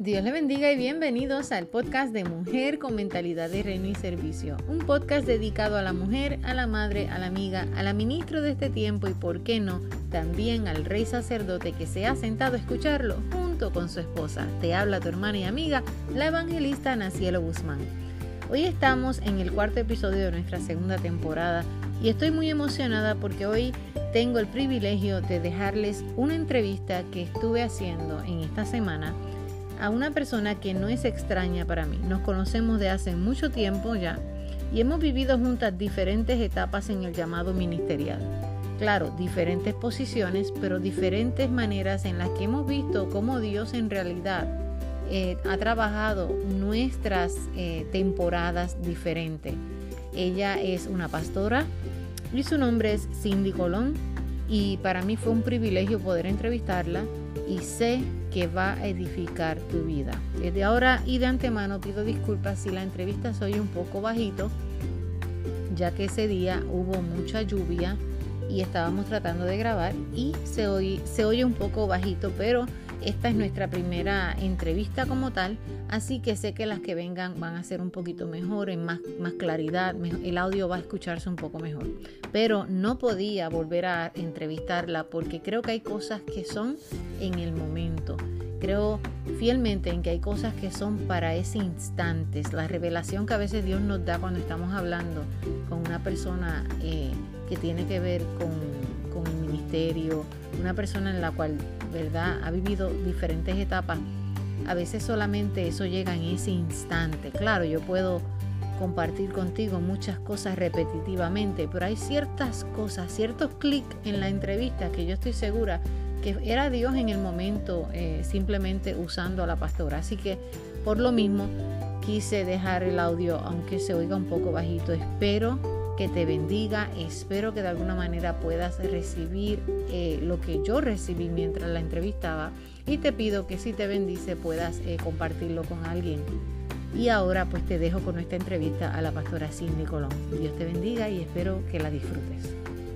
Dios le bendiga y bienvenidos al podcast de Mujer con Mentalidad de Reino y Servicio. Un podcast dedicado a la mujer, a la madre, a la amiga, a la ministra de este tiempo y, por qué no, también al rey sacerdote que se ha sentado a escucharlo junto con su esposa. Te habla tu hermana y amiga, la evangelista Nacielo Guzmán. Hoy estamos en el cuarto episodio de nuestra segunda temporada y estoy muy emocionada porque hoy tengo el privilegio de dejarles una entrevista que estuve haciendo en esta semana a una persona que no es extraña para mí. Nos conocemos de hace mucho tiempo ya y hemos vivido juntas diferentes etapas en el llamado ministerial. Claro, diferentes posiciones, pero diferentes maneras en las que hemos visto cómo Dios en realidad ha trabajado nuestras temporadas diferentes. Ella es una pastora y su nombre es Cindy Colón y para mí fue un privilegio poder entrevistarla y sé que va a edificar tu vida. Desde ahora y de antemano pido disculpas si la entrevista se oye un poco bajito, ya que ese día hubo mucha lluvia y estábamos tratando de grabar y se oye un poco bajito, pero esta es nuestra primera entrevista como tal, así que sé que las que vengan van a ser un poquito mejor, en más claridad, el audio va a escucharse un poco mejor. Pero no podía volver a entrevistarla porque creo que hay cosas que son en el momento. Creo fielmente en que hay cosas que son para ese instante. La revelación que a veces Dios nos da cuando estamos hablando con una persona que tiene que ver con el ministerio, una persona en la cual, ¿verdad?, ha vivido diferentes etapas. A veces solamente eso llega en ese instante. Claro, yo puedo compartir contigo muchas cosas repetitivamente, pero hay ciertas cosas, ciertos clics en la entrevista que yo estoy segura que era Dios en el momento simplemente usando a la pastora. Así que por lo mismo quise dejar el audio aunque se oiga un poco bajito. Espero que te bendiga, espero que de alguna manera puedas recibir lo que yo recibí mientras la entrevistaba y te pido que si te bendice puedas compartirlo con alguien. Y ahora pues te dejo con nuestra entrevista a la pastora Cindy Colón. Dios te bendiga y espero que la disfrutes.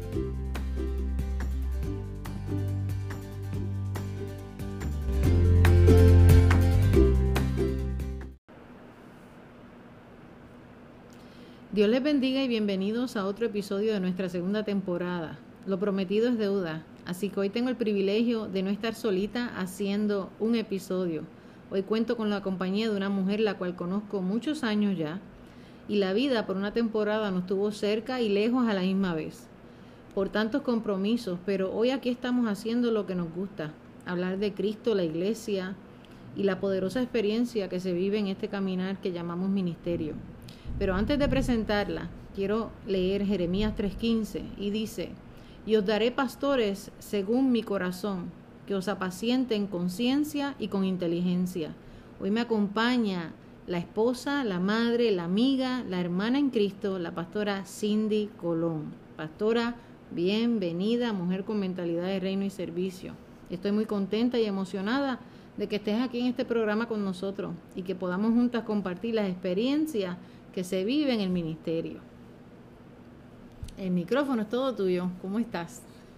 Dios les bendiga y bienvenidos a otro episodio de nuestra segunda temporada. Lo prometido es deuda, así que hoy tengo el privilegio de no estar solita haciendo un episodio. Hoy cuento con la compañía de una mujer la cual conozco muchos años ya y la vida por una temporada nos tuvo cerca y lejos a la misma vez, por tantos compromisos, pero hoy aquí estamos haciendo lo que nos gusta, hablar de Cristo, la iglesia y la poderosa experiencia que se vive en este caminar que llamamos ministerio. Pero antes de presentarla, quiero leer Jeremías 3:15 y dice: y os daré pastores según mi corazón, que os apacienten con ciencia y con inteligencia. Hoy me acompaña la esposa, la madre, la amiga, la hermana en Cristo, la pastora Cindy Colón. Pastora, bienvenida, Mujer con Mentalidad de Reino y Servicio. Estoy muy contenta y emocionada de que estés aquí en este programa con nosotros y que podamos juntas compartir las experiencias que se vive en el ministerio. El micrófono es todo tuyo. ¿Cómo estás?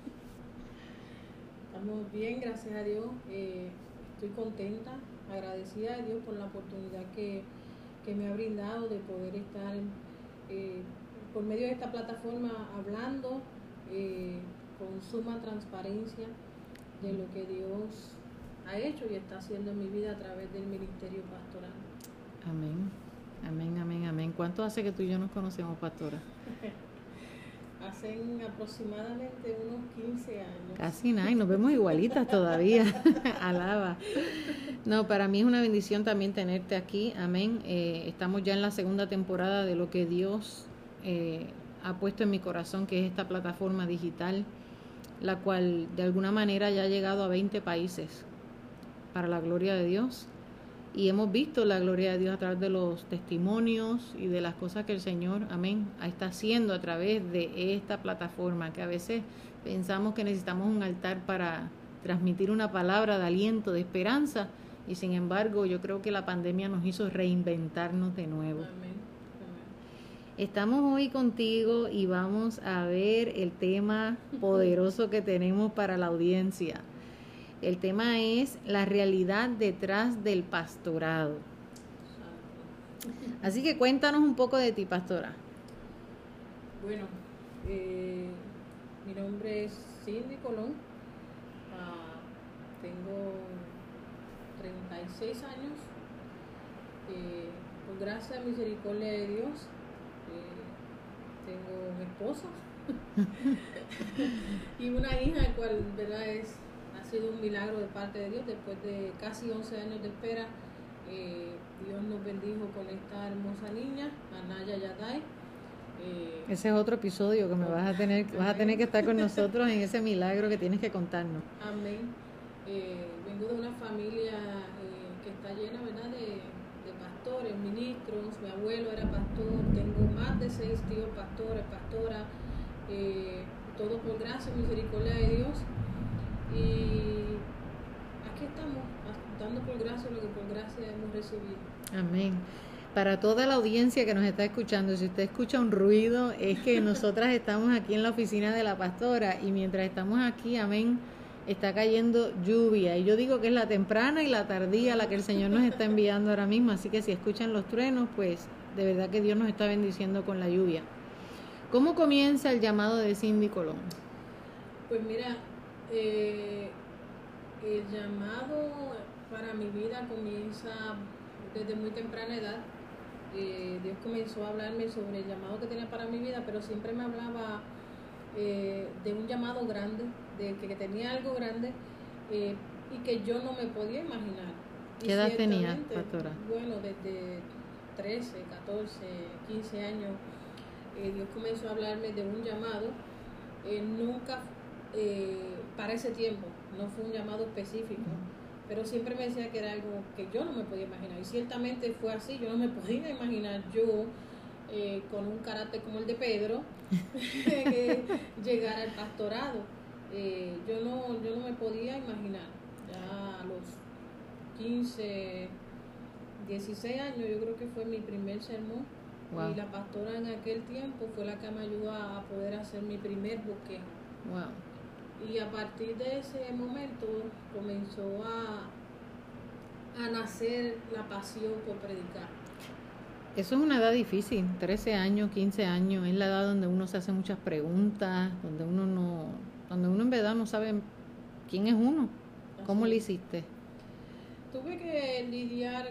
Estamos bien, gracias a Dios. Estoy contenta, agradecida a Dios por la oportunidad que me ha brindado de poder estar por medio de esta plataforma hablando con suma transparencia de lo que Dios ha hecho y está haciendo en mi vida a través del ministerio pastoral. Amén. Amén, amén, amén. ¿Cuánto hace que tú y yo nos conocemos, pastora? Hacen aproximadamente unos 15 años. Casi nada, y nos vemos igualitas todavía. Alaba. No, para mí es una bendición también tenerte aquí. Amén. Estamos ya en la segunda temporada de lo que Dios ha puesto en mi corazón, que es esta plataforma digital, la cual de alguna manera ya ha llegado a 20 países para la gloria de Dios. Y hemos visto la gloria de Dios a través de los testimonios y de las cosas que el Señor, amén, está haciendo a través de esta plataforma, que a veces pensamos que necesitamos un altar para transmitir una palabra de aliento, de esperanza, y sin embargo yo creo que la pandemia nos hizo reinventarnos de nuevo. Amén. Estamos hoy contigo y vamos a ver el tema poderoso que tenemos para la audiencia. El tema es la realidad detrás del pastorado. Así que cuéntanos un poco de ti, pastora. Bueno, mi nombre es Cindy Colón. Tengo 36 años. Por gracia y misericordia de Dios, tengo un esposo y una hija, el cual, ¿verdad?, ha sido un milagro de parte de Dios. Después de casi 11 años de espera, Dios nos bendijo con esta hermosa niña, Anaya Yaday. Ese es otro episodio que vas a tener que estar con nosotros en ese milagro que tienes que contarnos. Amén. Vengo de una familia que está llena, ¿verdad?, de pastores, ministros. Mi abuelo era pastor. Tengo más de 6 tíos pastores, pastoras. Todo por gracia y misericordia de Dios. Y aquí estamos, dando por gracia lo que por gracia hemos recibido. Amén. Para toda la audiencia que nos está escuchando, si usted escucha un ruido, es que nosotras estamos aquí en la oficina de la pastora y mientras estamos aquí, amén, está cayendo lluvia. Y yo digo que es la temprana y la tardía la que el Señor nos está enviando ahora mismo. Así que si escuchan los truenos, pues de verdad que Dios nos está bendiciendo con la lluvia. ¿Cómo comienza el llamado de Cindy Colón? Pues mira, el llamado para mi vida comienza desde muy temprana edad. Dios comenzó a hablarme sobre el llamado que tenía para mi vida, pero siempre me hablaba de un llamado grande, de que tenía algo grande y que yo no me podía imaginar. ¿Qué edad tenías, pastora? Bueno, desde 13, 14, 15 años, Dios comenzó a hablarme de un llamado. Nunca, para ese tiempo, no fue un llamado específico. Pero siempre me decía que era algo que yo no me podía imaginar. Y ciertamente fue así. Yo no me podía imaginar yo, con un carácter como el de Pedro, llegar al pastorado. Yo no me podía imaginar. Ya a los 15, 16 años, yo creo que fue mi primer sermón. Wow. Y la pastora en aquel tiempo fue la que me ayudó a poder hacer mi primer bosquejo. Wow. Y a partir de ese momento comenzó a nacer la pasión por predicar. Eso es una edad difícil, 13 años, 15 años, es la edad donde uno se hace muchas preguntas, donde uno en verdad no sabe quién es uno. ¿Cómo le hiciste? Tuve que lidiar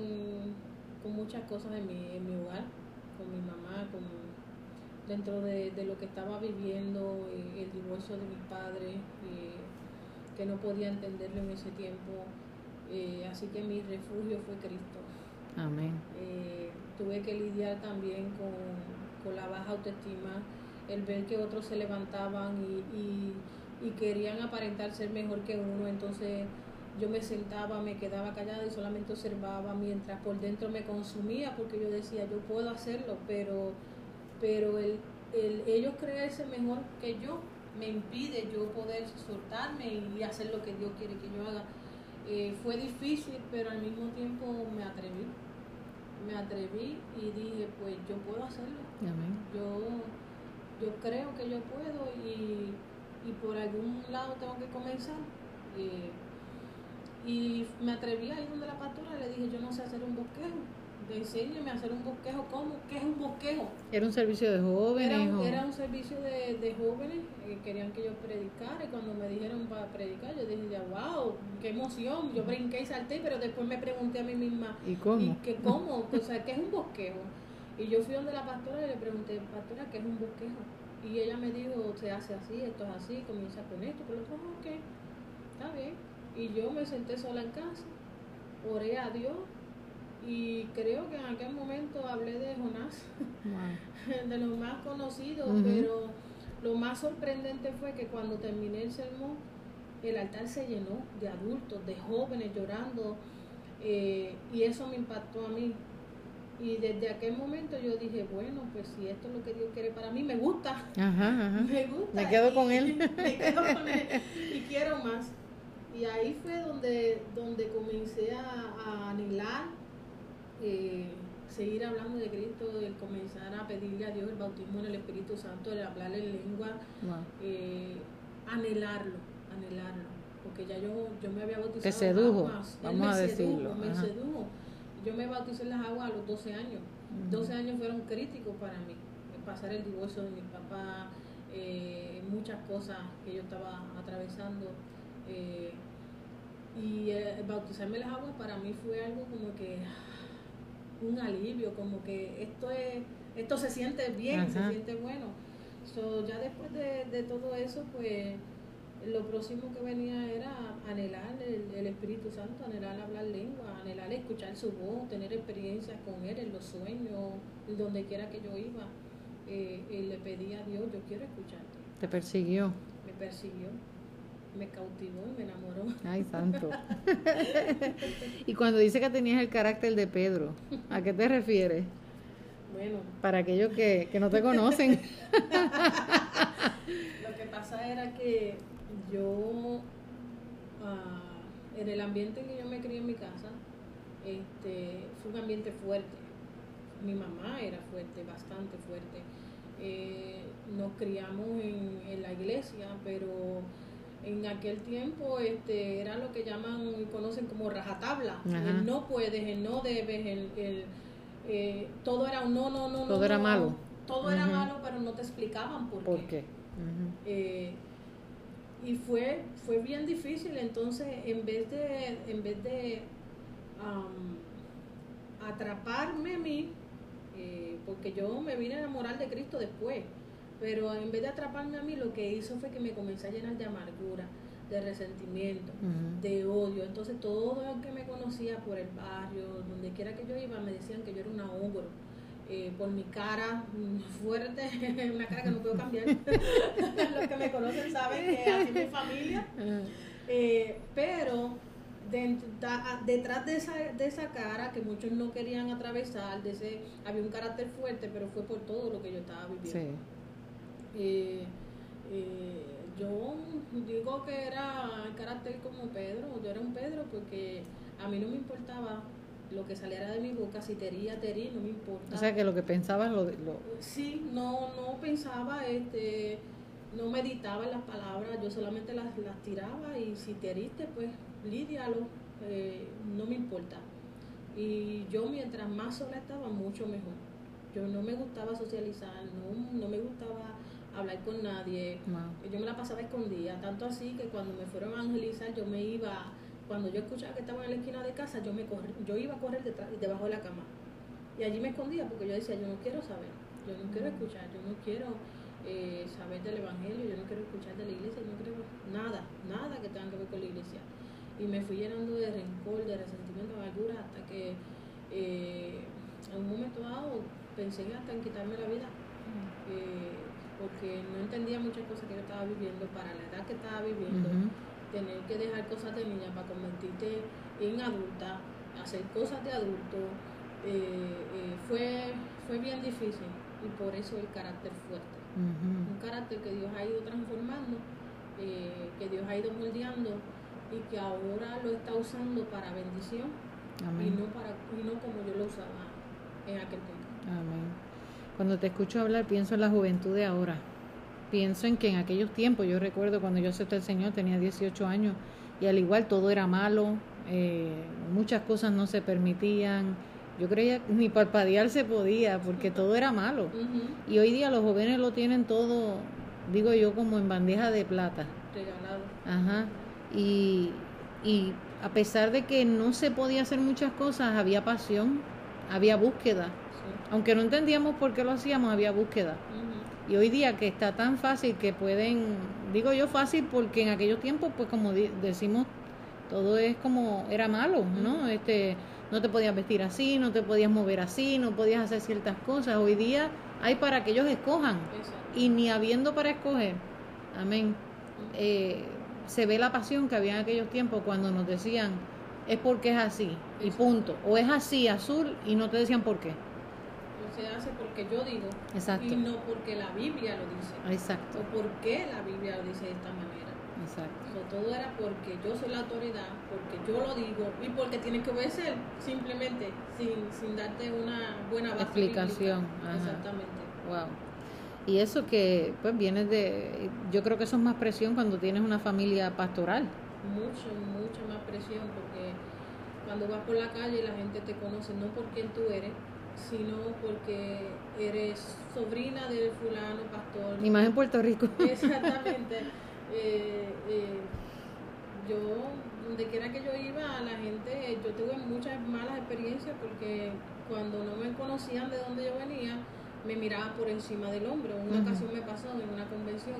con muchas cosas en mi hogar, con mi mamá, dentro de lo que estaba viviendo, el divorcio de mis padres, que no podía entenderlo en ese tiempo, así que mi refugio fue Cristo. Amén. Tuve que lidiar también con la baja autoestima, el ver que otros se levantaban y querían aparentar ser mejor que uno. Entonces yo me sentaba, me quedaba callada y solamente observaba, mientras por dentro me consumía, porque yo decía, yo puedo hacerlo, pero ellos creerse mejor que yo me impide yo poder soltarme y hacer lo que Dios quiere que yo haga. Fue difícil, pero al mismo tiempo me atreví y dije, pues yo puedo hacerlo. Amén. Yo creo que yo puedo y por algún lado tengo que comenzar. Y me atreví a ir donde la pastora, le dije, yo no sé hacer un bosquejo. Enséñeme a hacer un bosquejo. ¿Cómo? ¿Qué es un bosquejo? ¿Era un servicio de jóvenes? Era un servicio de jóvenes, querían que yo predicara, y cuando me dijeron para predicar, yo dije, ya, wow, qué emoción. Yo brinqué y salté, pero después me pregunté a mí misma, ¿y cómo? ¿Cómo? O sea, ¿qué es un bosquejo? Y yo fui donde la pastora y le pregunté, pastora, ¿qué es un bosquejo? Y ella me dijo, se hace así, esto es así, comienza con esto, con lo otro. Ok, está bien. Y yo me senté sola en casa, oré a Dios. Y creo que en aquel momento hablé de Jonás, wow, de los más conocidos, pero lo más sorprendente fue que cuando terminé el sermón, el altar se llenó de adultos, de jóvenes llorando, y eso me impactó a mí. Y desde aquel momento yo dije, bueno, pues si esto es lo que Dios quiere para mí, me gusta. Me gusta. Me quedo con él. Me quedo con él y quiero más. Y ahí fue donde comencé a anhelar, seguir hablando de Cristo, el comenzar a pedirle a Dios el bautismo en el Espíritu Santo, el hablarle en lengua, wow, anhelarlo. porque ya yo me había bautizado. Te sedujo, en aguas. vamos a decirlo. Me sedujo. Yo me bauticé en las aguas a los 12 años. 12 años fueron críticos para mí. Pasar el divorcio de mi papá, muchas cosas que yo estaba atravesando. Y bautizarme en las aguas para mí fue algo como que un alivio, como que esto se siente bien, Ajá. Se siente bueno. Ya después de todo eso, pues lo próximo que venía era anhelar el Espíritu Santo, anhelar hablar lengua, anhelar escuchar su voz, tener experiencias con Él en los sueños, donde quiera que yo iba. Y le pedí a Dios, yo quiero escucharte. ¿Te persiguió? Me persiguió, me cautivó y me enamoró. Ay, santo. Y cuando dice que tenías el carácter de Pedro, ¿a qué te refieres? Bueno. Para aquellos que no te conocen. Lo que pasa era que yo, en el ambiente en que yo me crié en mi casa, fue un ambiente fuerte. Mi mamá era fuerte, bastante fuerte. Nos criamos en la iglesia, pero en aquel tiempo era lo que llaman y conocen como rajatabla. El no puedes, el no debes, todo era un no. Todo era malo. Todo era malo, pero no te explicaban por qué. Y fue bien difícil. Entonces, en vez de atraparme a mí, porque yo me vine a enamorar de Cristo después, pero en vez de atraparme a mí, lo que hizo fue que me comencé a llenar de amargura, de resentimiento, de odio. Entonces todo el que me conocía por el barrio, donde quiera que yo iba, me decían que yo era una ogro, por mi cara fuerte, una cara que no puedo cambiar. Los que me conocen saben que así es mi familia. Pero detrás de esa cara que muchos no querían atravesar, había un carácter fuerte, pero fue por todo lo que yo estaba viviendo. Sí. Yo digo que era el carácter como Pedro. Yo era un Pedro porque a mí no me importaba lo que saliera de mi boca, si tería, no me importaba. O sea que lo que pensabas lo... Sí, no pensaba, no meditaba en las palabras, yo solamente las tiraba, y si te heriste, pues lídialo, no me importa. Y yo, mientras más sola estaba, mucho mejor. Yo no me gustaba socializar, no me gustaba hablar con nadie. Yo me la pasaba escondida, tanto así que cuando me fueron a evangelizar, yo me iba, cuando yo escuchaba que estaban en la esquina de casa, yo iba a correr debajo de la cama, y allí me escondía, porque yo decía, yo no quiero saber, yo no quiero escuchar, yo no quiero saber del evangelio, yo no quiero escuchar de la iglesia, yo no quiero nada que tenga que ver con la iglesia. Y me fui llenando de rencor, de resentimiento, de amargura, hasta que en un momento dado pensé hasta en quitarme la vida, porque no entendía muchas cosas que yo estaba viviendo para la edad que estaba viviendo. Tener que dejar cosas de niña para convertirte en adulta, hacer cosas de adulto, fue bien difícil, y por eso el carácter fuerte. Un carácter que Dios ha ido transformando, que Dios ha ido moldeando, y que ahora lo está usando para bendición. Amén. y no como yo lo usaba en aquel tiempo. Amén. Cuando te escucho hablar, pienso en la juventud de ahora. Pienso en que en aquellos tiempos, yo recuerdo cuando yo acepté al Señor, tenía 18 años, y al igual todo era malo, muchas cosas no se permitían. Yo creía que ni parpadear se podía, porque todo era malo. Y hoy día los jóvenes lo tienen todo, digo yo, como en bandeja de plata. Regalado. Ajá. Y a pesar de que no se podía hacer muchas cosas, había pasión, había búsqueda. Sí. Aunque no entendíamos por qué lo hacíamos, había búsqueda. Y hoy día que está tan fácil que pueden, digo yo fácil porque en aquellos tiempos, pues como decimos, todo es como, era malo, ¿no? No te podías vestir así, no te podías mover así, no podías hacer ciertas cosas. Hoy día hay para que ellos escojan. Exacto. Y ni habiendo para escoger, amén, se ve la pasión que había en aquellos tiempos cuando nos decían, es porque es así, y punto. O es así, azul, y no te decían por qué. Se hace porque yo digo. Exacto. Y no porque la Biblia lo dice. Exacto. O porque la Biblia lo dice de esta manera. Exacto. Todo era porque yo soy la autoridad, porque yo lo digo, y porque tienes que obedecer, simplemente sin darte una buena base explicación. Exactamente. Wow. Y eso que pues viene de, yo creo que eso es más presión cuando tienes una familia pastoral, mucha más presión, porque cuando vas por la calle la gente te conoce no por quién tú eres, sino porque eres sobrina del fulano pastor. Y más en Puerto Rico. Exactamente. Yo, donde quiera que yo iba, la gente, yo tuve muchas malas experiencias porque cuando no me conocían de dónde yo venía, me miraban por encima del hombro. Una ocasión me pasó en una convención.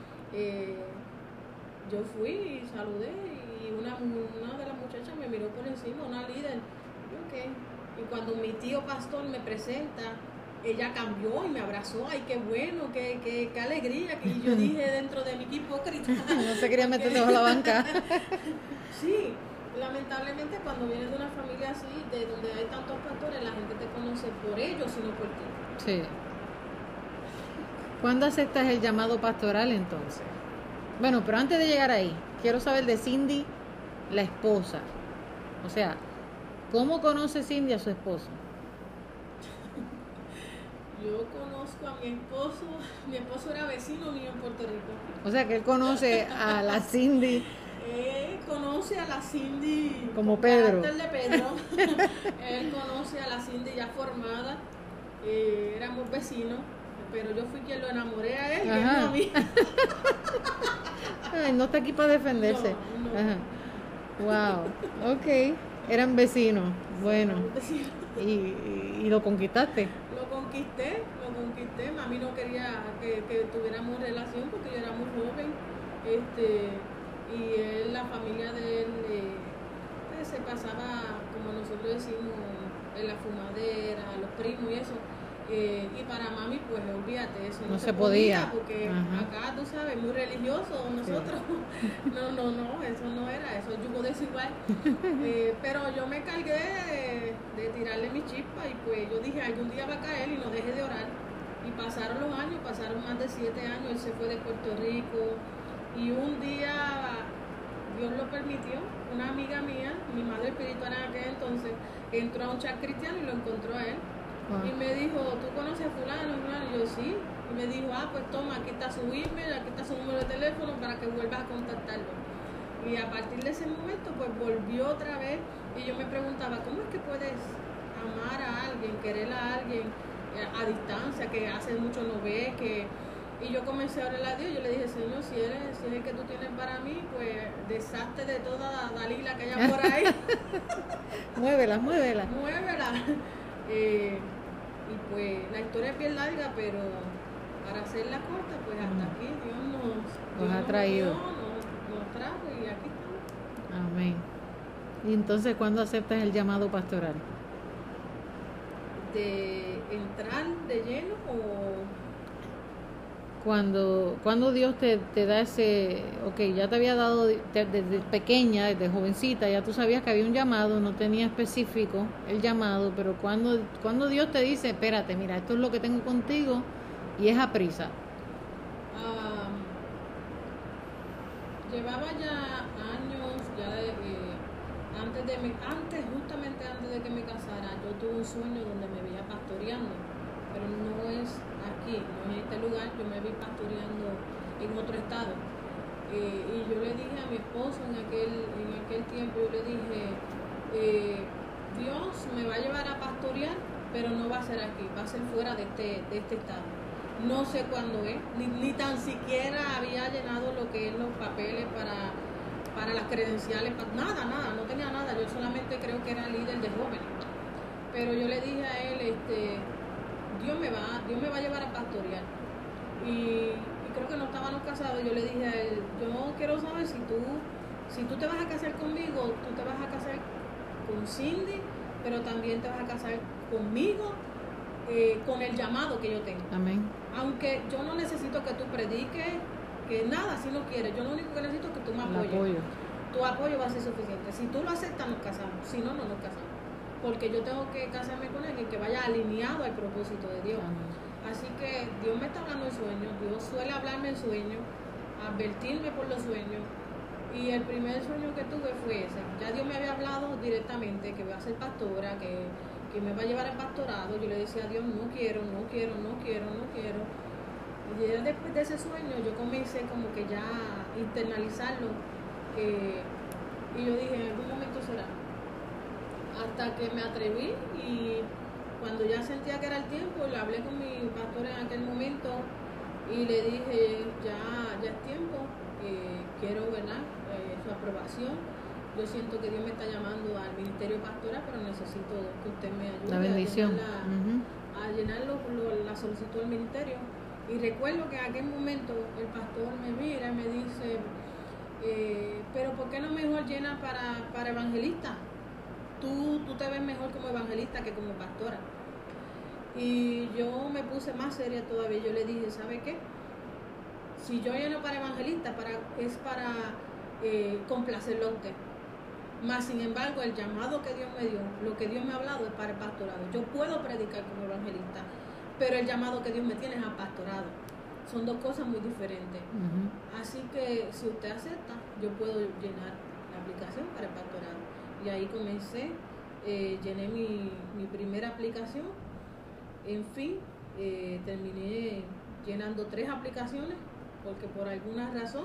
Yo fui y saludé y una de las muchachas me miró por encima, una líder. Y, okay. Y cuando mi tío pastor me presenta, ella cambió y me abrazó. Ay, qué bueno, qué alegría. Y yo dije dentro de mí, qué hipócrita. No se quería meter debajo de la banca. Sí, lamentablemente cuando vienes de una familia así, de donde hay tantos pastores, la gente te conoce por ellos, sino por ti. Sí. ¿Cuándo aceptas el llamado pastoral entonces? Bueno, pero antes de llegar ahí, quiero saber de Cindy, la esposa. O sea, ¿cómo conoce Cindy a su esposo? Yo conozco a mi esposo era vecino mío en Puerto Rico. O sea, que él conoce a la Cindy. Conoce a la Cindy como Pedro. De Pedro. Él conoce a la Cindy ya formada. Éramos vecinos, pero yo fui quien lo enamoré a él, y él no a mí. Ay, no está aquí para defenderse. No. Ajá. Wow, ok. Eran vecinos. Bueno. Vecinos. ¿Y lo conquistaste? Lo conquisté. Mami no quería que tuviéramos relación porque yo era muy joven. Y él, la familia de él se pasaba, como nosotros decimos, en la fumadera, los primos y eso. Y para mami, pues olvídate, eso no se podía, porque acá, tú sabes, muy religioso nosotros. Sí. No, eso no era, eso es yugo desigual. Pero yo me cargué de tirarle mi chispa y pues yo dije, algún día va a caer y no deje de orar. Y pasaron los años, pasaron más de 7 años, él se fue de Puerto Rico y un día Dios lo permitió, una amiga mía, mi madre espiritual en aquel entonces, entró a un chat cristiano y lo encontró a él. Y me dijo, ¿tú conoces a fulano? Y yo, sí. Y me dijo, pues toma, aquí está su email, aquí está su número de teléfono para que vuelvas a contactarlo. Y a partir de ese momento, pues volvió otra vez. Y yo me preguntaba, ¿cómo es que puedes amar a alguien, querer a alguien a distancia, que hace mucho no ves, Y yo comencé a orarle a Dios, yo le dije, Señor, si es el que tú tienes para mí, pues deshazte de toda Dalila que haya por ahí. Muévela. Muévela. Y pues la historia es bien larga, pero para hacerla corta, pues hasta aquí Dios nos ha traído. Nos trajo y aquí estamos. Amén. ¿Y entonces cuándo aceptas el llamado pastoral? ¿De entrar de lleno o...? Cuando Dios te da ese, ya te había dado desde pequeña, desde jovencita, ya tú sabías que había un llamado, no tenía específico el llamado, pero cuando Dios te dice, espérate, mira, esto es lo que tengo contigo y es a prisa. Llevaba ya años, justamente antes de que me casara, yo tuve un sueño donde me veía pastoreando, pero no es aquí, no en este lugar, yo me vi pastoreando en otro estado. Y yo le dije a mi esposo en aquel tiempo, yo le dije, Dios me va a llevar a pastorear, pero no va a ser aquí, va a ser fuera de este estado. No sé cuándo es, ni tan siquiera había llenado lo que es los papeles para las credenciales, nada, no tenía nada, yo solamente creo que era líder de jóvenes. Pero yo le dije a él, Dios me va a llevar a pastorear. Y creo que no estábamos casados. Yo le dije a él, yo quiero saber si tú te vas a casar conmigo, tú te vas a casar con Cindy, pero también te vas a casar conmigo, con el llamado que yo tengo. Amén. Aunque yo no necesito que tú prediques, que nada, si no quieres, yo lo único que necesito es que tú me apoyes. Tu apoyo va a ser suficiente. Si tú lo aceptas, nos casamos. Si no, no nos casamos. Porque yo tengo que casarme con alguien que vaya alineado al propósito de Dios. Así que Dios me está hablando en sueños, Dios suele hablarme en sueños, advertirme por los sueños. Y el primer sueño que tuve fue ese. Ya Dios me había hablado directamente que voy a ser pastora, que me va a llevar al pastorado. Yo le decía a Dios, no quiero. Y ya después de ese sueño yo comencé como que ya a internalizarlo. Y yo dije, en algún momento será. Hasta que me atreví y cuando ya sentía que era el tiempo, le hablé con mi pastor en aquel momento y le dije, ya es tiempo, quiero ¿verdad? Su aprobación. Yo siento que Dios me está llamando al ministerio pastoral, pero necesito que usted me ayude la bendición. a llenar la solicitud del ministerio. Y recuerdo que en aquel momento el pastor me mira y me dice, pero ¿por qué no mejor llena para evangelista? Tú te ves mejor como evangelista que como pastora. Y yo me puse más seria todavía. Yo le dije, ¿sabe qué? Si yo lleno para evangelista, es para complacerlo a usted. Más sin embargo, el llamado que Dios me dio, lo que Dios me ha hablado es para el pastorado. Yo puedo predicar como evangelista, pero el llamado que Dios me tiene es al pastorado. Son dos cosas muy diferentes. Así que si usted acepta, yo puedo llenar la aplicación para el pastorado. Y ahí comencé, llené mi primera aplicación. En fin, terminé llenando 3 aplicaciones, porque por alguna razón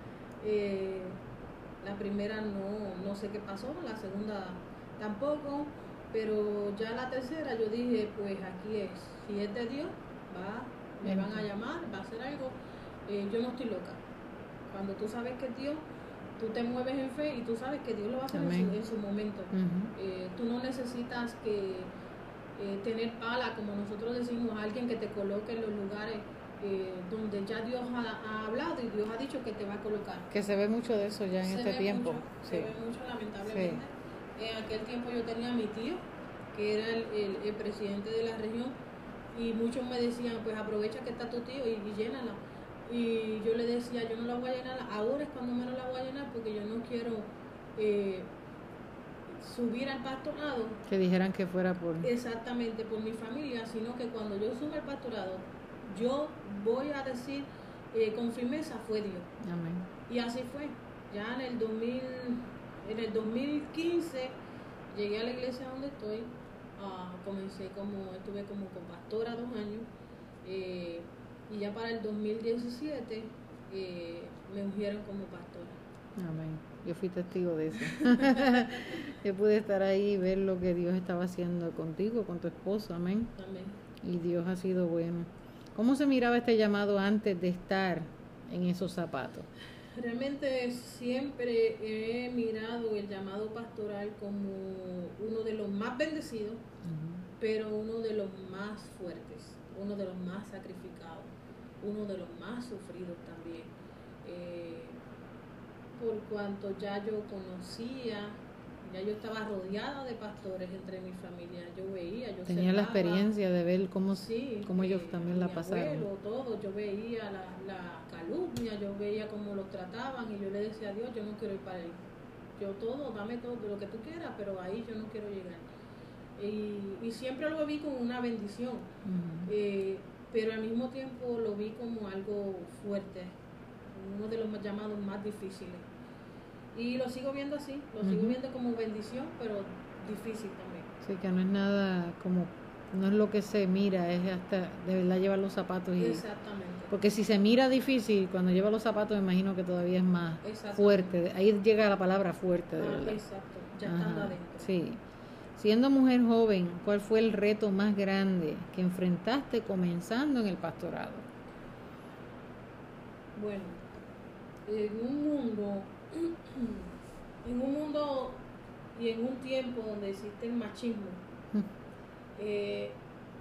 la primera no sé qué pasó, la segunda tampoco, pero ya la tercera yo dije, pues aquí es, si es de Dios, me van a llamar, va a hacer algo. Yo no estoy loca. Cuando tú sabes que es Dios, tú te mueves en fe y tú sabes que Dios lo va a hacer en su momento. Tú no necesitas que tener pala, como nosotros decimos, alguien que te coloque en los lugares donde ya Dios ha hablado y Dios ha dicho que te va a colocar. Que se ve mucho de eso ya en este tiempo. Se ve mucho, lamentablemente. Sí. En aquel tiempo yo tenía a mi tío, que era el presidente de la región, y muchos me decían, pues aprovecha que está tu tío y llénala. Y yo le decía, yo no la voy a llenar, ahora es cuando menos la voy a llenar, porque yo no quiero subir al pastorado. Que dijeran que fuera por... Exactamente, por mi familia, sino que cuando yo suba al pastorado, yo voy a decir con firmeza, fue Dios. Amén. Y así fue. Ya en el 2015 llegué a la iglesia donde estoy, estuve como pastora 2 años, y ya para el 2017 me ungieron como pastora. Amén. Yo fui testigo de eso. Yo pude estar ahí y ver lo que Dios estaba haciendo contigo, con tu esposo. Amén. Amén. Y Dios ha sido bueno. ¿Cómo se miraba este llamado antes de estar en esos zapatos? Realmente siempre he mirado el llamado pastoral como uno de los más bendecidos, pero uno de los más fuertes, uno de los más sacrificados, uno de los más sufridos también. Por cuanto ya yo conocía, ya yo estaba rodeada de pastores entre mi familia, yo veía, yo tenía la experiencia de ver cómo ellos también la pasaron. Abuelo, todo, yo veía la calumnia, yo veía cómo los trataban y yo le decía a Dios, yo no quiero ir para ahí. Yo todo, dame todo lo que tú quieras, pero ahí yo no quiero llegar. Y siempre lo vi como una bendición, pero al mismo tiempo lo vi como algo fuerte, uno de los llamados más difíciles. Y lo sigo viendo así, lo sigo viendo como bendición, pero difícil también. Sí, que no es nada como, no es lo que se mira, es hasta de verdad llevar los zapatos. Exactamente. Porque si se mira difícil, cuando lleva los zapatos me imagino que todavía es más fuerte. Ahí llega la palabra fuerte, de verdad. Exacto, ya estando adentro. Sí. Siendo mujer joven, ¿cuál fue el reto más grande que enfrentaste comenzando en el pastorado? Bueno, en un mundo y en un tiempo donde existe el machismo, el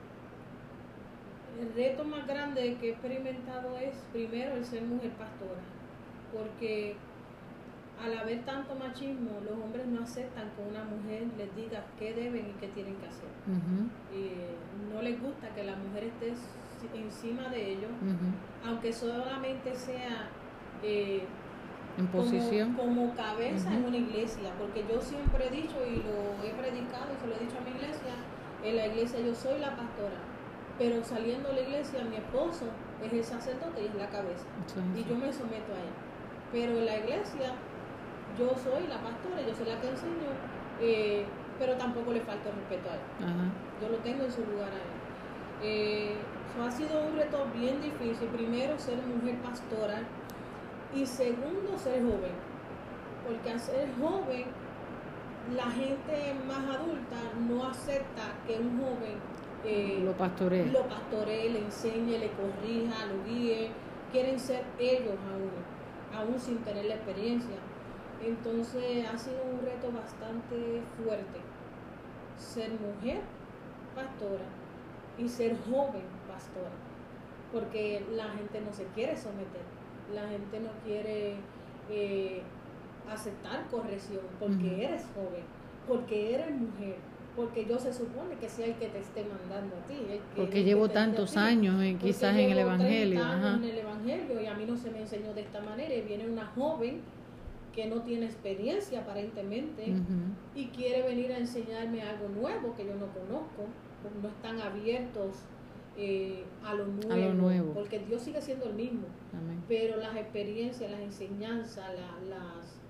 reto más grande que he experimentado es primero el ser mujer pastora, porque al haber tanto machismo, los hombres no aceptan que una mujer les diga qué deben y qué tienen que hacer. No les gusta que la mujer esté encima de ellos, aunque solamente sea en posición como cabeza en una iglesia, porque yo siempre he dicho y lo he predicado y se lo he dicho a mi iglesia, en la iglesia yo soy la pastora, pero saliendo de la iglesia mi esposo es el sacerdote y es la cabeza, y yo me someto a él, pero en la iglesia yo soy la pastora, yo soy la que enseño, pero tampoco le falta respeto a él. Yo lo tengo en su lugar a él. Eso ha sido un reto bien difícil. Primero, ser mujer pastora, y segundo, ser joven, porque al ser joven, la gente más adulta no acepta que un joven lo pastoree, le enseñe, le corrija, lo guíe. Quieren ser ellos aún sin tener la experiencia. Entonces ha sido un reto bastante fuerte ser mujer pastora y ser joven pastora, porque la gente no se quiere someter, la gente no quiere aceptar corrección, porque eres joven, porque eres mujer, porque yo se supone que sea el que te esté mandando a ti, porque llevo tantos años quizás en el evangelio, en el evangelio, y a mí no se me enseñó de esta manera, y viene una joven que no tiene experiencia aparentemente y quiere venir a enseñarme algo nuevo que yo no conozco, porque no están abiertos a lo nuevo, porque Dios sigue siendo el mismo. Amén. Pero las experiencias, las enseñanzas, las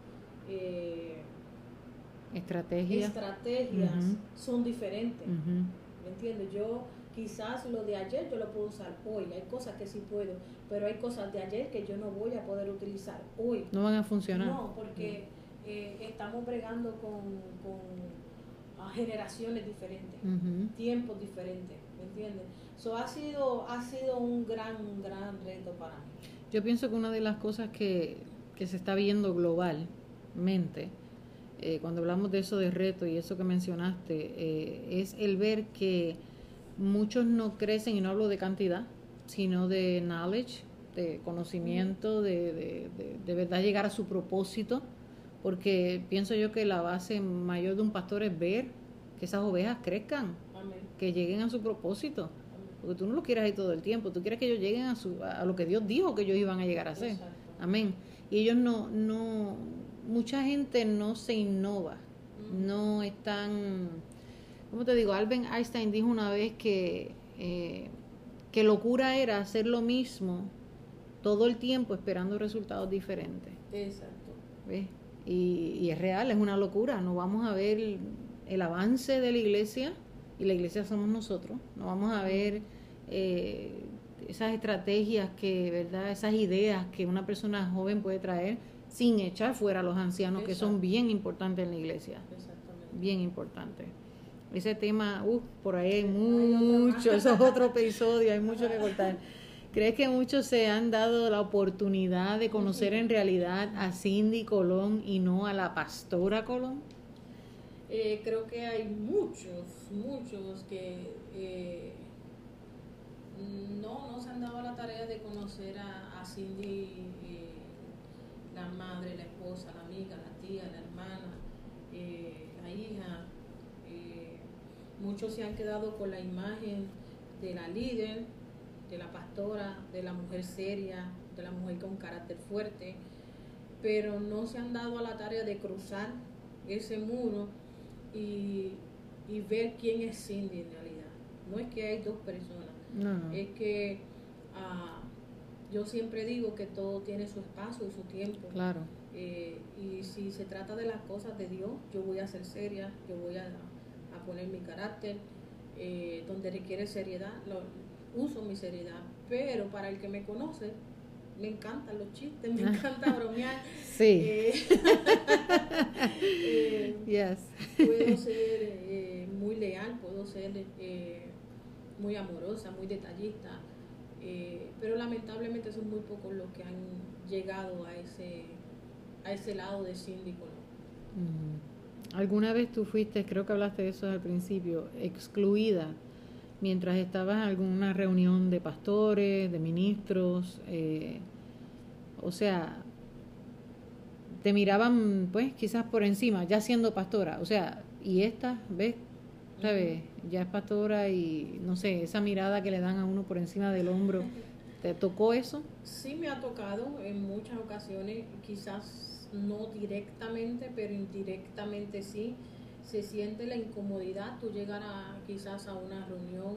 estrategias son diferentes. ¿Me entiendes? Yo quizás lo de ayer yo lo puedo usar hoy, hay cosas que sí puedo, pero hay cosas de ayer que yo no voy a poder utilizar hoy. No van a funcionar. No, porque estamos bregando con generaciones diferentes, tiempos diferentes, ¿me entiendes? So, ha sido un gran reto para mí. Yo pienso que una de las cosas que se está viendo globalmente, cuando hablamos de eso de reto y eso que mencionaste, es el ver que muchos no crecen, y no hablo de cantidad, sino de knowledge, de conocimiento, de verdad llegar a su propósito, porque pienso yo que la base mayor de un pastor es ver que esas ovejas crezcan, Amén, que lleguen a su propósito, porque tú no lo quieres ahí todo el tiempo, tú quieres que ellos lleguen a lo que Dios dijo que ellos iban a llegar a hacer. exacto. Amén. Y ellos no mucha gente no se innova, no están, ¿cómo te digo? Albert Einstein dijo una vez que locura era hacer lo mismo todo el tiempo esperando resultados diferentes. Exacto. ¿Ves? Y es real, es una locura. No vamos a ver el avance de la iglesia, y la iglesia somos nosotros. No vamos a ver esas estrategias ¿verdad? Esas ideas que una persona joven puede traer sin echar fuera a los ancianos. Exacto. Que son bien importantes en la iglesia. Exactamente. Bien importantes. Ese tema, por ahí hay mucho, eso es otro episodio, hay mucho que cortar. ¿Crees que muchos se han dado la oportunidad de conocer en realidad a Cindy Colón y no a la pastora Colón? Creo que hay muchos que no se han dado la tarea de conocer a Cindy, la madre, la esposa, la amiga, la tía, la hermana, la hija. Muchos se han quedado con la imagen de la líder, de la pastora, de la mujer seria, de la mujer con carácter fuerte, pero no se han dado a la tarea de cruzar ese muro y ver quién es Cindy en realidad. No es que hay dos personas, No. Es que yo siempre digo que todo tiene su espacio y su tiempo. Claro. Y si se trata de las cosas de Dios, yo voy a ser seria, yo voy a poner mi carácter, donde requiere seriedad, uso mi seriedad, pero para el que me conoce, me encantan los chistes, me encanta bromear. Sí. Yes. Puedo ser muy leal, puedo ser muy amorosa, muy detallista, pero lamentablemente son muy pocos los que han llegado a ese lado de Cindy Colón. ¿Alguna vez tú fuiste, creo que hablaste de eso al principio, excluida mientras estabas en alguna reunión de pastores, de ministros? O sea, te miraban pues quizás por encima, ya siendo pastora, o sea, y esta, ¿ves? ¿Sabes? Ya es pastora y no sé, esa mirada que le dan a uno por encima del hombro, ¿te tocó eso? Sí, me ha tocado en muchas ocasiones, quizás no directamente, pero indirectamente sí. Se siente la incomodidad, tú llegar quizás a una reunión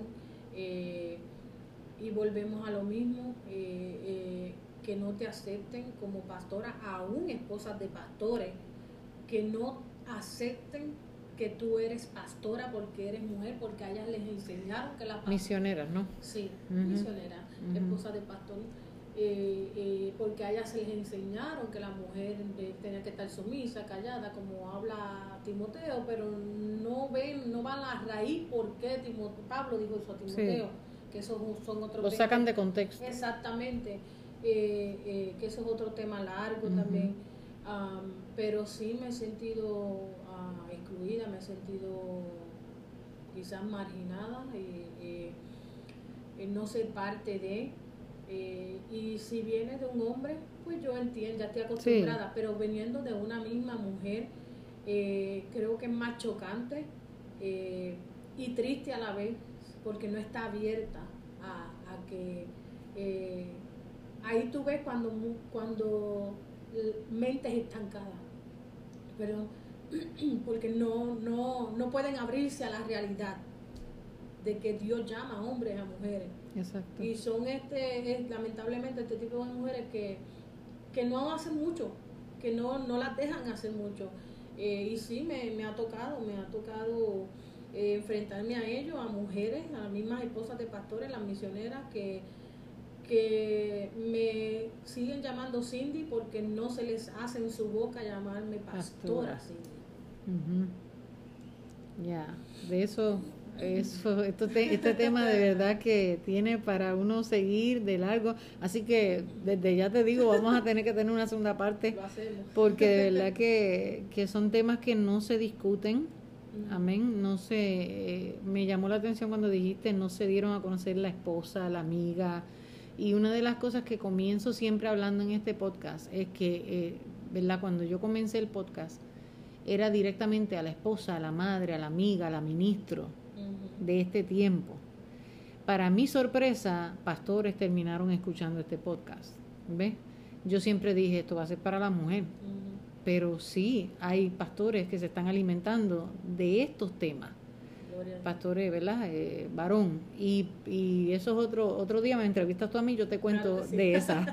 y volvemos a lo mismo, que no te acepten como pastora, aún esposas de pastores, que no acepten que tú eres pastora porque eres mujer, porque a ellas les enseñaron que la pastora... Misioneras, ¿no? Sí, misioneras, esposas de pastor. porque a ellas se les enseñaron que la mujer tenía que estar sumisa, callada, como habla Timoteo, pero no va a la raíz por qué Pablo dijo eso a Timoteo, que esos son otros temas. Lo sacan de contexto. Exactamente, que eso es otro tema largo también, pero sí me he sentido excluida, me he sentido quizás marginada, no ser parte de... y si viene de un hombre, pues yo entiendo, ya estoy acostumbrada, pero viniendo de una misma mujer, creo que es más chocante y triste a la vez, porque no está abierta a que ahí tú ves cuando mentes estancadas, pero porque no pueden abrirse a la realidad de que Dios llama a hombres a mujeres. Exacto. Y son lamentablemente este tipo de mujeres que no hacen mucho, que no las dejan hacer mucho. Y sí, me ha tocado enfrentarme a ellos, a mujeres, a las mismas esposas de pastores, las misioneras que me siguen llamando Cindy porque no se les hace en su boca llamarme pastora Cindy. Ya, de eso este tema de verdad que tiene para uno seguir de largo, así que desde ya te digo, vamos a tener que tener una segunda parte, porque de verdad que son temas que no se discuten. Amén. No sé, me llamó la atención cuando dijiste no se dieron a conocer la esposa, la amiga, y una de las cosas que comienzo siempre hablando en este podcast es que, ¿verdad? Cuando yo comencé el podcast era directamente a la esposa, a la madre, a la amiga, a la ministro de este tiempo. Para mi sorpresa, pastores terminaron escuchando este podcast. ¿Ves? Yo siempre dije, esto va a ser para la mujer. Pero sí, hay pastores que se están alimentando de estos temas. Pastores, ¿verdad? Varón. Y eso es otro día, me entrevistas tú a mí, yo te cuento claro, sí. De esa.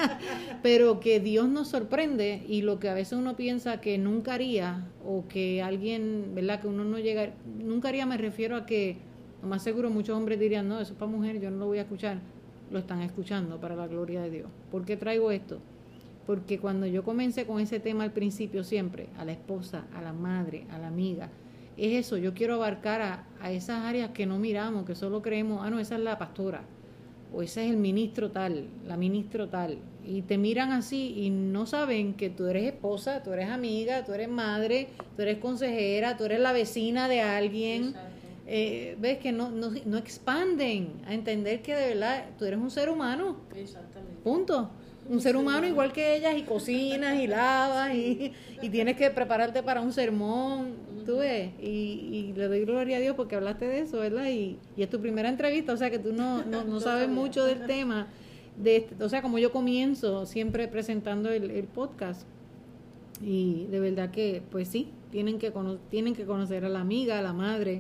Pero que Dios nos sorprende y lo que a veces uno piensa que nunca haría o que alguien, ¿verdad? Que uno no llega, nunca haría, me refiero a que, lo más seguro muchos hombres dirían, no, eso es para mujer, yo no lo voy a escuchar. Lo están escuchando para la gloria de Dios. ¿Por qué traigo esto? Porque cuando yo comencé con ese tema al principio siempre, a la esposa, a la madre, a la amiga, es eso, yo quiero abarcar a esas áreas que no miramos, que solo creemos, no, esa es la pastora, o ese es el ministro tal, la ministro tal, y te miran así y no saben que tú eres esposa, tú eres amiga, tú eres madre, tú eres consejera, tú eres la vecina de alguien. Ves que no expanden a entender que de verdad tú eres un ser humano. Exactamente. Punto. Un ser humano igual que ellas, y cocinas y lavas y tienes que prepararte para un sermón, tú ves, y le doy gloria a Dios porque hablaste de eso, ¿verdad? Y es tu primera entrevista, o sea que tú no sabes mucho del tema, o sea, como yo comienzo siempre presentando el podcast, y de verdad que, pues sí, tienen que conocer a la amiga, a la madre.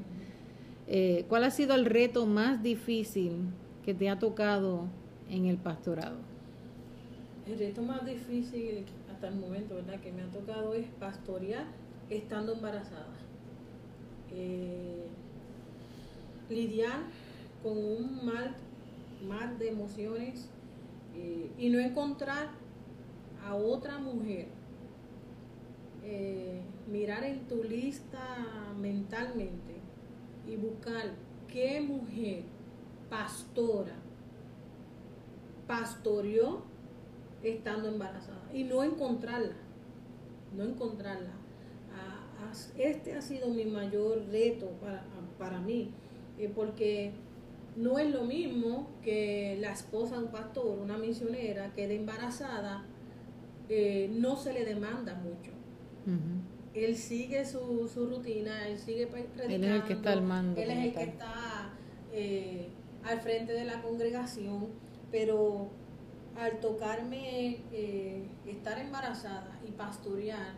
¿Cuál ha sido el reto más difícil que te ha tocado en el pastorado? El reto más difícil hasta el momento, ¿verdad?, que me ha tocado es pastorear estando embarazada. Lidiar con un mar de emociones y no encontrar a otra mujer. Mirar en tu lista mentalmente y buscar qué mujer pastora pastoreó estando embarazada y no encontrarla. Este ha sido mi mayor reto para mí, porque no es lo mismo que la esposa de un pastor, una misionera, quede embarazada, no se le demanda mucho. Él sigue su rutina, él sigue predicando, él es el que está al mando, él es el que está al frente de la congregación, pero al tocarme estar embarazada y pastorear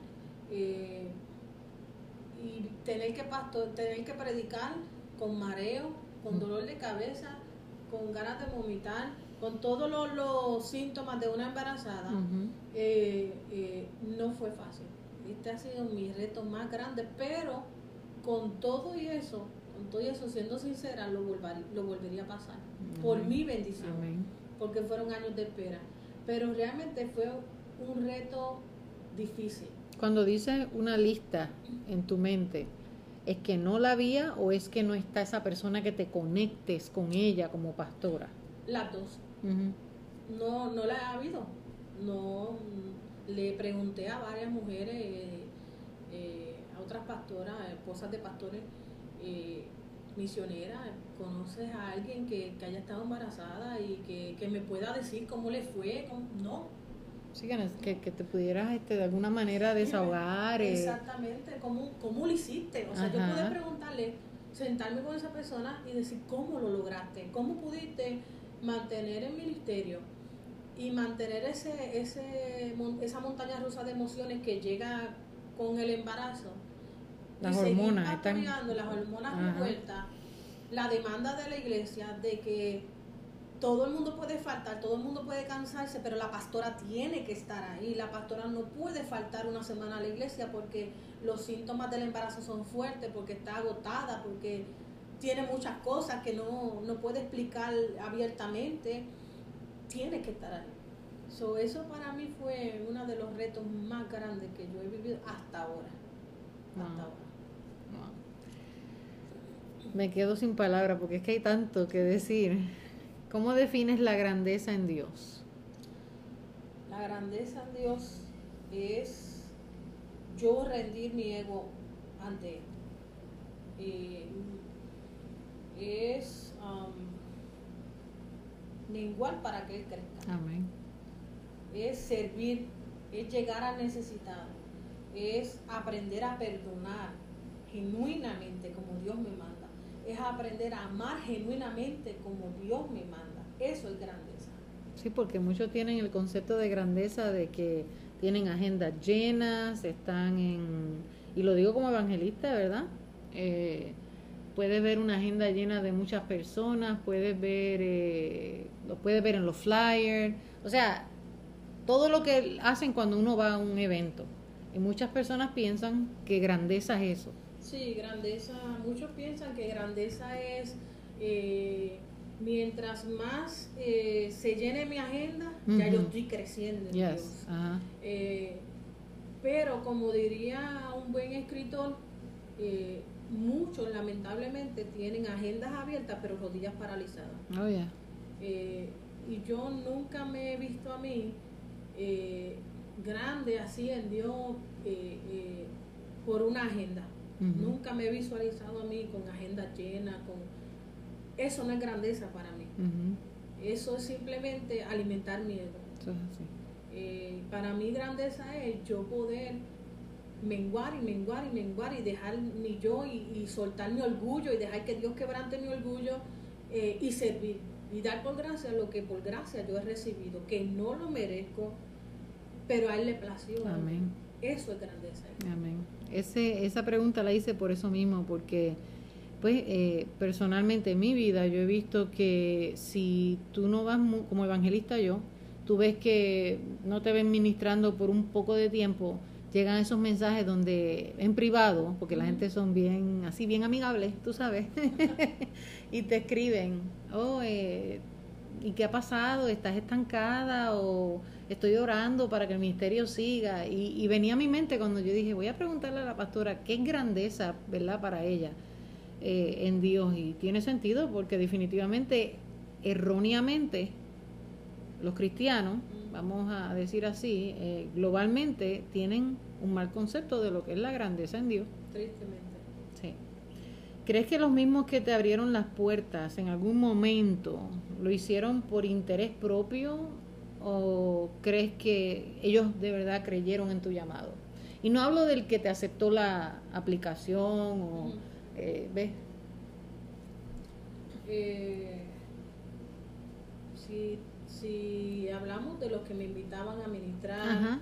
y tener que predicar con mareo, con dolor de cabeza, con ganas de vomitar, con todos los síntomas de una embarazada, no fue fácil. Este ha sido mi reto más grande, pero con todo y eso, siendo sincera, lo volvería a pasar. Por mi bendición. Amén. porque fueron años de espera, pero realmente fue un reto difícil. Cuando dices una lista en tu mente, ¿es que no la había o es que no está esa persona que te conectes con ella como pastora? Las dos. Uh-huh. No la ha habido. No, le pregunté a varias mujeres, a otras pastoras, esposas de pastores, misioneras, ¿conoces a alguien que haya estado embarazada y que me pueda decir cómo le fue? No. Sí, que te pudieras de alguna manera desahogar. Exactamente, ¿cómo lo hiciste? O sea, Ajá. yo pude preguntarle, sentarme con esa persona y decir, ¿cómo lo lograste? ¿Cómo pudiste mantener el ministerio y mantener esa montaña rusa de emociones que llega con el embarazo? Las y hormonas seguir están... apoyando las hormonas Ajá. revueltas, la demanda de la iglesia de que todo el mundo puede faltar, todo el mundo puede cansarse, pero la pastora tiene que estar ahí. La pastora no puede faltar una semana a la iglesia porque los síntomas del embarazo son fuertes, porque está agotada, porque tiene muchas cosas que no puede explicar abiertamente. Tiene que estar ahí. Eso para mí fue uno de los retos más grandes que yo he vivido hasta ahora. Hasta ahora. Me quedo sin palabras porque es que hay tanto que decir. ¿Cómo defines la grandeza en Dios? La grandeza en Dios es yo rendir mi ego ante Él. Es menguar para que Él crezca. Amén. Es servir, es llegar al necesitado, es aprender a perdonar genuinamente como Dios me manda. Es aprender a amar genuinamente como Dios me manda. Eso es grandeza. Sí, porque muchos tienen el concepto de grandeza de que tienen agendas llenas, están y lo digo como evangelista, ¿verdad? Puedes ver una agenda llena de muchas personas, lo puedes ver en los flyers, o sea, todo lo que hacen cuando uno va a un evento. Y muchas personas piensan que grandeza es eso. Sí, grandeza, muchos piensan que grandeza es mientras más se llene mi agenda, ya yo estoy creciendo en Dios. Pero como diría un buen escritor, muchos lamentablemente tienen agendas abiertas pero rodillas paralizadas. Oh, yeah. Y yo nunca me he visto a mí grande así en Dios por una agenda. Uh-huh. Nunca me he visualizado a mí con agenda llena, eso no es grandeza para mí. Uh-huh. Eso es simplemente alimentar mi ego. Eso es así. Para mí grandeza es yo poder menguar y dejar mi yo y soltar mi orgullo y dejar que Dios quebrante mi orgullo y servir y dar por gracia lo que por gracia yo he recibido, que no lo merezco, pero a Él le plació. Amén. Eso es grandeza. Amén. Esa pregunta la hice por eso mismo, porque pues personalmente en mi vida yo he visto que si tú no vas como evangelista tú ves que no te ven ministrando por un poco de tiempo, llegan esos mensajes donde en privado, porque la gente son bien amigables, tú sabes, y te escriben, ¿y qué ha pasado? ¿Estás estancada? O estoy orando para que el ministerio siga. Y venía a mi mente cuando yo dije, voy a preguntarle a la pastora qué es grandeza, ¿verdad?, para ella en Dios. Y tiene sentido porque definitivamente, erróneamente, los cristianos, vamos a decir así, globalmente tienen un mal concepto de lo que es la grandeza en Dios. Tristemente. Sí. ¿Crees que los mismos que te abrieron las puertas en algún momento lo hicieron por interés propio o crees que ellos de verdad creyeron en tu llamado? Y no hablo del que te aceptó la aplicación o ¿ves? Si hablamos de los que me invitaban a ministrar, ajá.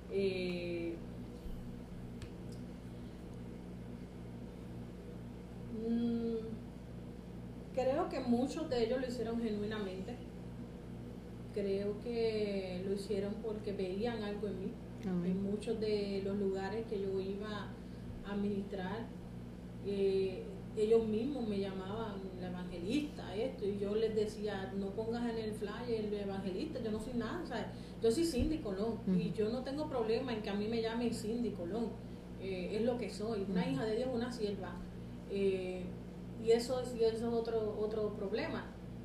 Creo que muchos de ellos lo hicieron genuinamente. Creo que lo hicieron porque veían algo en mí. Amén. En muchos de los lugares que yo iba a ministrar, ellos mismos me llamaban la evangelista, esto, y yo les decía, no pongas en el flyer el evangelista, yo no soy nada, ¿sabes? Yo soy Cindy Colón, y yo no tengo problema en que a mí me llamen Cindy Colón, es lo que soy, una hija de Dios, una sierva, y eso es otro problema,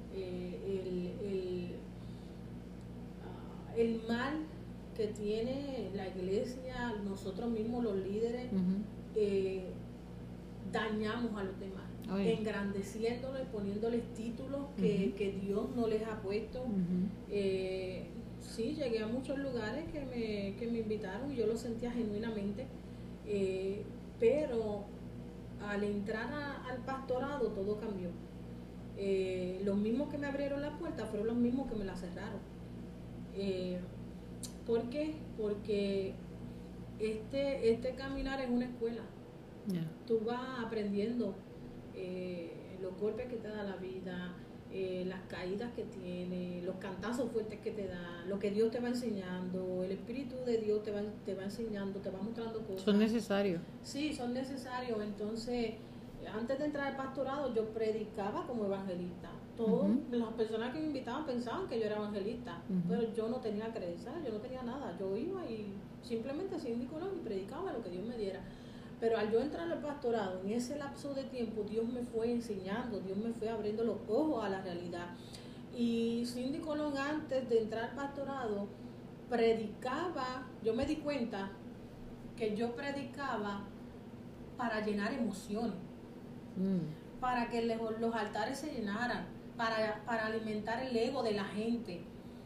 el mal que tiene la iglesia, nosotros mismos los líderes, dañamos a los demás, engrandeciéndolos y poniéndoles títulos que Dios no les ha puesto. Sí, llegué a muchos lugares que me invitaron y yo lo sentía genuinamente, pero al entrar al pastorado todo cambió. Los mismos que me abrieron la puerta fueron los mismos que me la cerraron. ¿Por qué? Porque este caminar es una escuela. Tú vas aprendiendo los golpes que te da la vida, las caídas que tiene, los cantazos fuertes que te da, lo que Dios te va enseñando, el Espíritu de Dios te va enseñando, te va mostrando cosas. ¿Son necesarios? Sí, son necesarios. Entonces, antes de entrar al pastorado, yo predicaba como evangelista. Todas las personas que me invitaban pensaban que yo era evangelista, pero yo no tenía credencial, yo no tenía nada. Yo iba y simplemente Cindy Colón y predicaba lo que Dios me diera. Pero al yo entrar al pastorado, en ese lapso de tiempo, Dios me fue enseñando, Dios me fue abriendo los ojos a la realidad. Y Cindy Colón, antes de entrar al pastorado, predicaba, yo me di cuenta que yo predicaba para llenar emociones, para que los altares se llenaran, para alimentar el ego de la gente,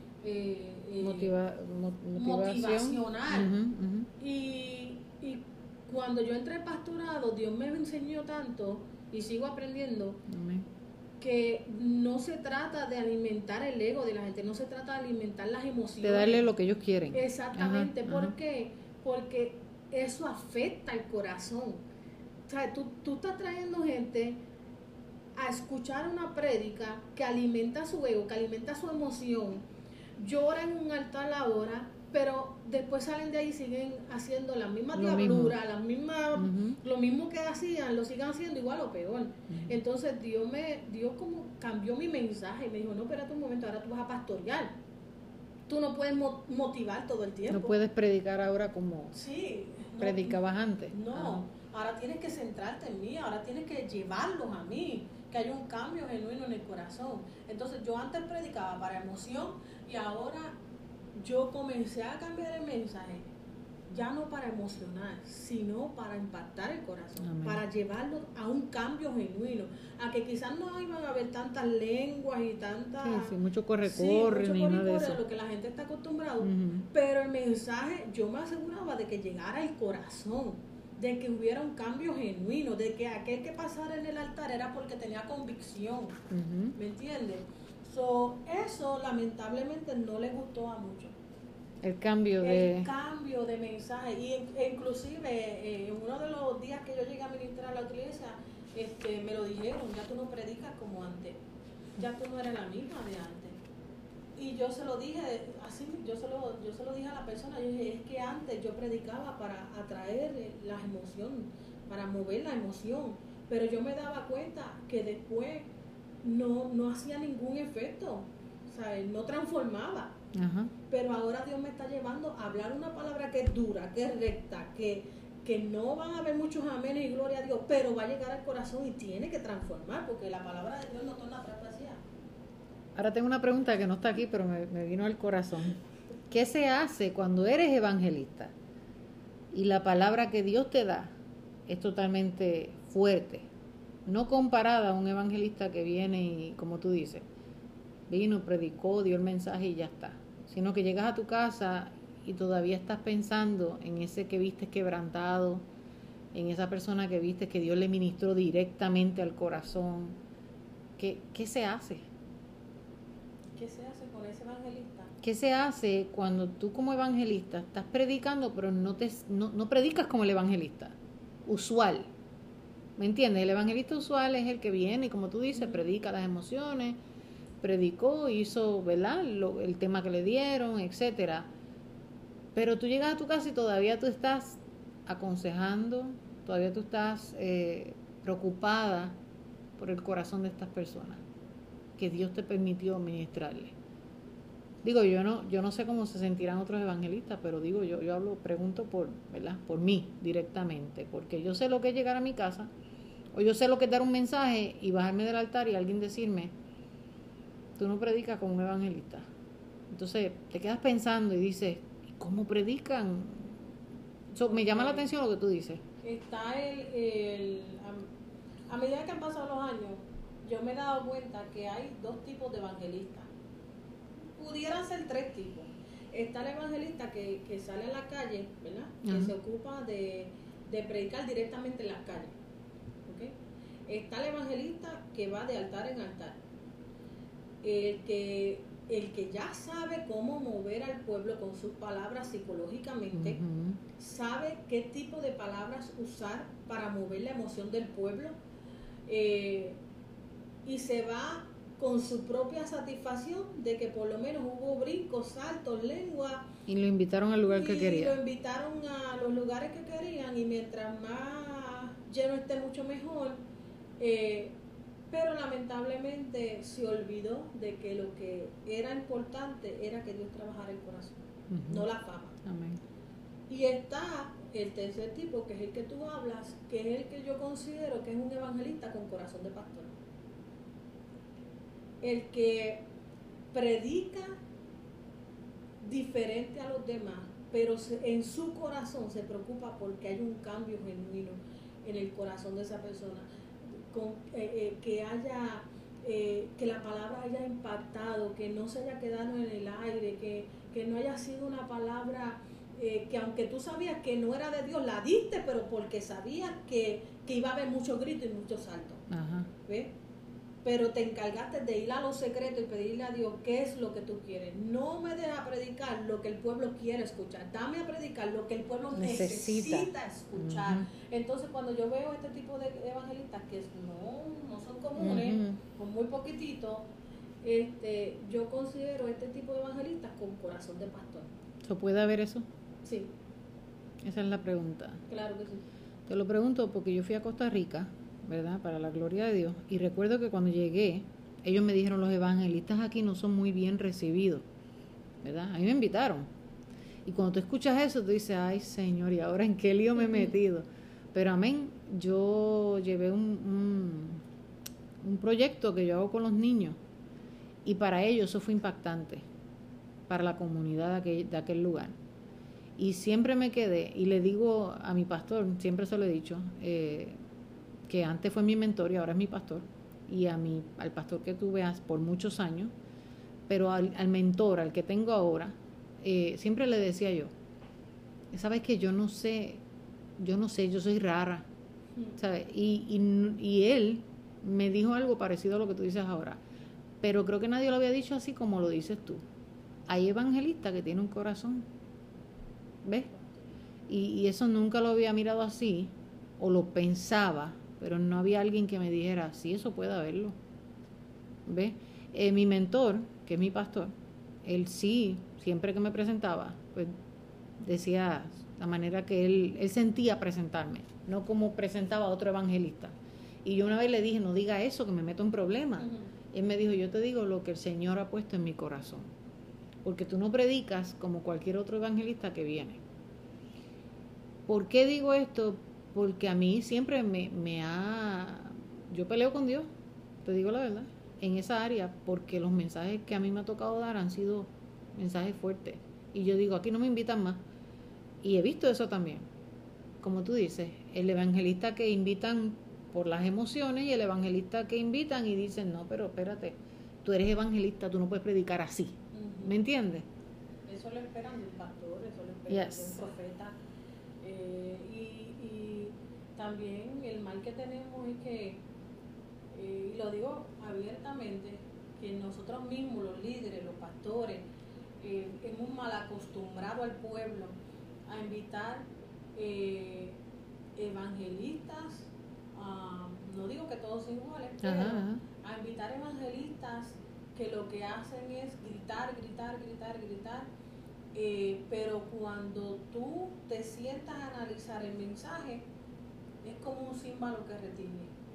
motivacional. Y cuando yo entré al pastorado, Dios me enseñó tanto y sigo aprendiendo que no se trata de alimentar el ego de la gente, no se trata de alimentar las emociones, de darle lo que ellos quieren. Exactamente. ¿Por qué? Porque eso afecta el corazón. O sea, tú estás trayendo gente a escuchar una prédica que alimenta su ego, que alimenta su emoción, llora en un altar ahora, pero después salen de ahí y siguen haciendo la misma diablura, lo mismo que hacían, lo siguen haciendo igual o peor. Entonces Dios como cambió mi mensaje y me dijo, no, espérate un momento, ahora tú vas a pastorear. Tú no puedes motivar todo el tiempo. No puedes predicar ahora como predicabas antes. No, ahora tienes que centrarte en mí, ahora tienes que llevarlos a mí, que haya un cambio genuino en el corazón. Entonces yo antes predicaba para emoción y ahora yo comencé a cambiar el mensaje, ya no para emocionar, sino para impactar el corazón. Amén. Para llevarlo a un cambio genuino, a que quizás no iban a haber tantas lenguas y tantas... Sí, mucho corre-corre, ni nada de eso. Lo que la gente está acostumbrado, pero el mensaje, yo me aseguraba de que llegara al corazón, de que hubiera un cambio genuino, de que aquel que pasara en el altar era porque tenía convicción, ¿me entiendes? Eso lamentablemente no le gustó a muchos. El cambio de mensaje. Y inclusive en uno de los días que yo llegué a ministrar a la iglesia, me lo dijeron, ya tú no predicas como antes, ya tú no eres la misma de antes. Y yo se lo dije así, yo se lo dije a la persona, yo dije, es que antes yo predicaba para atraer la emoción, para mover la emoción, pero yo me daba cuenta que después no hacía ningún efecto, o sea, no transformaba. Pero ahora Dios me está llevando a hablar una palabra que es dura, que es recta, que no van a haber muchos amenes y gloria a Dios, pero va a llegar al corazón y tiene que transformar, porque la palabra de Dios no torna atrás vacía. Ahora tengo una pregunta que no está aquí, pero me vino al corazón. ¿Qué se hace cuando eres evangelista y la palabra que Dios te da es totalmente fuerte? No comparada a un evangelista que viene y, como tú dices, vino, predicó, dio el mensaje y ya está. Sino que llegas a tu casa y todavía estás pensando en ese que viste quebrantado, en esa persona que viste que Dios le ministró directamente al corazón. ¿Qué se hace? ¿Qué se hace con ese evangelista? ¿Qué se hace cuando tú como evangelista estás predicando, pero no predicas como el evangelista usual? ¿Me entiendes? El evangelista usual es el que viene y, como tú dices, predica las emociones, predicó, hizo, ¿verdad?, el tema que le dieron, etcétera. Pero tú llegas a tu casa y todavía tú estás aconsejando, todavía tú estás preocupada por el corazón de estas personas que Dios te permitió ministrarles. Digo, yo no sé cómo se sentirán otros evangelistas, pero digo, yo pregunto ¿verdad? Por mí directamente, porque yo sé lo que es llegar a mi casa, o yo sé lo que es dar un mensaje y bajarme del altar y alguien decirme, tú no predicas como un evangelista. Entonces te quedas pensando y dices, ¿y cómo predican? Me llama la atención lo que tú dices. Está a medida que han pasado los años, yo me he dado cuenta que hay dos tipos de evangelistas. Pudieran ser tres tipos. Está el evangelista que sale a la calle, ¿verdad? Que se ocupa de predicar directamente en las calles. ¿Okay? Está el evangelista que va de altar en altar. El que ya sabe cómo mover al pueblo con sus palabras psicológicamente, sabe qué tipo de palabras usar para mover la emoción del pueblo, y se va con su propia satisfacción de que por lo menos hubo brincos, saltos, lengua. Y lo invitaron al lugar que quería. Y lo invitaron a los lugares que querían, y mientras más lleno esté, mucho mejor. Pero lamentablemente se olvidó de que lo que era importante era que Dios trabajara el corazón, no la fama. Amén. Y está el tercer tipo, que es el que tú hablas, que es el que yo considero que es un evangelista con corazón de pastor. El que predica diferente a los demás, pero en su corazón se preocupa porque hay un cambio genuino en el corazón de esa persona, que la palabra haya impactado, que no se haya quedado en el aire, que no haya sido una palabra que aunque tú sabías que no era de Dios, la diste, pero porque sabías que iba a haber muchos gritos y muchos saltos. ¿Ves? Pero te encargaste de ir a lo secreto y pedirle a Dios qué es lo que tú quieres. No me dejes predicar lo que el pueblo quiere escuchar, dame a predicar lo que el pueblo necesita escuchar. Entonces cuando yo veo este tipo de evangelistas que no son comunes, con muy poquitito, yo considero este tipo de evangelistas con corazón de pastor. ¿Se puede haber eso? Sí. Esa es la pregunta. Claro que sí. Te lo pregunto porque yo fui a Costa Rica, ¿verdad? Para la gloria de Dios. Y recuerdo que cuando llegué, ellos me dijeron, los evangelistas aquí no son muy bien recibidos, ¿verdad? A mí me invitaron. Y cuando tú escuchas eso, tú dices, ay Señor, ¿y ahora en qué lío me he metido? Pero amén, yo llevé un proyecto que yo hago con los niños. Y para ellos eso fue impactante, para la comunidad de aquel lugar. Y siempre me quedé, y le digo a mi pastor, siempre se lo he dicho, que antes fue mi mentor y ahora es mi pastor, y al pastor que tuve por muchos años, pero al mentor, al que tengo ahora, siempre le decía yo, sabes que yo no sé, yo soy rara, ¿sabes? Y él me dijo algo parecido a lo que tú dices ahora, pero creo que nadie lo había dicho así como lo dices tú. Hay evangelistas que tienen un corazón, ¿ves? Y eso nunca lo había mirado así, o lo pensaba, pero no había alguien que me dijera, sí, eso puede haberlo. ¿Ves? Mi mentor, que es mi pastor, él sí, siempre que me presentaba, pues decía la manera que él sentía presentarme, no como presentaba a otro evangelista. Y yo una vez le dije, no diga eso, que me meto en problemas. Él me dijo, yo te digo lo que el Señor ha puesto en mi corazón, porque tú no predicas como cualquier otro evangelista que viene. ¿Por qué digo esto? Porque a mí siempre yo peleo con Dios, te digo la verdad, en esa área, porque los mensajes que a mí me ha tocado dar han sido mensajes fuertes. Y yo digo, aquí no me invitan más. Y he visto eso también. Como tú dices, el evangelista que invitan por las emociones y el evangelista que invitan y dicen, no, pero espérate, tú eres evangelista, tú no puedes predicar así. ¿Me entiendes? Eso lo esperan de un pastor, eso lo esperan de un profeta. Y también el mal que tenemos es que, y lo digo abiertamente, que nosotros mismos, los líderes, los pastores, hemos mal acostumbrado al pueblo a invitar evangelistas, no digo que todos son iguales, pero a invitar evangelistas que lo que hacen es gritar, pero cuando tú te sientas a analizar el mensaje, es como un címbalo que retiñe.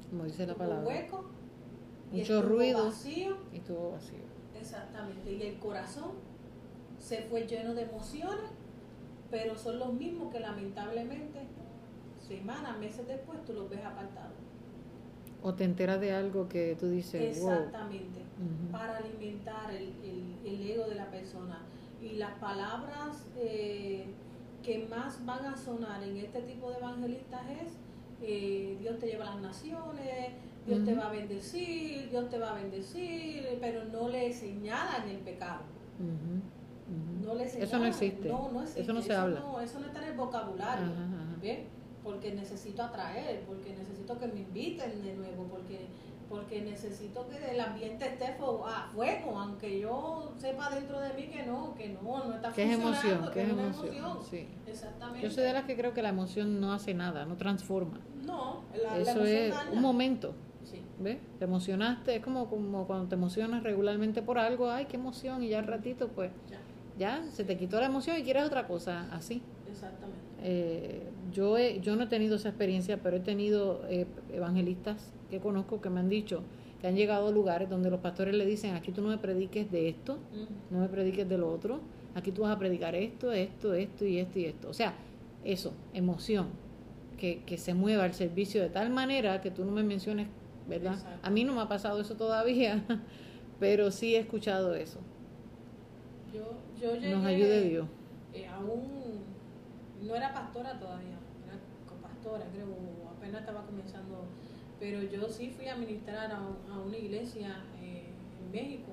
como dice la tuvo palabra. hueco, y Mucho estuvo ruido. vacío. Y estuvo vacío. Exactamente, y el corazón se fue lleno de emociones, pero son los mismos que lamentablemente semanas, meses después tú los ves apartados. O te enteras de algo que tú dices, Exactamente, wow. para alimentar el ego de la persona. Y las palabras que más van a sonar en este tipo de evangelistas es Dios te lleva a las naciones, Dios te va a bendecir, Dios te va a bendecir, pero no le señalan el pecado. No le señalan, eso no existe. No existe. Eso no se habla. Eso no está en el vocabulario. Ajá. Porque necesito atraer, porque necesito que me inviten de nuevo, porque necesito que el ambiente esté a fuego, aunque yo sepa dentro de mí que no está que funcionando, que es emoción. Sí. Exactamente. Yo soy de las que creo que la emoción no hace nada, no transforma. No, eso es daña. Un momento. Sí. ¿Ves? Te emocionaste, es como cuando te emocionas regularmente por algo, ay, qué emoción, y ya al ratito, pues, ya se te quitó la emoción y quieres otra cosa, así. Exactamente. Yo no he tenido esa experiencia, pero he tenido evangelistas que conozco que me han dicho que han llegado a lugares donde los pastores le dicen, aquí tú no me prediques de esto, no me prediques de lo otro, aquí tú vas a predicar esto y esto. O sea, eso, emoción, que se mueva el servicio de tal manera que tú no me menciones, ¿verdad? Exacto. A mí no me ha pasado eso todavía, pero sí he escuchado eso. Yo llegué, nos ayude Dios. Aún no era pastora todavía, era copastora, creo, apenas estaba comenzando, pero yo sí fui a ministrar a una iglesia en México,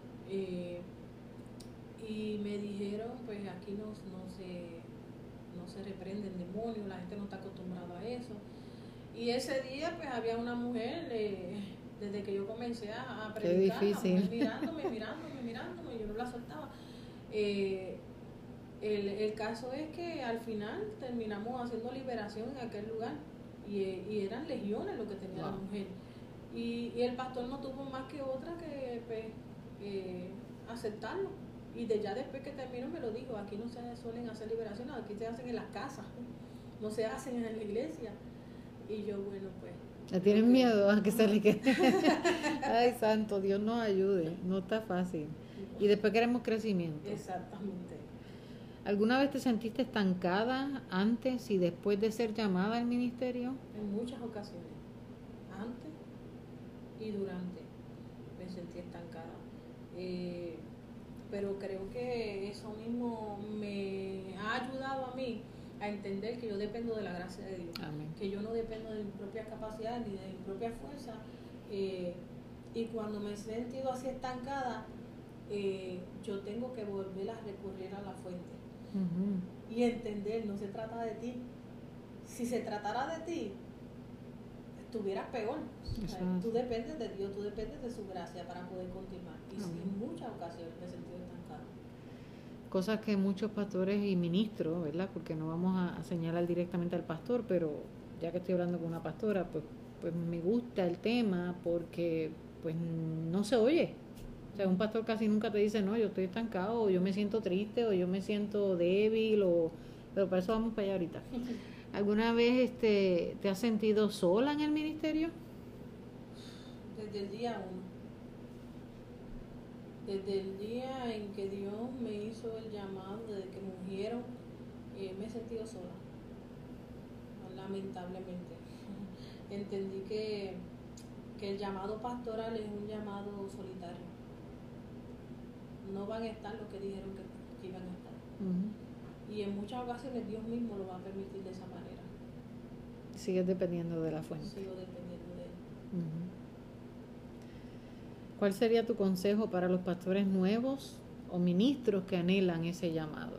y me dijeron, pues aquí no se reprenden demonios, la gente no está acostumbrada a eso. Y ese día pues había una mujer, desde que yo comencé a predicar, qué difícil. mirándome, yo no la soltaba. El caso es que al final terminamos haciendo liberación en aquel lugar, y eran legiones lo que tenía la mujer. Y el pastor no tuvo más que otra que pues, aceptarlo. Y ya después que terminó me lo dijo, aquí no se suelen hacer liberaciones, aquí se hacen en las casas, no se hacen en la iglesia. Y yo, bueno, pues... ¿Le tienen miedo a que se le quede? Ay, santo, Dios nos ayude, no está fácil. Y después queremos crecimiento. Exactamente. ¿Alguna vez te sentiste estancada antes y después de ser llamada al ministerio? En muchas ocasiones, antes y durante, me sentí estancada. Pero creo que eso mismo me ha ayudado a mí a entender que yo dependo de la gracia de Dios. Amén. Que yo no dependo de mi propia capacidad ni de mi propia fuerza. Y cuando me he sentido así estancada, yo tengo que volver a recurrir a la fuente. Y entender, no se trata de ti. Si se tratara de ti, estuvieras peor. O sea, tú dependes de Dios, tú dependes de su gracia para poder continuar. Y en muchas ocasiones me he sentido estancada. Cosas que muchos pastores y ministros, ¿verdad? Porque no vamos a señalar directamente al pastor, pero ya que estoy hablando con una pastora, pues me gusta el tema porque pues no se oye. O sea, un pastor casi nunca te dice, no, yo estoy estancado, o yo me siento triste, o yo me siento débil, pero para eso vamos para allá ahorita. ¿Alguna vez te has sentido sola en el ministerio? Desde el día 1. Desde el día en que Dios me hizo el llamado, desde que me ungieron, me he sentido sola, lamentablemente. Entendí que el llamado pastoral es un llamado solitario. No van a estar los que dijeron que iban a estar. Y en muchas ocasiones Dios mismo lo va a permitir de esa manera. Sigues dependiendo de la fuente. Sigo dependiendo de él. ¿Cuál sería tu consejo para los pastores nuevos o ministros que anhelan ese llamado?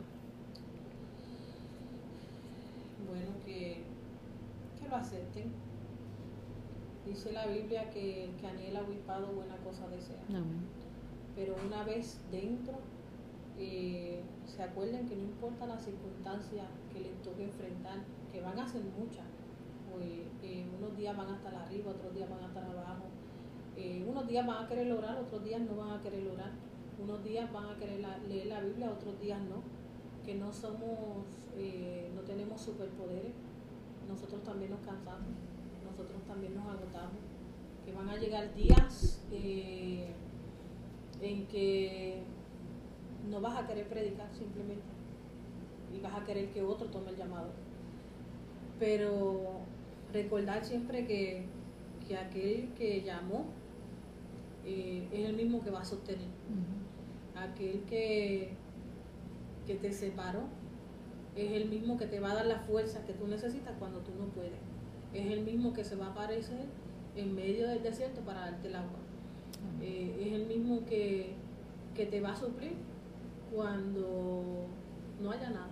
Bueno, que lo acepten. Dice la Biblia que anhela obispado buena cosa desea. Amén. Pero una vez dentro, se acuerden que no importa la circunstancia que les toque enfrentar, que van a ser muchas. Unos días van a estar arriba, otros días van a estar abajo. Unos días van a querer orar, otros días no van a querer orar. Unos días van a querer leer la Biblia, otros días no. Que no somos, no tenemos superpoderes. Nosotros también nos cansamos, nos nosotros también nos agotamos, que van a llegar días en que no vas a querer predicar simplemente y vas a querer que otro tome el llamado. Pero recordar siempre que aquel que llamó es el mismo que va a sostener. Aquel que te separó es el mismo que te va a dar la fuerza que tú necesitas cuando tú no puedes. Es el mismo que se va a aparecer en medio del desierto para darte el agua. Es el mismo que te va a suplir cuando no haya nada.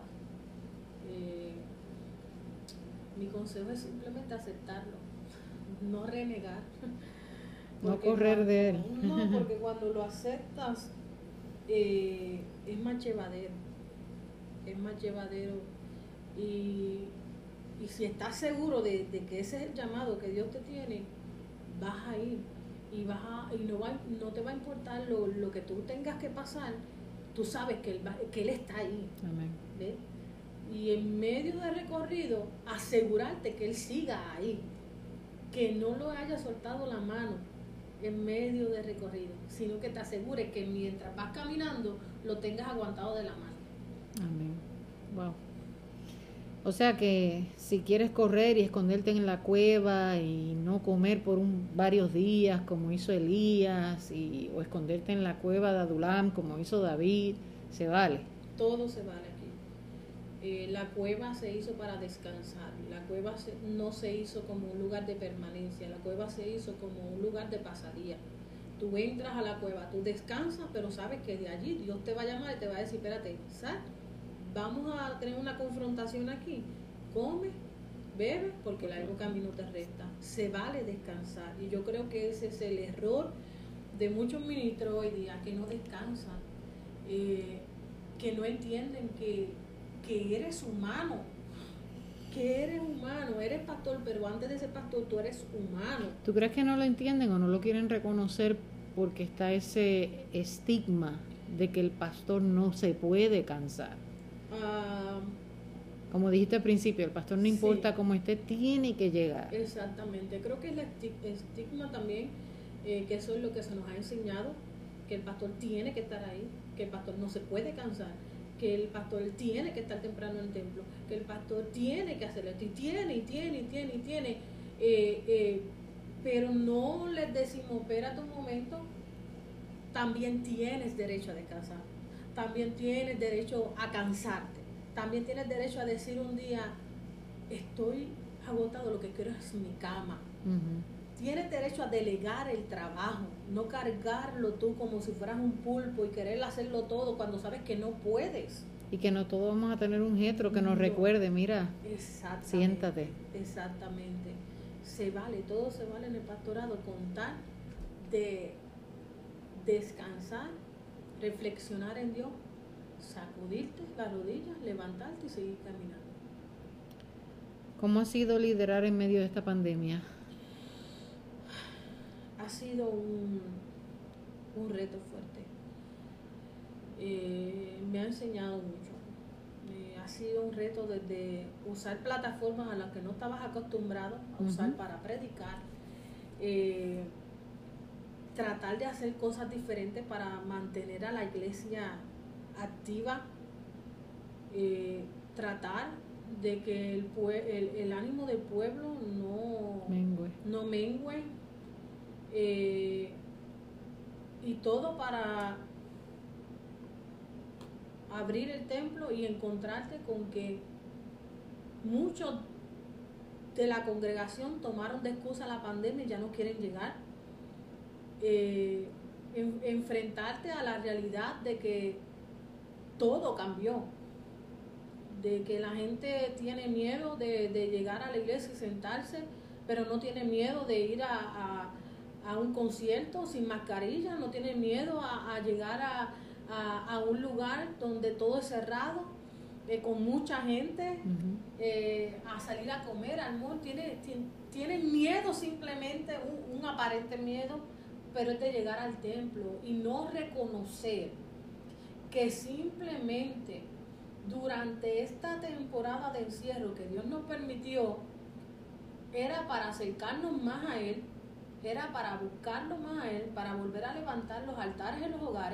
Mi consejo es simplemente aceptarlo, no renegar. No correr de él. No, porque cuando lo aceptas es más llevadero. Es más llevadero. Y si estás seguro de que ese es el llamado que Dios te tiene, vas a ir. Y no te va a importar lo que tú tengas que pasar. Tú sabes que Él está ahí. Amén. ¿Ves? Y en medio del recorrido, asegurarte que Él siga ahí, que no lo haya soltado la mano en medio del recorrido, sino que te asegures que mientras vas caminando, lo tengas aguantado de la mano. Amén. Wow. O sea que si quieres correr y esconderte en la cueva y no comer por varios días, como hizo Elías, o esconderte en la cueva de Adulam, como hizo David, se vale. Todo se vale aquí. La cueva se hizo para descansar. La cueva no se hizo como un lugar de permanencia. La cueva se hizo como un lugar de pasadía. Tú entras a la cueva, tú descansas, pero sabes que de allí Dios te va a llamar y te va a decir, espérate, sal, vamos a tener una confrontación aquí. Come, bebe, porque el largo camino te resta. Se vale descansar. Y yo creo que ese es el error de muchos ministros hoy día, que no descansan, que no entienden que eres humano, eres pastor, pero antes de ser pastor tú eres humano. ¿Tú crees que no lo entienden o no lo quieren reconocer porque está ese estigma de que el pastor no se puede cansar? Como dijiste al principio, el pastor no importa cómo esté, tiene que llegar. Exactamente, creo que es el estigma también, que eso es lo que se nos ha enseñado, que el pastor tiene que estar ahí, que el pastor no se puede cansar, que el pastor tiene que estar temprano en el templo, que el pastor tiene que hacer esto, y tiene, pero no les decimos, espérate un momento, también tienes derecho a descansar, también tienes derecho a cansarte, también tienes derecho a decir un día, estoy agotado, lo que quiero es mi cama. Tienes derecho a delegar el trabajo, no cargarlo tú como si fueras un pulpo y querer hacerlo todo cuando sabes que no puedes. Y que no todos vamos a tener un jetro que nos recuerde, mira, siéntate. Exactamente. Se vale, todo se vale en el pastorado, con tal de descansar, reflexionar en Dios, sacudirte las rodillas, levantarte y seguir caminando. ¿Cómo ha sido liderar en medio de esta pandemia? Ha sido un reto fuerte. Me ha enseñado mucho. Ha sido un reto desde usar plataformas a las que no estabas acostumbrado a usar para predicar, tratar de hacer cosas diferentes para mantener a la iglesia activa, tratar de que el ánimo del pueblo no mengue, y todo para abrir el templo y encontrarte con que muchos de la congregación tomaron de excusa la pandemia y ya no quieren llegar. Enfrentarte a la realidad de que todo cambió, de que la gente tiene miedo de llegar a la iglesia y sentarse, pero no tiene miedo de ir a un concierto sin mascarilla, no tiene miedo a llegar a un lugar donde todo es cerrado, con mucha gente, a salir a comer, al mall. Tienen miedo, simplemente un aparente miedo, pero es de llegar al templo y no reconocer que simplemente durante esta temporada de encierro que Dios nos permitió, era para acercarnos más a Él, era para buscarlo más a Él, para volver a levantar los altares en los hogares.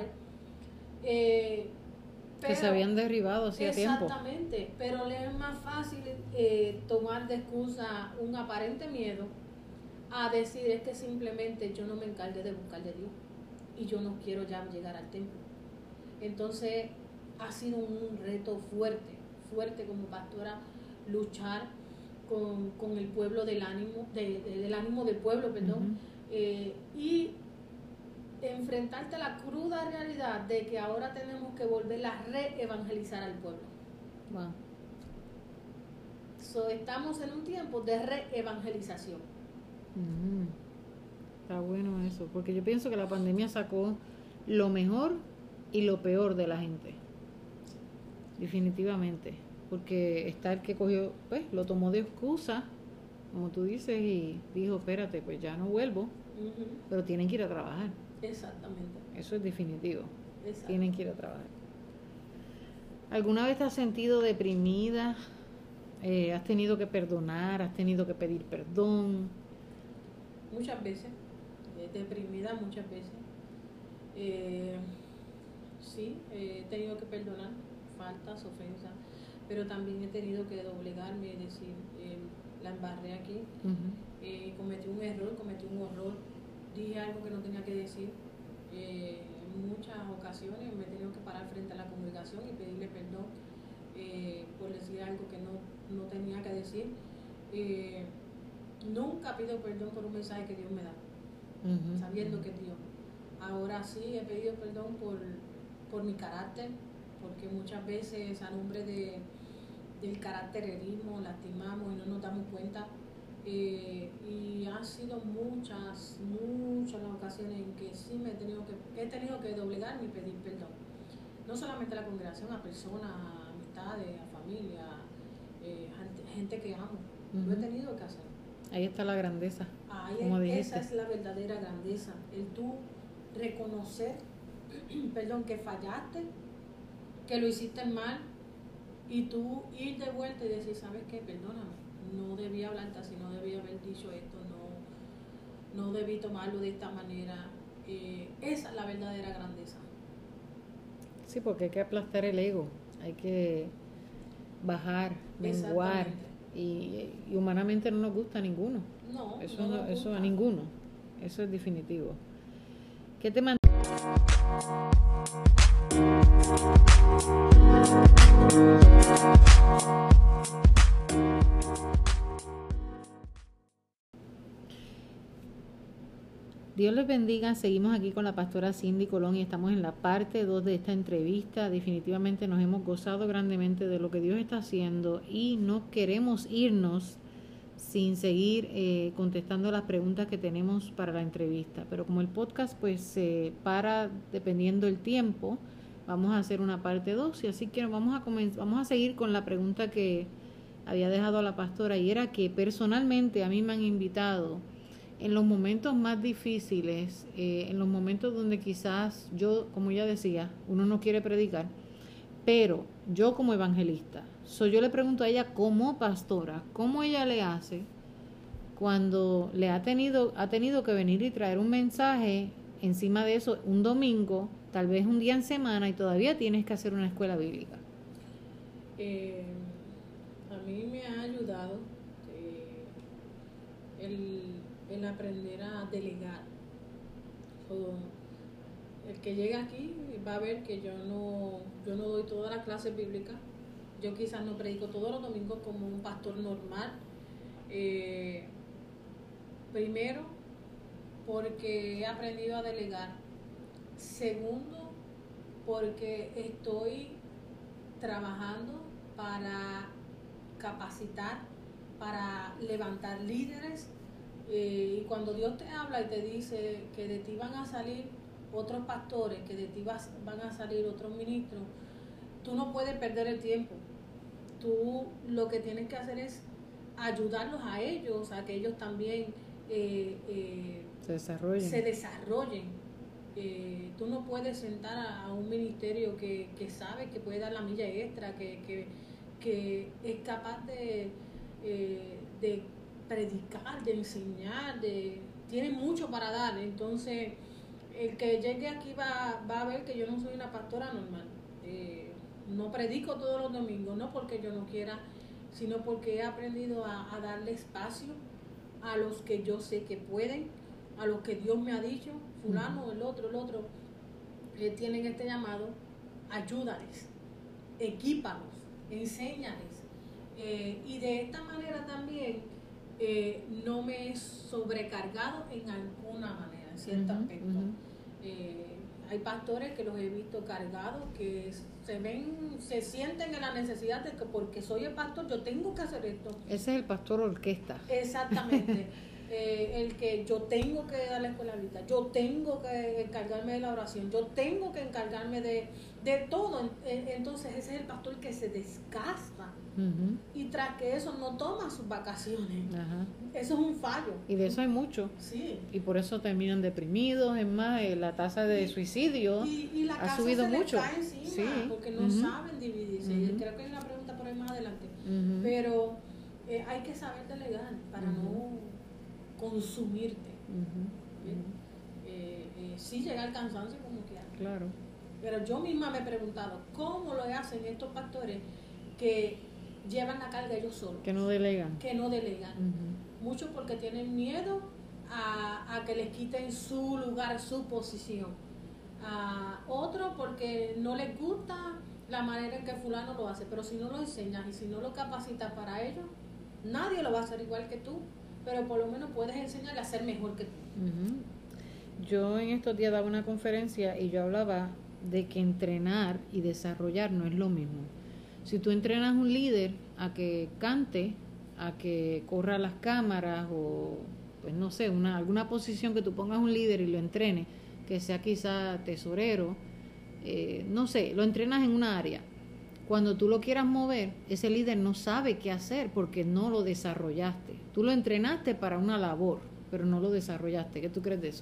Que se habían derribado hacía tiempo. Exactamente, pero le es más fácil tomar de excusa un aparente miedo a decir es que simplemente yo no me encargué de buscar de Dios y yo no quiero ya llegar al templo. Entonces ha sido un reto fuerte como pastora, luchar con el pueblo del ánimo del pueblo, perdón, y enfrentarte a la cruda realidad de que ahora tenemos que volver a reevangelizar al pueblo. Wow. So, estamos en un tiempo de reevangelización. Está bueno eso, porque yo pienso que la pandemia sacó lo mejor y lo peor de la gente, definitivamente, porque está el que cogió, pues lo tomó de excusa, como tú dices, y dijo, espérate, pues ya no vuelvo, pero tienen que ir a trabajar. Exactamente. Eso es definitivo. Exacto. Tienen que ir a trabajar. ¿Alguna vez te has sentido deprimida? ¿Has tenido que perdonar? ¿Has tenido que pedir perdón? Muchas veces. Deprimida muchas veces. Sí, he tenido que perdonar faltas, ofensas, pero también he tenido que doblegarme y decir, la embarré aquí, cometí un horror, dije algo que no tenía que decir. En muchas ocasiones me he tenido que parar frente a la congregación y pedirle perdón por decir algo que no tenía que decir. Nunca pido perdón por un mensaje que Dios me da, sabiendo que es Dios. Ahora sí he pedido perdón por mi carácter, porque muchas veces a nombre del carácter herimos, lastimamos y no nos damos cuenta. Y han sido muchas las ocasiones en que sí he tenido que doblegarme y pedir perdón. No solamente a la congregación, a personas, a amistades, a familia, gente que amo. Lo he tenido que hacer. Ahí está la grandeza. Como dijiste. Esa es la verdadera grandeza, el tú reconocer, que fallaste, que lo hiciste mal, y tú ir de vuelta y decir, ¿sabes qué? Perdóname, no debí hablarte así, no debí haber dicho esto, no debí tomarlo de esta manera. Esa es la verdadera grandeza. Sí, porque hay que aplastar el ego, hay que bajar, menguar, y humanamente no nos gusta a ninguno. No, eso a ninguno, eso es definitivo. ¿Qué te manda? Dios les bendiga, seguimos aquí con la pastora Cindy Colón y estamos en la parte 2 de esta entrevista. Definitivamente nos hemos gozado grandemente de lo que Dios está haciendo y no queremos irnos sin seguir contestando las preguntas que tenemos para la entrevista. Pero como el podcast pues se para dependiendo del tiempo, vamos a hacer una parte 2 y así que vamos a seguir con la pregunta que había dejado a la pastora, y era que personalmente a mí me han invitado en los momentos más difíciles, en los momentos donde quizás yo, como ella decía, uno no quiere predicar, pero yo como evangelista, yo le pregunto a ella como pastora, ¿cómo ella le hace cuando le ha tenido que venir y traer un mensaje encima de eso un domingo, tal vez un día en semana, y todavía tienes que hacer una escuela bíblica? A mí me ha ayudado el aprender a delegar. El que llega aquí va a ver que yo no doy todas las clases bíblicas. Yo quizás no predico todos los domingos como un pastor normal. Primero, porque he aprendido a delegar. Segundo, porque estoy trabajando para capacitar, para levantar líderes. Y cuando Dios te habla y te dice que de ti van a salir otros pastores, que de ti van a salir otros ministros, tú no puedes perder el tiempo. Tú lo que tienes que hacer es ayudarlos a ellos, a que ellos también se desarrollen. Tú no puedes sentar a un ministerio que sabe que puede dar la milla extra, que es capaz de predicar, de enseñar, tiene mucho para dar. Entonces, el que llegue aquí va a ver que yo no soy una pastora normal. No predico todos los domingos, no porque yo no quiera, sino porque he aprendido a darle espacio a los que yo sé que pueden, a los que Dios me ha dicho, fulano, el otro, tienen este llamado, ayúdales, equípalos, enséñales. Y de esta manera también no me he sobrecargado en alguna manera, en cierto aspecto. Hay pastores que los he visto cargados, que se sienten en la necesidad de que porque soy el pastor yo tengo que hacer esto. Ese es el pastor orquesta. Exactamente. El que yo tengo que dar la escuela bíblica, yo tengo que encargarme de la oración, yo tengo que encargarme de todo. Entonces ese es el pastor que se desgasta y tras que eso no toma sus vacaciones. Eso es un fallo. Y de eso hay mucho. Sí. Y por eso terminan deprimidos. Es más, la tasa de suicidio y la ha subido se mucho. Les cae encima, sí. Porque no saben dividirse. Y creo que hay una pregunta por ahí más adelante. Pero hay que saber delegar para no consumirte. Sí llega el cansancio como quiera. Claro. Pero yo misma me he preguntado cómo lo hacen estos pastores que llevan la carga ellos solos. Que no delegan. Muchos porque tienen miedo a que les quiten su lugar, su posición. Otros porque no les gusta la manera en que fulano lo hace. Pero si no lo enseñas y si no lo capacitas para ello, nadie lo va a hacer igual que tú. Pero por lo menos puedes enseñarle a ser mejor que tú. Yo en estos días daba una conferencia y yo hablaba de que entrenar y desarrollar no es lo mismo. Si tú entrenas un líder a que cante, a que corra las cámaras o pues no sé, alguna posición que tú pongas un líder y lo entrenes, que sea quizá tesorero, no sé, lo entrenas en una área. Cuando tú lo quieras mover, ese líder no sabe qué hacer porque no lo desarrollaste. Tú lo entrenaste para una labor, pero no lo desarrollaste. ¿Qué tú crees de eso?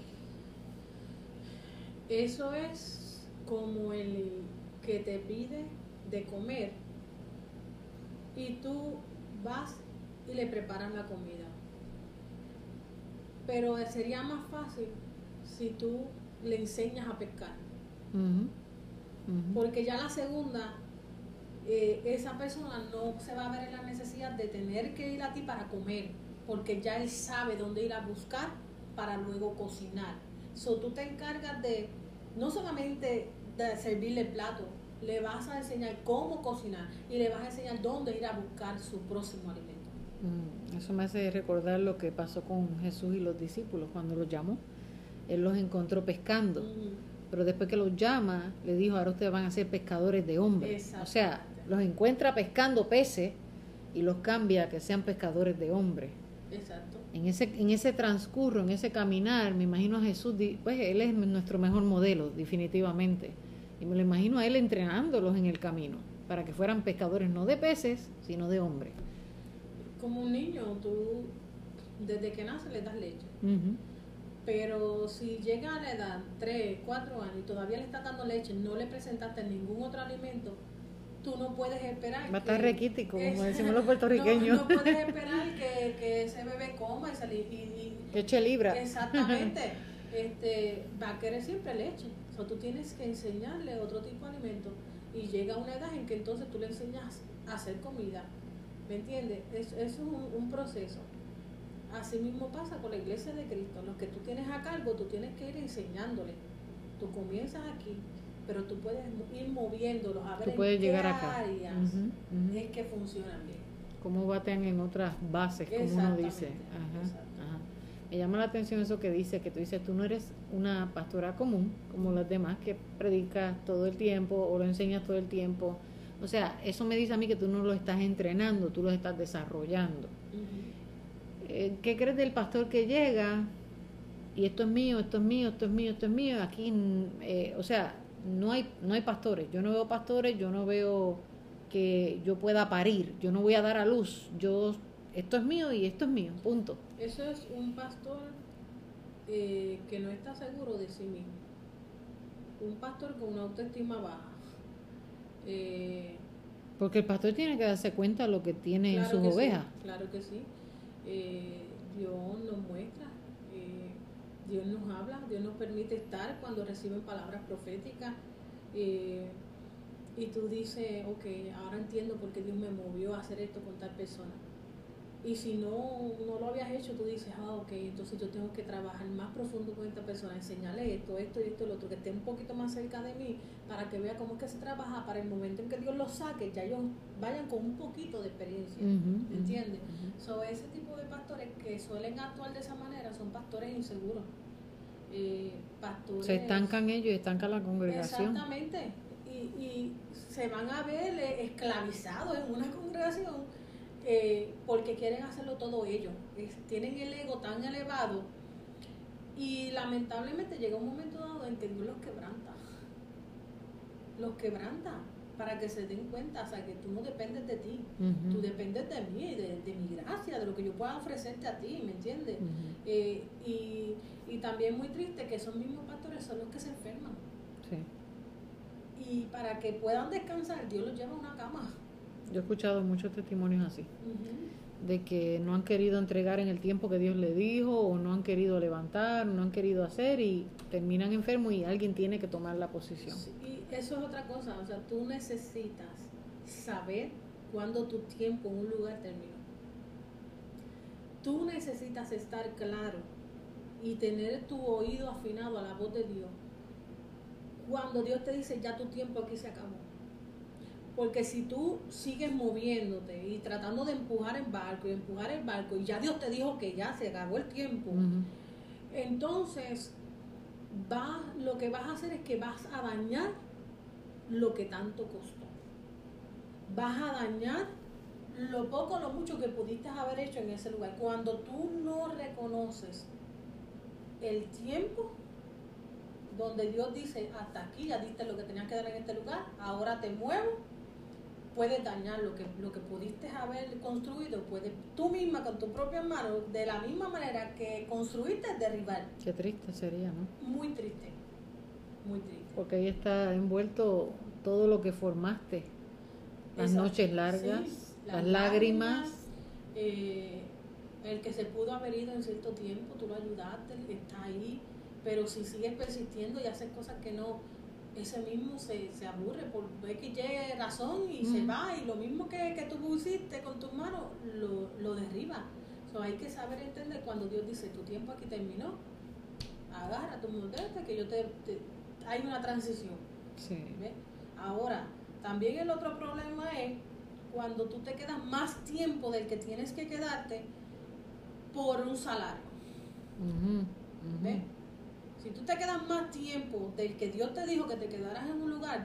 Eso es como el que te pide de comer y tú vas y le preparas la comida. Pero sería más fácil si tú le enseñas a pescar. Porque ya la segunda, esa persona no se va a ver en la necesidad de tener que ir a ti para comer, porque ya él sabe dónde ir a buscar para luego cocinar. Tú te encargas de no solamente de servirle el plato, le vas a enseñar cómo cocinar y le vas a enseñar dónde ir a buscar su próximo alimento. Eso me hace recordar lo que pasó con Jesús y los discípulos cuando los llamó. Él los encontró pescando, pero después que los llama, le dijo, ahora ustedes van a ser pescadores de hombres. O sea, los encuentra pescando peces y los cambia a que sean pescadores de hombres. Exacto. En ese transcurso, en ese caminar, me imagino a Jesús, pues él es nuestro mejor modelo, definitivamente. Y me lo imagino a él entrenándolos en el camino, para que fueran pescadores no de peces, sino de hombres. Como un niño, tú desde que nace le das leche. Pero si llega a la edad 3, 4 años y todavía le estás dando leche, no le presentaste ningún otro alimento, tú no puedes esperar. Va a estar requítico, como decimos los puertorriqueños. No puedes esperar que ese bebé coma y que eche libra. Exactamente. Va a querer siempre leche. O sea, tú tienes que enseñarle otro tipo de alimento. Y llega una edad en que entonces tú le enseñas a hacer comida. ¿Me entiendes? Es un proceso. Así mismo pasa con la iglesia de Cristo. Los que tú tienes a cargo, tú tienes que ir enseñándole. Tú comienzas aquí, pero tú puedes ir moviéndolos a ver en qué áreas es que funcionan bien. Cómo batean en otras bases, como uno dice. Ajá. Me llama la atención eso que dice, que tú dices, tú no eres una pastora común, como las demás, que predicas todo el tiempo o lo enseñas todo el tiempo. O sea, eso me dice a mí que tú no lo estás entrenando, tú lo estás desarrollando. ¿Qué crees del pastor que llega y esto es mío, esto es mío, esto es mío, esto es mío? Aquí, o sea, no hay pastores. Yo no veo pastores, yo no veo que yo pueda parir, yo no voy a dar a luz. Esto es mío y esto es mío, punto. Eso es un pastor que no está seguro de sí mismo. Un pastor con una autoestima baja. Porque el pastor tiene que darse cuenta de lo que tiene en sus ovejas. Sí, claro que sí. Dios nos muestra, Dios nos habla, Dios nos permite estar cuando reciben palabras proféticas. Y tú dices, ok, ahora entiendo por qué Dios me movió a hacer esto con tal persona. Y si no lo habías hecho, tú dices, ok, entonces yo tengo que trabajar más profundo con esta persona, enseñarle esto y lo otro, que esté un poquito más cerca de mí, para que vea cómo es que se trabaja, para el momento en que Dios los saque, ya ellos vayan con un poquito de experiencia, ¿entiendes? So, ese tipo de pastores que suelen actuar de esa manera son pastores inseguros. Pastores, se estancan ellos y estancan la congregación. Exactamente. Y se van a ver esclavizados en una congregación porque quieren hacerlo todo ellos. Tienen el ego tan elevado y lamentablemente llega un momento dado en que Dios los quebranta para que se den cuenta, o sea, que tú no dependes de ti, tú dependes de mí, de mi gracia, de lo que yo pueda ofrecerte a ti, ¿me entiendes? Y también muy triste que esos mismos pastores son los que se enferman. Sí. Y para que puedan descansar, Dios los lleva a una cama. Yo he escuchado muchos testimonios así, de que no han querido entregar en el tiempo que Dios le dijo, o no han querido levantar, no han querido hacer, y terminan enfermos y alguien tiene que tomar la posición. Sí, y eso es otra cosa, o sea, tú necesitas saber cuándo tu tiempo en un lugar terminó. Tú necesitas estar claro y tener tu oído afinado a la voz de Dios cuando Dios te dice, ya tu tiempo aquí se acabó. Porque si tú sigues moviéndote y tratando de empujar el barco y ya Dios te dijo que ya se acabó el tiempo, entonces lo que vas a hacer es que vas a dañar lo que tanto costó. Vas a dañar lo poco o lo mucho que pudiste haber hecho en ese lugar. Cuando tú no reconoces el tiempo donde Dios dice, hasta aquí ya diste lo que tenías que dar en este lugar, ahora te muevo, puedes dañar lo que pudiste haber construido, puedes tú misma con tu propia mano, de la misma manera que construiste, derribar. Qué triste sería, ¿no? Muy triste, muy triste. Porque ahí está envuelto todo lo que formaste, las noches largas, sí, las lágrimas. El que se pudo haber ido en cierto tiempo, tú lo ayudaste, está ahí. Pero si sigues persistiendo y haces cosas que no, ese mismo se aburre por X, Y razón y se va, y lo mismo que tú hiciste con tus manos lo derriba. So, hay que saber entender cuando Dios dice, tu tiempo aquí terminó, agarra tu morderte, que hay una transición. Sí. ¿Ves? Ahora, también el otro problema es cuando tú te quedas más tiempo del que tienes que quedarte por un salario. ¿Ves? Si tú te quedas más tiempo del que Dios te dijo que te quedaras en un lugar,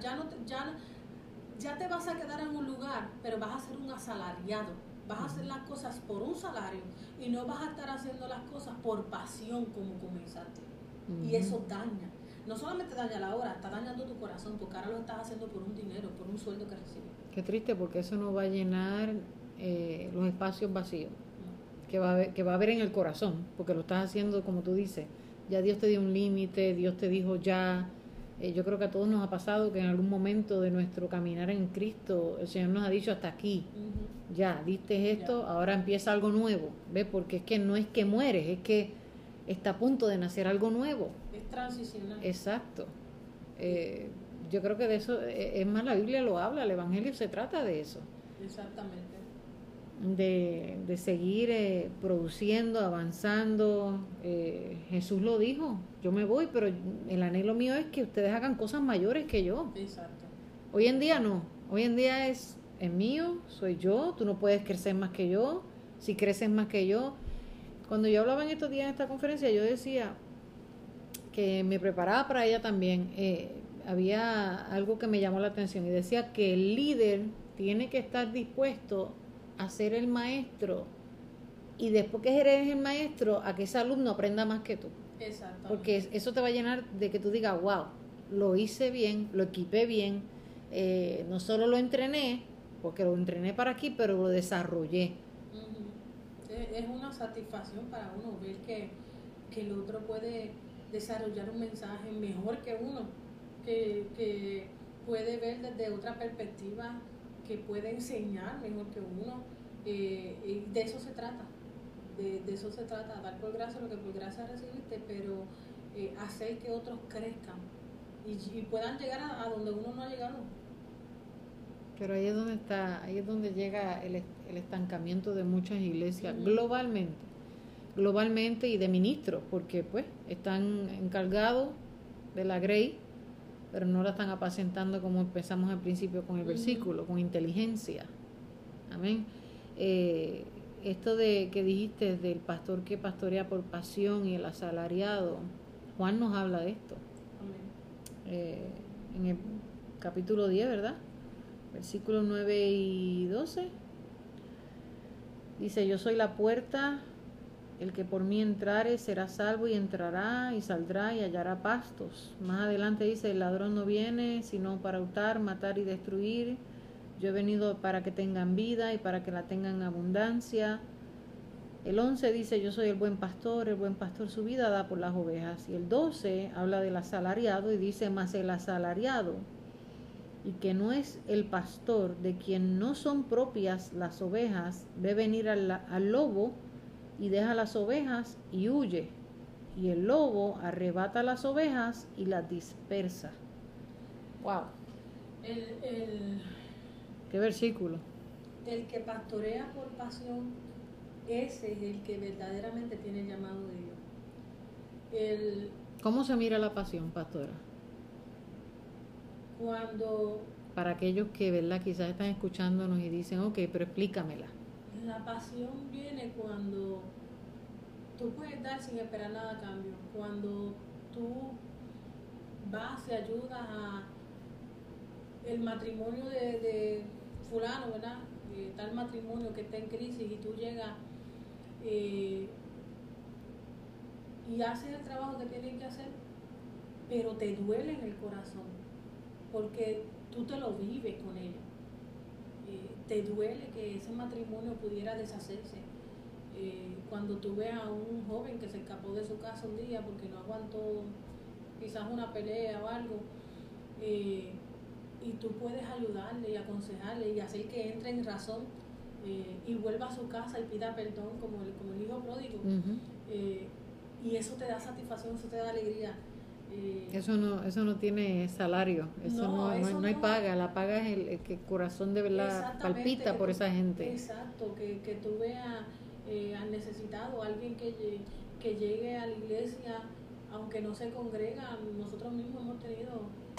ya te vas a quedar en un lugar, pero vas a ser un asalariado. Vas a hacer las cosas por un salario y no vas a estar haciendo las cosas por pasión como comenzaste. Y eso daña. No solamente daña la hora, está dañando tu corazón, porque ahora lo estás haciendo por un dinero, por un sueldo que recibes. Qué triste, porque eso no va a llenar los espacios vacíos que va a haber en el corazón, porque lo estás haciendo como tú dices. Ya Dios te dio un límite, Dios te dijo ya. Yo creo que a todos nos ha pasado que en algún momento de nuestro caminar en Cristo el Señor nos ha dicho hasta aquí, ya diste esto, ahora empieza algo nuevo, ¿ves? Porque es que no es que mueres, es que está a punto de nacer algo nuevo. Es transicional. Exacto. Yo creo que de eso, es más, la Biblia lo habla, el Evangelio se trata de eso. Exactamente. De seguir produciendo, avanzando. Jesús lo dijo, yo me voy, pero el anhelo mío es que ustedes hagan cosas mayores que yo. Exacto. Hoy en día no, hoy en día es mío, soy yo, tú no puedes crecer más que yo, si creces más que yo. Cuando yo hablaba en estos días en esta conferencia, yo decía que me preparaba para ella también, había algo que me llamó la atención y decía que el líder tiene que estar dispuesto a ser el maestro, y después que eres el maestro, a que ese alumno aprenda más que tú. Exacto. Porque eso te va a llenar de que tú digas, wow, lo hice bien, lo equipé bien, no solo lo entrené, porque lo entrené para aquí, pero lo desarrollé. Es una satisfacción para uno ver que el otro puede desarrollar un mensaje mejor que uno, que puede ver desde otra perspectiva, que puede enseñar mejor que uno, y de eso se trata. de eso se trata, dar por gracia lo que por gracia recibiste, pero hacer que otros crezcan y puedan llegar a donde uno no ha llegado. Pero ahí es donde llega el estancamiento de muchas iglesias, Uh-huh. globalmente y de ministros, porque pues están encargados de la grey, pero no la están apacentando como empezamos al principio con el versículo, con inteligencia. Amén. Esto de que dijiste del pastor que pastorea por pasión y el asalariado, Juan nos habla de esto. Amén. En el capítulo 10, ¿verdad? Versículos 9 y 12. Dice, yo soy la puerta, el que por mí entrare será salvo y entrará y saldrá y hallará pastos. Más adelante dice, el ladrón no viene sino para hurtar, matar y destruir. Yo he venido para que tengan vida y para que la tengan en abundancia. El 11 dice, yo soy el buen pastor su vida da por las ovejas. Y el 12 habla del asalariado y dice, mas el asalariado, y que no es el pastor, de quien no son propias las ovejas, ve venir al lobo y deja las ovejas y huye. Y el lobo arrebata las ovejas y las dispersa. Wow. ¿Qué versículo? El que pastorea por pasión, ese es el que verdaderamente tiene el llamado de Dios. ¿Cómo se mira la pasión, pastora? Cuando... Para aquellos que, ¿verdad?, quizás están escuchándonos y dicen, ok, pero explícamela. La pasión viene cuando tú puedes dar sin esperar nada a cambio. Cuando tú vas y ayudas a el matrimonio de fulano, ¿verdad? Tal matrimonio que está en crisis y tú llegas y haces el trabajo que tienes que hacer, pero te duele en el corazón porque tú te lo vives con ellos. Te duele que ese matrimonio pudiera deshacerse. Cuando tú ves a un joven que se escapó de su casa un día porque no aguantó quizás una pelea o algo, y tú puedes ayudarle y aconsejarle y hacer que entre en razón y vuelva a su casa y pida perdón como el hijo pródigo. Y eso te da satisfacción, eso te da alegría. Eso no tiene salario, eso no hay paga, la paga es el que el corazón de verdad palpita por esa gente. Exacto, que tú veas al necesitado, alguien que llegue a la iglesia, aunque no se congrega. Nosotros mismos hemos tenido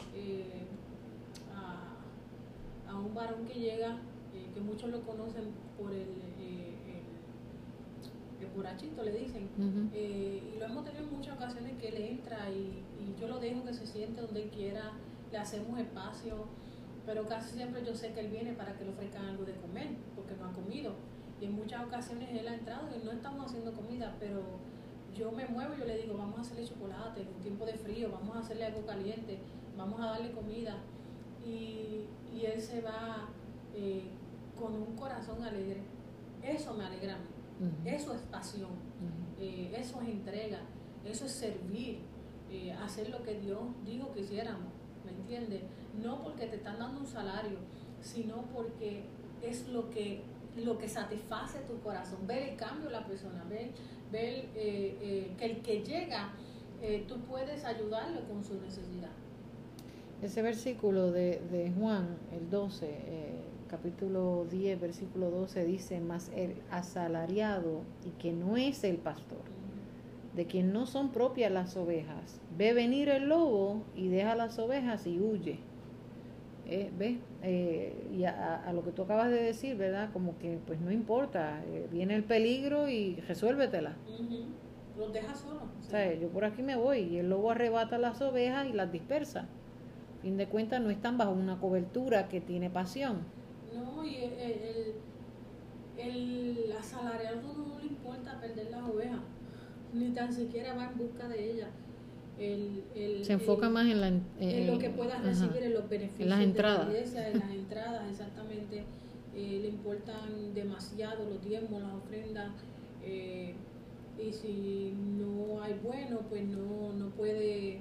a un varón que llega, que muchos lo conocen por el borrachito, le dicen, y lo hemos tenido en muchas ocasiones que él entra y yo lo dejo que se siente donde él quiera, le hacemos espacio, pero casi siempre yo sé que él viene para que le ofrezcan algo de comer, porque no ha comido, y en muchas ocasiones él ha entrado y no estamos haciendo comida, pero yo me muevo y yo le digo, vamos a hacerle chocolate, en tiempo de frío, vamos a hacerle algo caliente, vamos a darle comida, y él se va con un corazón alegre. Eso me alegra a mí. Eso es pasión, eso es entrega, eso es servir, hacer lo que Dios dijo que hiciéramos, ¿me entiendes? No porque te están dando un salario, sino porque es lo que satisface tu corazón, ver el cambio de la persona, ver que el que llega, tú puedes ayudarlo con su necesidad. Ese versículo de Juan, el 12, capítulo 10, versículo 12, dice, mas el asalariado, y que no es el pastor, de quien no son propias las ovejas, ve venir el lobo y deja las ovejas y huye. ¿Ves? Y a lo que tú acabas de decir, ¿verdad? Como que pues no importa, viene el peligro y resuélvetela. Los deja solos. O sea, yo por aquí me voy y el lobo arrebata las ovejas y las dispersa. A fin de cuentas no están bajo una cobertura que tiene pasión. No, y el asalariado no le importa perder las ovejas, ni tan siquiera va en busca de ellas. Se enfoca más en lo que puedas recibir, en los beneficios en las entradas. de la iglesia, en las entradas, exactamente. Le importan demasiado los diezmos, las ofrendas, y si no hay bueno, pues no puede,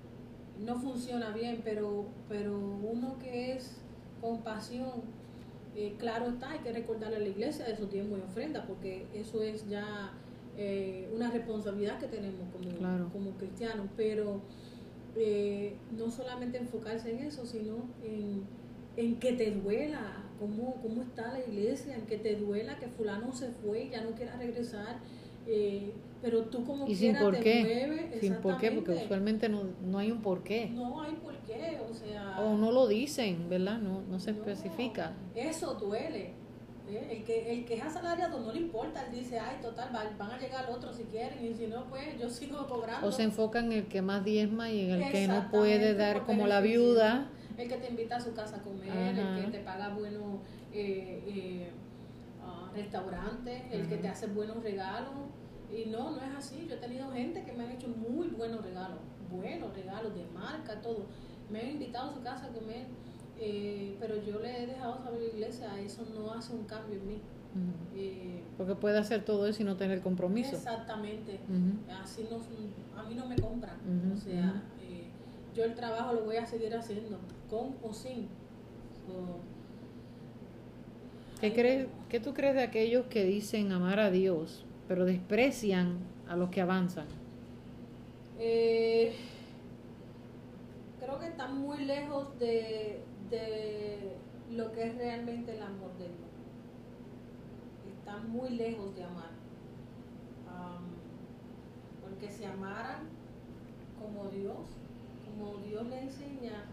no funciona bien, pero uno que es con pasión, Claro está, hay que recordarle a la iglesia de esos diezmos y ofrendas, porque eso es ya una responsabilidad que tenemos como cristianos, pero no solamente enfocarse en eso, sino en que te duela cómo está la iglesia, en que te duela que fulano se fue y ya no quiera regresar, pero tú como y quieras sin por te qué, mueves. sin por qué, porque usualmente no hay un por qué. No hay por qué, o sea... O no lo dicen, ¿verdad? No se especifica. Eso duele. El que es asalariado no le importa, él dice, ay, total, van a llegar otros si quieren, y si no, pues yo sigo cobrando. O se enfocan en el que más diezma y en el que no puede dar, como la viuda. El que te invita a su casa a comer, Ajá. el que te paga buenos restaurantes, el que te hace buenos regalos. Y no es así. Yo he tenido gente que me han hecho muy buenos regalos de marca, todo. Me han invitado a su casa a comer. Pero yo le he dejado saber a la iglesia, eso no hace un cambio en mí. Porque puede hacer todo eso y no tener compromiso. Exactamente. Así a mí no me compran. O sea, yo el trabajo lo voy a seguir haciendo, con o sin. ¿Qué tú crees de aquellos que dicen amar a Dios, pero desprecian a los que avanzan? Creo que están muy lejos de lo que es realmente el amor de Dios. Están muy lejos de amar. Porque si amaran como Dios le enseña,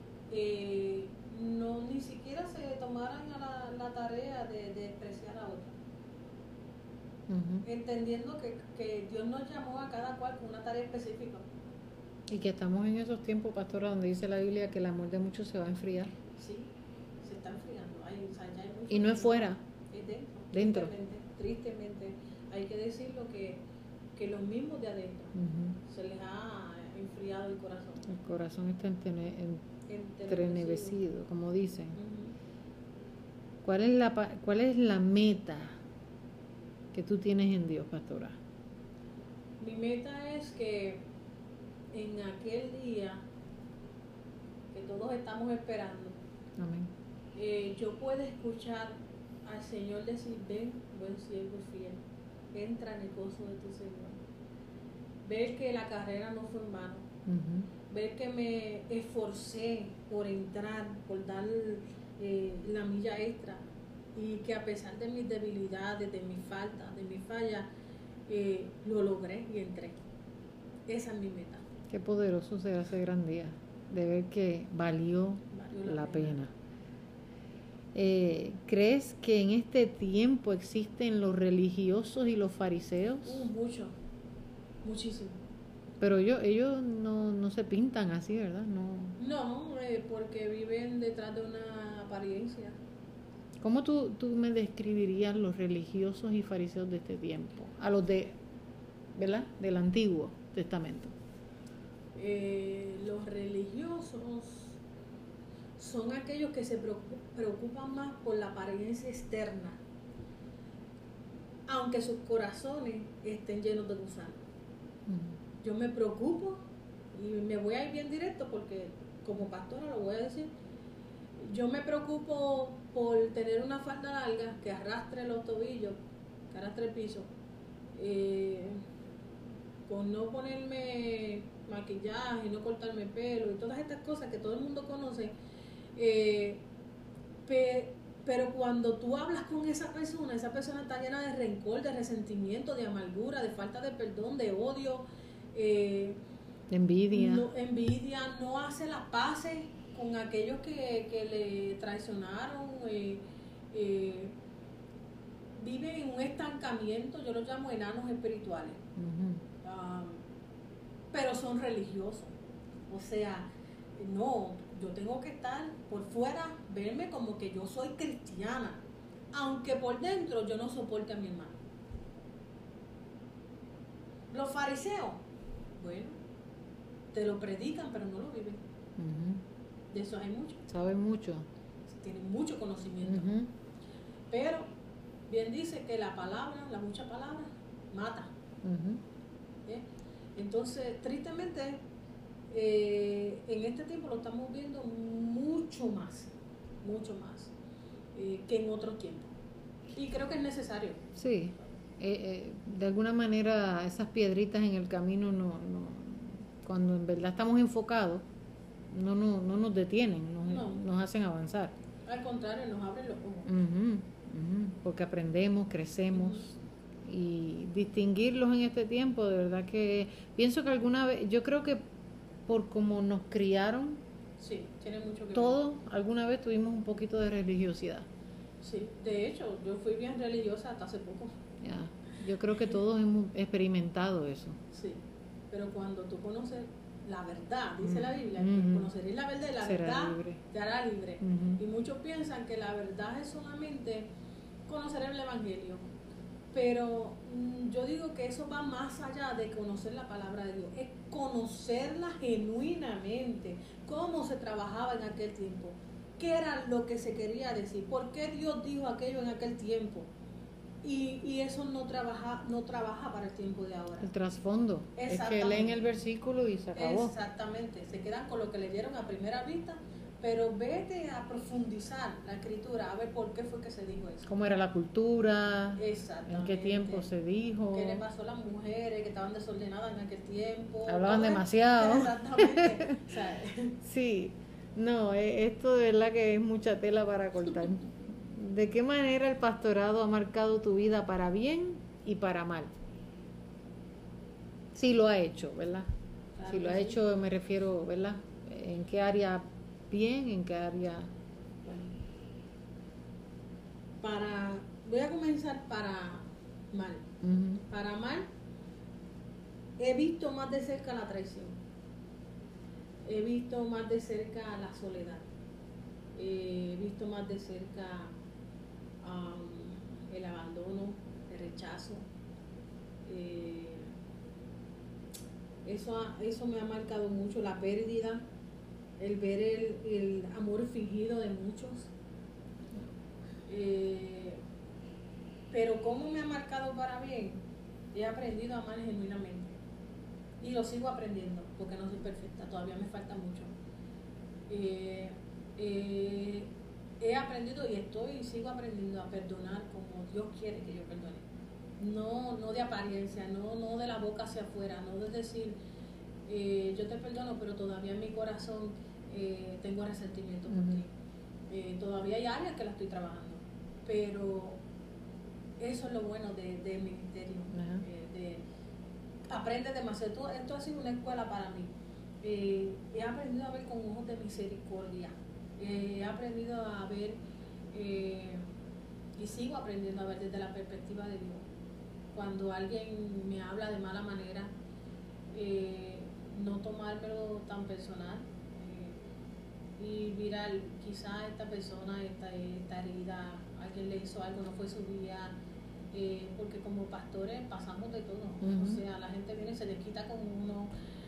no ni siquiera se tomaran a la tarea de despreciar a otros. Entendiendo que Dios nos llamó a cada cual con una tarea específica. Y que estamos en esos tiempos, pastora, donde dice la Biblia que el amor de muchos se va a enfriar. Sí, se está enfriando. Ya hay mucho, y no es fuera, es dentro. Tristemente, hay que decirlo que los mismos de adentro se les ha enfriado el corazón. El corazón está entrenecido, como dicen. ¿Cuál es la meta que tú tienes en Dios, pastora? Mi meta es que en aquel día que todos estamos esperando, amén, yo pueda escuchar al Señor decir, ven, buen siervo fiel, entra en el gozo de tu Señor. Ver que la carrera no fue en vano. Ver que me esforcé por entrar, por dar la milla extra, y que a pesar de mis debilidades, de mis faltas, de mis fallas, lo logré y entré. Esa es mi meta. Qué poderoso será ese gran día, de ver que valió la pena. ¿Crees que en este tiempo existen los religiosos y los fariseos? Mucho, muchísimo. Pero ellos no se pintan así, ¿verdad? No, porque viven detrás de una apariencia. ¿Cómo tú me describirías los religiosos y fariseos de este tiempo? A los ¿verdad? Del Antiguo Testamento. Los religiosos son aquellos que se preocupan más por la apariencia externa, aunque sus corazones estén llenos de gusanos. Yo me preocupo, y me voy a ir bien directo porque como pastora lo voy a decir, yo me preocupo por tener una falda larga que arrastre los tobillos, que arrastre el piso, por no ponerme maquillaje, no cortarme el pelo y todas estas cosas que todo el mundo conoce, pero cuando tú hablas con esa persona está llena de rencor, de resentimiento, de amargura, de falta de perdón, de odio, envidia. No hace las paces con aquellos que le traicionaron, vive en un estancamiento, yo los llamo enanos espirituales. Pero son religiosos, o sea, no, yo tengo que estar por fuera, verme como que yo soy cristiana, aunque por dentro yo no soporte a mi hermano. Los fariseos, bueno, te lo predican pero no lo viven. De eso hay mucho. Saben mucho. Tienen mucho conocimiento. Pero bien dice que la mucha palabra, mata. Entonces, tristemente, en este tiempo lo estamos viendo mucho más. que en otros tiempos. Y creo que es necesario. Sí, de alguna manera esas piedritas en el camino cuando en verdad estamos enfocados, no nos detienen, nos hacen avanzar. Al contrario, nos abren los ojos. Porque aprendemos, crecemos. Y distinguirlos en este tiempo, de verdad que pienso que alguna vez, yo creo que por como nos criaron, sí, tiene mucho que todos alguna vez tuvimos un poquito de religiosidad. Sí, de hecho, yo fui bien religiosa hasta hace poco. Ya, yo creo que todos hemos experimentado eso. Sí, pero cuando tú conoces la verdad, dice la Biblia, conoceréis la verdad y la verdad libre. Te hará libre. Y muchos piensan que la verdad es solamente conocer el Evangelio, pero yo digo que eso va más allá de conocer la palabra de Dios, es conocerla genuinamente, cómo se trabajaba en aquel tiempo, qué era lo que se quería decir, por qué Dios dijo aquello en aquel tiempo. Y eso no trabaja para el tiempo de ahora. El trasfondo es que leen el versículo y se acabó. Exactamente, se quedan con lo que leyeron a primera vista, pero vete a profundizar la escritura, a ver por qué fue que se dijo eso. ¿Cómo era la cultura? En qué tiempo se dijo. ¿Qué le pasó a las mujeres que estaban desordenadas en aquel tiempo? Hablaban demasiado. Exactamente. O sea, sí, no, esto de verdad que es mucha tela para cortar. ¿De qué manera el pastorado ha marcado tu vida para bien y para mal? Sí lo ha hecho, ¿verdad? Claro, si lo ha hecho, me refiero, ¿verdad? ¿En qué área bien, en qué área? Voy a comenzar para mal. Para mal, he visto más de cerca la traición. He visto más de cerca la soledad. He visto más de cerca el abandono, el rechazo. Eso me ha marcado mucho, la pérdida, el ver el amor fingido de muchos. Pero ¿cómo me ha marcado para bien? He aprendido a amar genuinamente. Y lo sigo aprendiendo, porque no soy perfecta, todavía me falta mucho. He aprendido y sigo aprendiendo a perdonar como Dios quiere que yo perdone. No de apariencia, no de la boca hacia afuera, no de decir yo te perdono, pero todavía en mi corazón tengo resentimiento por ti. Todavía hay áreas que la estoy trabajando, pero eso es lo bueno del ministerio. Aprendes demasiado. Esto ha sido una escuela para mí. He aprendido a ver con ojos de misericordia. He aprendido a ver y sigo aprendiendo a ver desde la perspectiva de Dios. Cuando alguien me habla de mala manera, no tomármelo tan personal y mirar, quizás esta persona está herida, alguien le hizo algo, no fue su día, porque como pastores pasamos de todo. O sea, la gente viene y se desquita con uno.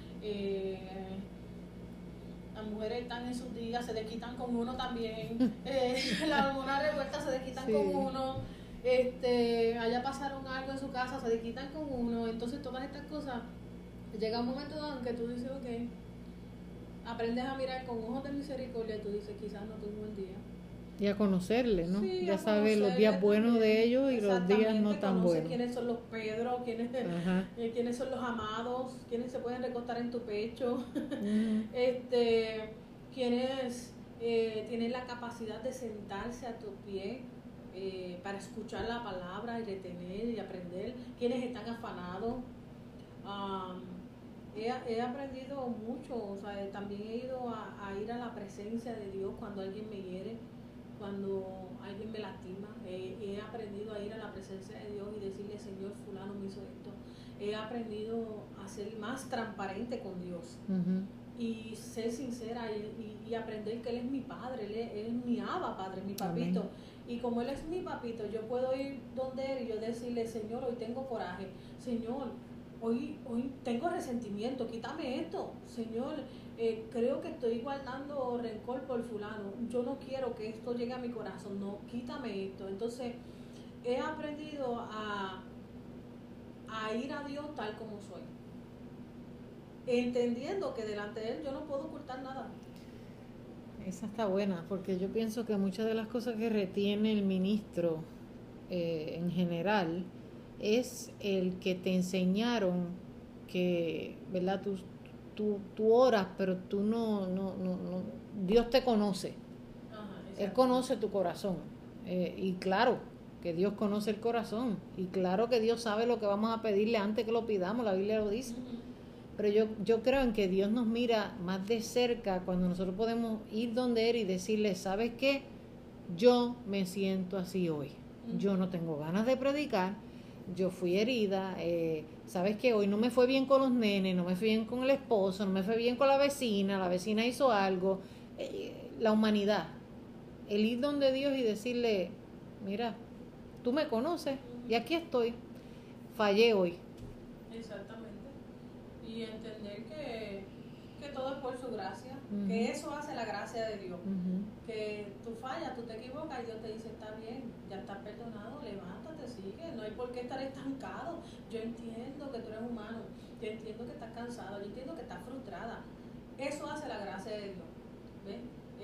Las mujeres están en sus días, se desquitan con uno también. Las hormonas revueltas se desquitan con uno. Allá pasaron algo en su casa, se desquitan con uno. Entonces todas estas cosas, llega un momento en que tú dices, ok, aprendes a mirar con ojos de misericordia y tú dices, quizás no tuve un buen día. Y a conocerle, ¿no? Sí, ya sabes los días buenos de ellos y los días no tan buenos. Quiénes son los Pedro, quiénes son los amados, quiénes se pueden recostar en tu pecho, quienes tienen la capacidad de sentarse a tu pie para escuchar la palabra y retener y aprender, quienes están afanados. He aprendido mucho, o sea, también he ido a ir a la presencia de Dios cuando alguien me hiere, cuando alguien me lastima. He aprendido a ir a la presencia de Dios y decirle, Señor, fulano me hizo esto. He aprendido a ser más transparente con Dios y ser sincera y aprender que Él es mi Padre, Él es mi Abba Padre, mi papito. Amén. Y como Él es mi papito, yo puedo ir donde Él y yo decirle, Señor, hoy tengo coraje, Señor, hoy tengo resentimiento, quítame esto, Señor, creo que estoy guardando rencor por fulano, yo no quiero que esto llegue a mi corazón, no, quítame esto. Entonces he aprendido a ir a Dios tal como soy, entendiendo que delante de Él yo no puedo ocultar nada. Esa está buena, porque yo pienso que muchas de las cosas que retiene el ministro en general es el que te enseñaron que, ¿verdad? Tú oras, pero tú no, Dios te conoce. Ajá, Él conoce tu corazón. Y claro que Dios conoce el corazón. Y claro que Dios sabe lo que vamos a pedirle antes que lo pidamos, la Biblia lo dice. Pero yo creo en que Dios nos mira más de cerca cuando nosotros podemos ir donde Él y decirle, ¿sabes qué? Yo me siento así hoy. Yo no tengo ganas de predicar. Yo fui herida. ¿Sabes qué? Hoy no me fue bien con los nenes, no me fue bien con el esposo, no me fue bien con la vecina hizo algo. La humanidad. El ir donde Dios y decirle, mira, tú me conoces y aquí estoy. Fallé hoy. Exactamente. Y entender que todo es por su gracia, que eso hace la gracia de Dios. Que tú fallas, tú te equivocas y Dios te dice, está bien, ya estás perdonado, levántate, sigue, no hay por qué estar estancado. Yo entiendo que tú eres humano, yo entiendo que estás cansado, yo entiendo que estás frustrada. Eso hace la gracia de Dios. ¿Ves?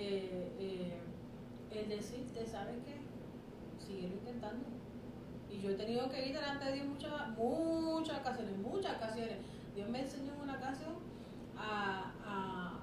El decirte, ¿sabes qué? Sigue intentando. Y yo he tenido que ir delante de Dios muchas ocasiones. Dios me enseñó en una ocasión a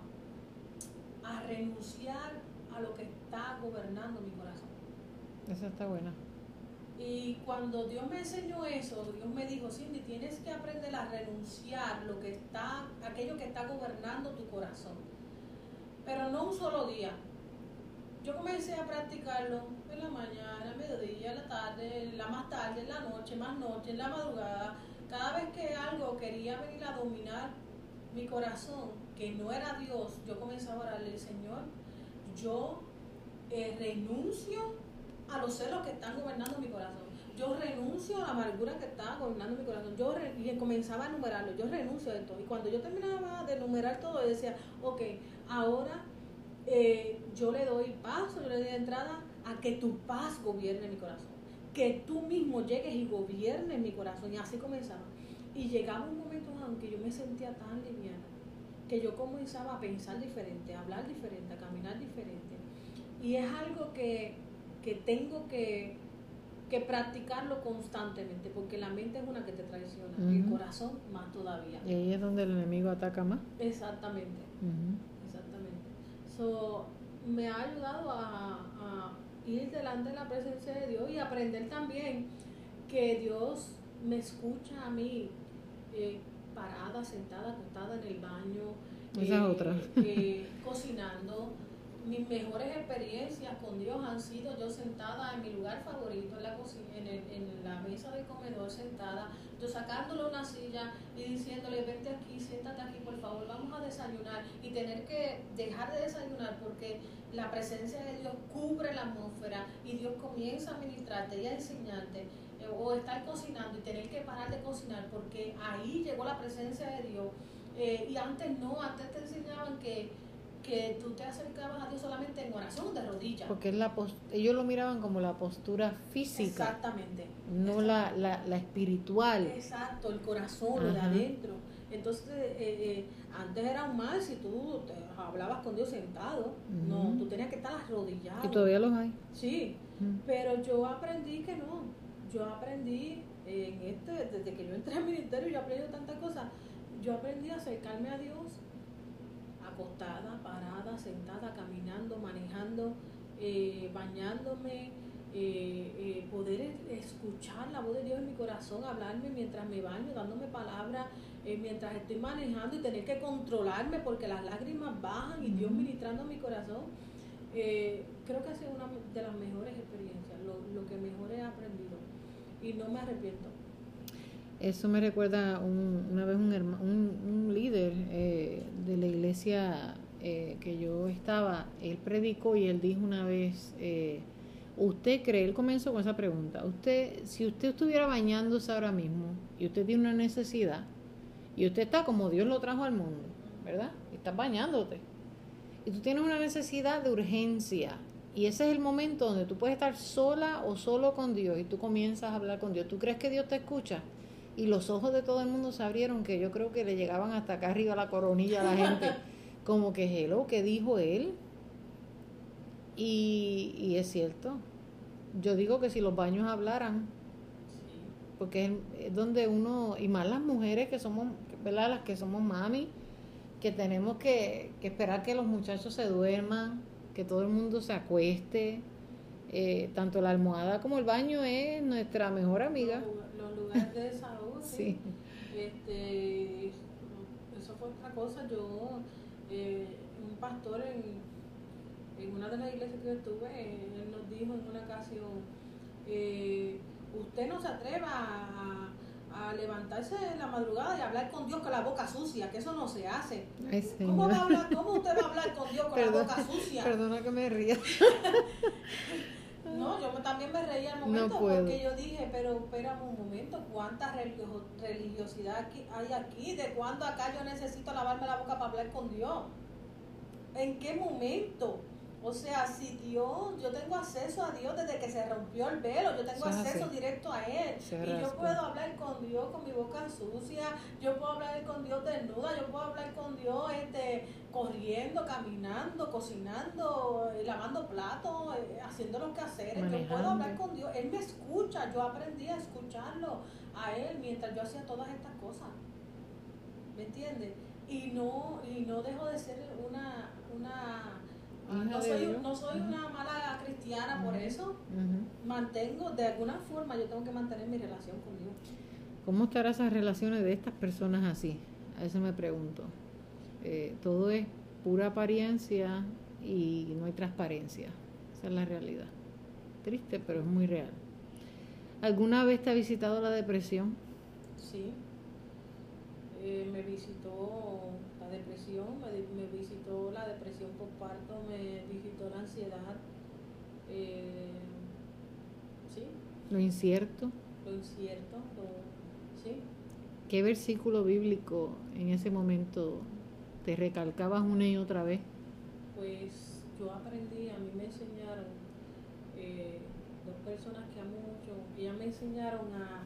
renunciar a lo que está gobernando mi corazón. Esa está buena. Y cuando Dios me enseñó eso, Dios me dijo, Cindy, tienes que aprender a renunciar aquello que está gobernando tu corazón. Pero no un solo día. Yo comencé a practicarlo en la mañana, mediodía, en la tarde, más tarde, en la noche, más noche, en la madrugada. Cada vez que algo quería venir a dominar mi corazón, que no era Dios, yo comenzaba a orarle, Señor, yo renuncio a los celos que están gobernando mi corazón. Yo renuncio a la amargura que está gobernando mi corazón. Y comenzaba a enumerarlo. Yo renuncio a esto. Y cuando yo terminaba de enumerar todo, yo decía, ok, ahora yo le doy paso, yo le doy entrada a que tu paz gobierne mi corazón. Que tú mismo llegues y gobiernes mi corazón. Y así comenzaba. Y llegaba un momento en que yo me sentía tan liviana, que yo comenzaba a pensar diferente, a hablar diferente, a caminar diferente. Y es algo que tengo que practicarlo constantemente, porque la mente es una que te traiciona, el corazón más todavía. Y ahí es donde el enemigo ataca más. Exactamente. Exactamente. So, me ha ayudado a ir delante de la presencia de Dios y aprender también que Dios me escucha a mí parada, sentada, acostada en el baño, esa es otra. cocinando. Mis mejores experiencias con Dios han sido yo sentada en mi lugar favorito, en la cocina, en la mesa de comedor sentada, yo sacándole una silla y diciéndole, vente aquí, siéntate aquí, por favor, vamos a desayunar, y tener que dejar de desayunar porque la presencia de Dios cubre la atmósfera y Dios comienza a ministrarte y a enseñarte, o estar cocinando y tener que parar de cocinar porque ahí llegó la presencia de Dios. Y antes te enseñaban que tú te acercabas a Dios solamente en oración de rodillas. Porque ellos lo miraban como la postura física. Exactamente. No la espiritual. Exacto, el corazón, lo de adentro. Entonces, antes era un mal si tú te hablabas con Dios sentado. No, tú tenías que estar arrodillado. Y todavía los hay. Sí, pero yo aprendí que no. Yo aprendí desde que yo entré al ministerio, yo aprendí tantas cosas. Yo aprendí a acercarme a Dios acostada, parada, sentada, caminando, manejando, bañándome, poder escuchar la voz de Dios en mi corazón, hablarme mientras me baño, dándome palabras, mientras estoy manejando, y tener que controlarme porque las lágrimas bajan y Dios ministrando mi corazón. Creo que ha sido una de las mejores experiencias, lo que mejor he aprendido, y no me arrepiento. Eso me recuerda una vez un líder de la iglesia que yo estaba, él predicó y él dijo una vez, ¿usted cree? Él comenzó con esa pregunta, si usted estuviera bañándose ahora mismo y usted tiene una necesidad y usted está como Dios lo trajo al mundo, ¿verdad? Y estás bañándote y tú tienes una necesidad de urgencia y ese es el momento donde tú puedes estar sola o solo con Dios y tú comienzas a hablar con Dios, ¿tú crees que Dios te escucha? Y los ojos de todo el mundo se abrieron, que yo creo que le llegaban hasta acá arriba a la coronilla a la gente, como que hello, ¿qué dijo él? Y es cierto. Yo digo que si los baños hablaran, porque es donde uno, y más las mujeres que somos, ¿verdad? Las que somos mami, que tenemos que esperar que los muchachos se duerman, que todo el mundo se acueste. Tanto la almohada como el baño es nuestra mejor amiga. Los lugares de desahogo, Sí. Eso fue otra cosa. Un pastor en una de las iglesias que yo estuve, él nos dijo en una ocasión, usted no se atreva a levantarse en la madrugada y hablar con Dios con la boca sucia, que eso no se hace. Ay, ¿Cómo usted va a hablar con Dios con la boca sucia? Perdona que me ría. No, yo también me reía al momento, porque yo dije, pero espérame un momento, ¿cuánta religiosidad hay aquí? ¿De cuándo acá yo necesito lavarme la boca para hablar con Dios? ¿En qué momento? O sea, si Dios, yo tengo acceso a Dios desde que se rompió el velo, yo tengo acceso directo a Él. Y yo puedo hablar con Dios con mi boca sucia, yo puedo hablar con Dios desnuda, yo puedo hablar con Dios corriendo, caminando, cocinando, lavando platos, haciendo los quehaceres. Yo puedo hablar con Dios, Él me escucha, yo aprendí a escucharlo a Él mientras yo hacía todas estas cosas. ¿Me entiendes? Y no dejo de ser no soy una mala cristiana por eso. Mantengo, de alguna forma, yo tengo que mantener mi relación con Dios. ¿Cómo estarán esas relaciones de estas personas así? A eso me pregunto. Todo es pura apariencia y no hay transparencia. Esa es la realidad. Triste, pero es muy real. ¿Alguna vez te ha visitado la depresión? Sí. Me visitó la depresión, me visitó la depresión postparto, me visitó la ansiedad, sí. Lo incierto. Sí. ¿Qué versículo bíblico en ese momento te recalcabas una y otra vez? Pues yo aprendí, a mí me enseñaron, dos personas que amo mucho, ellas me enseñaron a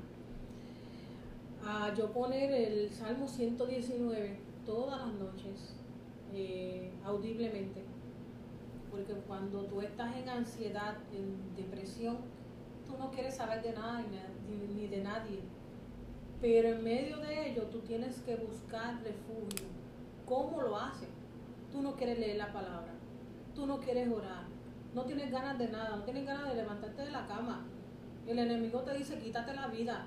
yo poner el Salmo 119 todas las noches, audiblemente, porque cuando tú estás en ansiedad, en depresión, tú no quieres saber de nada ni de nadie, pero en medio de ello tú tienes que buscar refugio. ¿Cómo lo haces? Tú no quieres leer la palabra, tú no quieres orar, no tienes ganas de nada, no tienes ganas de levantarte de la cama, el enemigo te dice quítate la vida.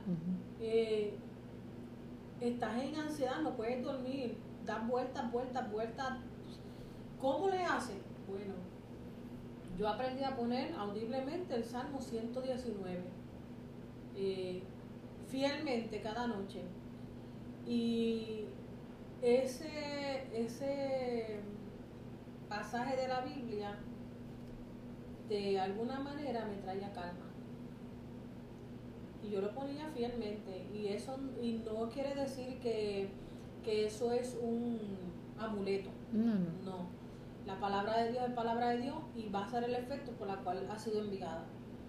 Estás en ansiedad, no puedes dormir, das vueltas. ¿Cómo le haces? Bueno, yo aprendí a poner audiblemente el Salmo 119, fielmente cada noche. Y ese pasaje de la Biblia, de alguna manera me traía calma. Y yo lo ponía fielmente, y no quiere decir que eso es un amuleto. No. La palabra de Dios es palabra de Dios y va a ser el efecto por la cual ha sido enviada.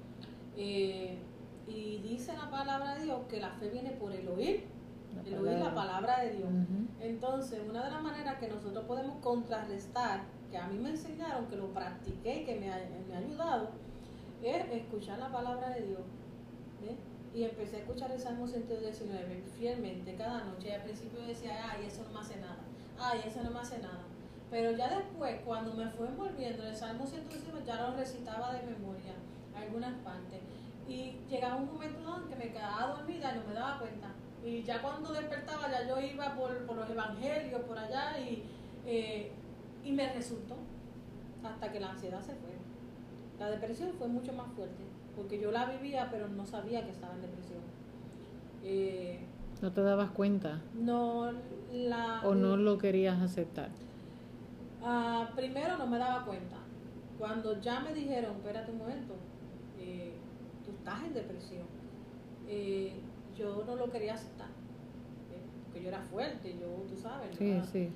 Y dice la palabra de Dios que la fe viene por el oír la palabra de Dios. Entonces, una de las maneras que nosotros podemos contrarrestar, que a mí me enseñaron, que lo practiqué y que me ha ayudado, es escuchar la palabra de Dios. Y empecé a escuchar el Salmo 119 fielmente cada noche. Y al principio decía, ay, eso no me hace nada. Pero ya después, cuando me fue envolviendo el Salmo 119, ya lo recitaba de memoria, algunas partes. Y llegaba un momento en que me quedaba dormida y no me daba cuenta. Y ya cuando despertaba, ya yo iba por los evangelios, por allá, y me resultó, hasta que la ansiedad se fue. La depresión fue mucho más fuerte, porque yo la vivía, pero no sabía que estaba en depresión. ¿No te dabas cuenta? No, ¿O no lo querías aceptar? Primero no me daba cuenta. Cuando ya me dijeron, espérate un momento, tú estás en depresión, yo no lo quería aceptar, porque yo era fuerte, tú sabes, sí.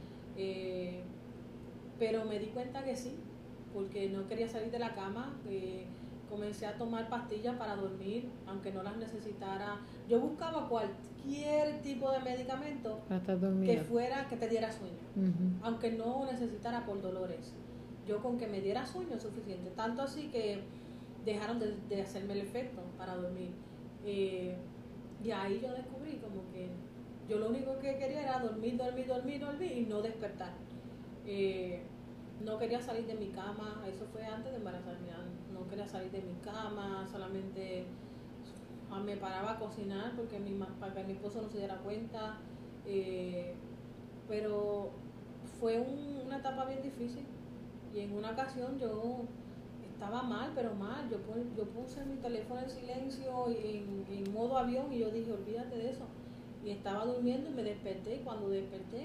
Pero me di cuenta que sí, porque no quería salir de la cama. Comencé a tomar pastillas para dormir, aunque no las necesitara. Yo buscaba cualquier tipo de medicamento que te diera sueño, aunque no necesitara por dolores. yo con que me diera sueño es suficiente, tanto así que dejaron de hacerme el efecto para dormir. Y ahí yo descubrí como que yo lo único que quería era dormir y no despertar. No quería salir de mi cama, eso fue antes de embarazarme, no quería salir de mi cama, solamente me paraba a cocinar porque para que mi esposo no se diera cuenta, pero fue una etapa bien difícil. Y en una ocasión yo estaba mal, pero mal, yo puse mi teléfono en silencio, en modo avión, y yo dije, olvídate de eso. Y estaba durmiendo y me desperté, y cuando desperté,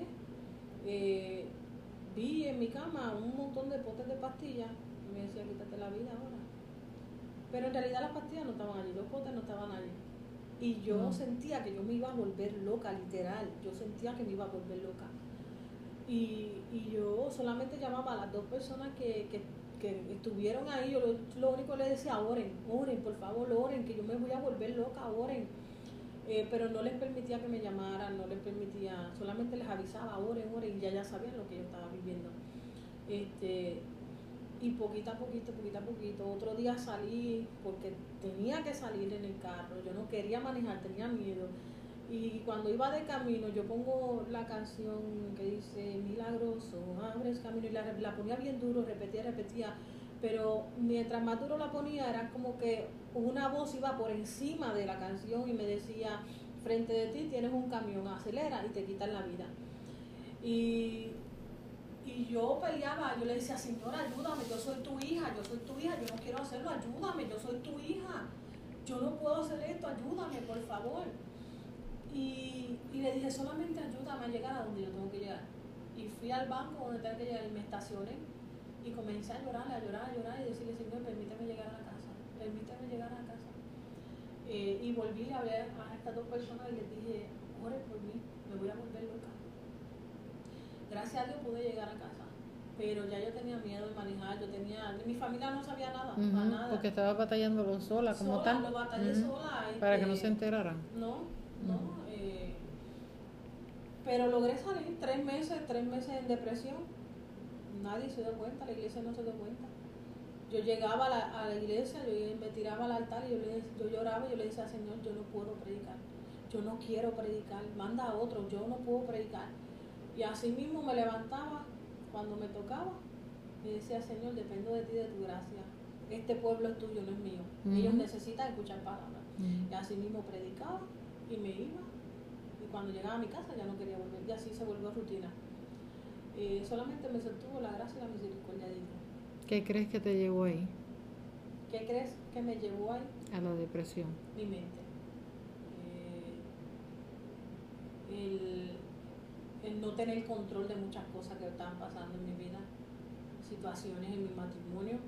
vi en mi cama un montón de potes de pastillas, y me decía, quítate la vida ahora. Pero en realidad las pastillas no estaban allí, los potes no estaban allí. Y yo sentía que yo me iba a volver loca, literal, yo sentía que me iba a volver loca. Y yo solamente llamaba a las 2 personas que estuvieron ahí, yo lo único que les decía, oren, por favor, oren, que yo me voy a volver loca, oren. Pero no les permitía que me llamaran, no les permitía, solamente les avisaba, oren, y ya sabían lo que yo estaba viviendo. Y poquito a poquito, otro día salí, porque tenía que salir en el carro, yo no quería manejar, tenía miedo. Y cuando iba de camino, yo pongo la canción que dice, milagroso, abres camino, y la ponía bien duro, repetía, pero mientras más duro la ponía, era como que una voz iba por encima de la canción y me decía, frente de ti tienes un camión, acelera y te quitan la vida. Y yo peleaba, yo le decía, Señor, ayúdame, yo soy tu hija, yo no quiero hacerlo, ayúdame, yo soy tu hija, yo no puedo hacer esto, ayúdame, por favor. Y le dije, solamente ayúdame a llegar a donde yo tengo que llegar. Y fui al banco donde tenía que llegar y me estacioné y comencé a llorar y decirle, Señor, permíteme llegar a la casa. Y volví a ver a estas 2 personas y les dije, ore por mí, me voy a volver loca. Gracias a Dios pude llegar a casa, pero ya yo tenía miedo de manejar, mi familia no sabía nada, nada. Porque estaba batallándolo sola, como tal. Lo batallé sola. Para que no se enteraran. No. Pero logré salir 3 meses en depresión. Nadie se dio cuenta, la iglesia no se dio cuenta. Yo llegaba a la iglesia, yo me tiraba al altar y yo lloraba y yo le decía, Señor, yo no puedo predicar, yo no quiero predicar, manda a otro, yo no puedo predicar. Y así mismo me levantaba cuando me tocaba y decía, Señor, dependo de ti, de tu gracia. Este pueblo es tuyo, no es mío. Ellos necesitan escuchar palabras. Y así mismo predicaba y me iba. Y cuando llegaba a mi casa ya no quería volver. Y así se volvió rutina. Solamente me sostuvo la gracia y la misericordia de Dios. ¿Qué crees que te llevó ahí? ¿Qué crees que me llevó ahí? A la depresión. Mi mente. El no tener control de muchas cosas que estaban pasando en mi vida, situaciones en mi matrimonio,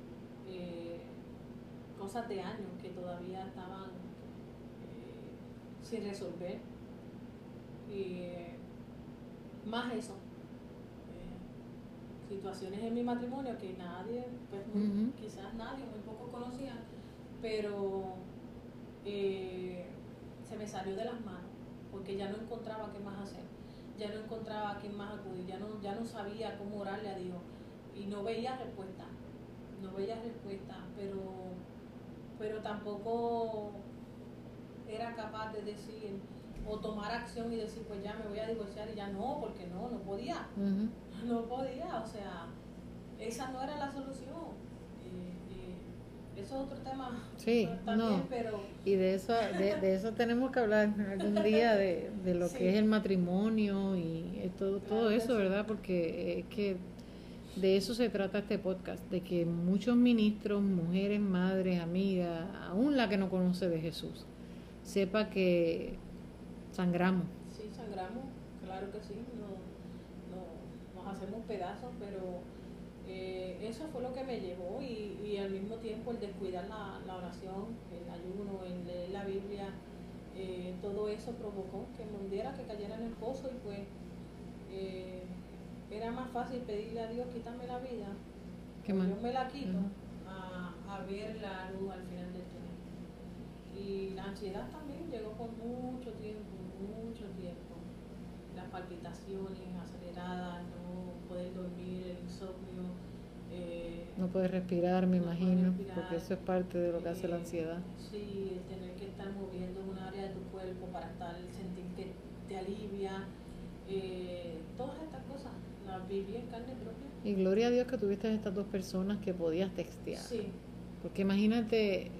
cosas de años que todavía estaban sin resolver, más eso, situaciones en mi matrimonio que nadie, pues quizás nadie, muy pocos conocían, pero se me salió de las manos porque ya no encontraba qué más hacer, ya no encontraba a quién más acudir, ya no sabía cómo orarle a Dios y no veía respuesta, pero tampoco era capaz de decir o tomar acción y decir, pues ya me voy a divorciar, y ya no, porque no podía, o sea, esa no era la solución. Eso es otro tema. Sí, también, pero y de eso tenemos que hablar algún día, de lo que es el matrimonio y todo eso, ¿verdad? Porque es que de eso se trata este podcast, de que muchos ministros, mujeres, madres, amigas, aún la que no conoce de Jesús, sepa que sangramos. Sí, sangramos, claro que sí, nos hacemos pedazos, pero eso fue lo que me llevó, y al mismo tiempo el descuidar la oración, el ayuno, el leer la Biblia, todo eso provocó que me hundiera, que cayera en el pozo, y pues era más fácil pedirle a Dios, quítame la vida, que yo me la quito, a ver la luz al final del túnel. Y la ansiedad también llegó por mucho tiempo, las palpitaciones aceleradas, no poder dormir, el insomnio, No puedes respirar, me imagino, respirar, porque eso es parte de lo que hace la ansiedad. Sí, tener que estar moviendo un área de tu cuerpo para sentir que te alivia, todas estas cosas, las viví en carne propia. Y gloria a Dios que tuviste estas dos personas que podías textear. Sí. Porque imagínate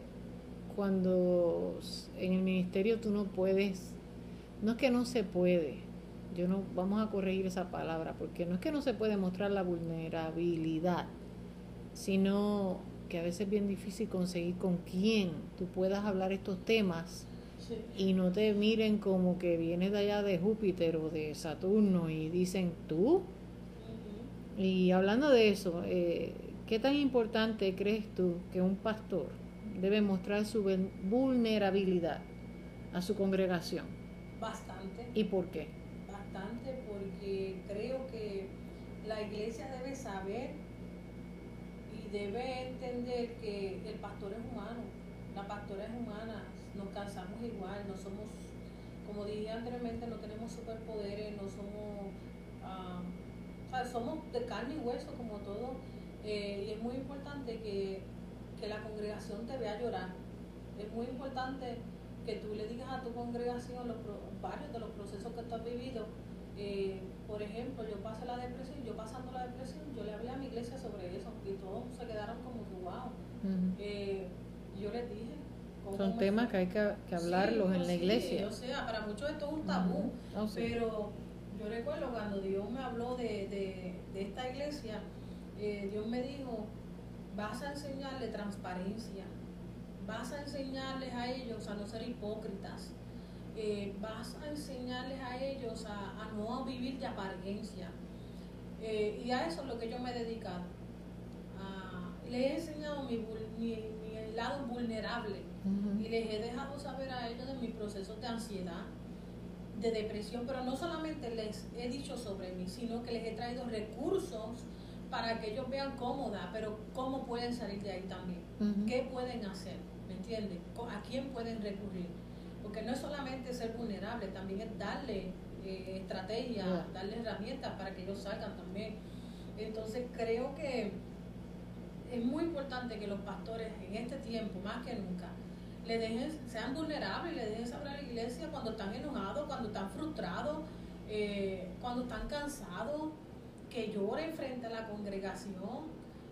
cuando en el ministerio tú no puedes, no es que no se puede, vamos a corregir esa palabra, porque no es que no se puede mostrar la vulnerabilidad, sino que a veces es bien difícil conseguir con quién tú puedas hablar estos temas. Sí. Y no te miren como que vienes de allá de Júpiter o de Saturno y dicen, ¿tú? Uh-huh. Y hablando de eso, ¿qué tan importante crees tú que un pastor debe mostrar su vulnerabilidad a su congregación? Bastante. ¿Y por qué? Bastante, porque creo que la iglesia debe saber y debe entender que el pastor es humano, la pastora es humana, nos cansamos igual, no somos, como dije anteriormente, no tenemos superpoderes, no somos, somos de carne y hueso como todo, y es muy importante que la congregación te vea llorar, es muy importante que tú le digas a tu congregación varios de los procesos que tú has vivido. Por ejemplo, yo pasé la depresión, yo pasando la depresión, yo le hablé a mi iglesia sobre eso y todos se quedaron como que wow. Yo les dije, son temas que hay que hablarlos en la iglesia. O sea, para muchos esto es un tabú, pero yo recuerdo cuando Dios me habló de esta iglesia, Dios me dijo, vas a enseñarle transparencia, vas a enseñarles a ellos a no ser hipócritas, vas a enseñarles a ellos a no vivir de apariencia, y a eso es lo que yo me he dedicado. Les he enseñado mi lado vulnerable, y les he dejado saber a ellos de mis procesos de ansiedad, de depresión, pero no solamente les he dicho sobre mí, sino que les he traído recursos para que ellos vean pero cómo pueden salir de ahí también, qué pueden hacer, ¿me entiendes? ¿A quién pueden recurrir? Porque no es solamente ser vulnerable, también es darle estrategia, darle herramientas para que ellos salgan también. Entonces creo que es muy importante que los pastores en este tiempo, más que nunca, sean vulnerables, le dejen saber a la iglesia cuando están enojados, cuando están frustrados, cuando están cansados, que lloren frente a la congregación,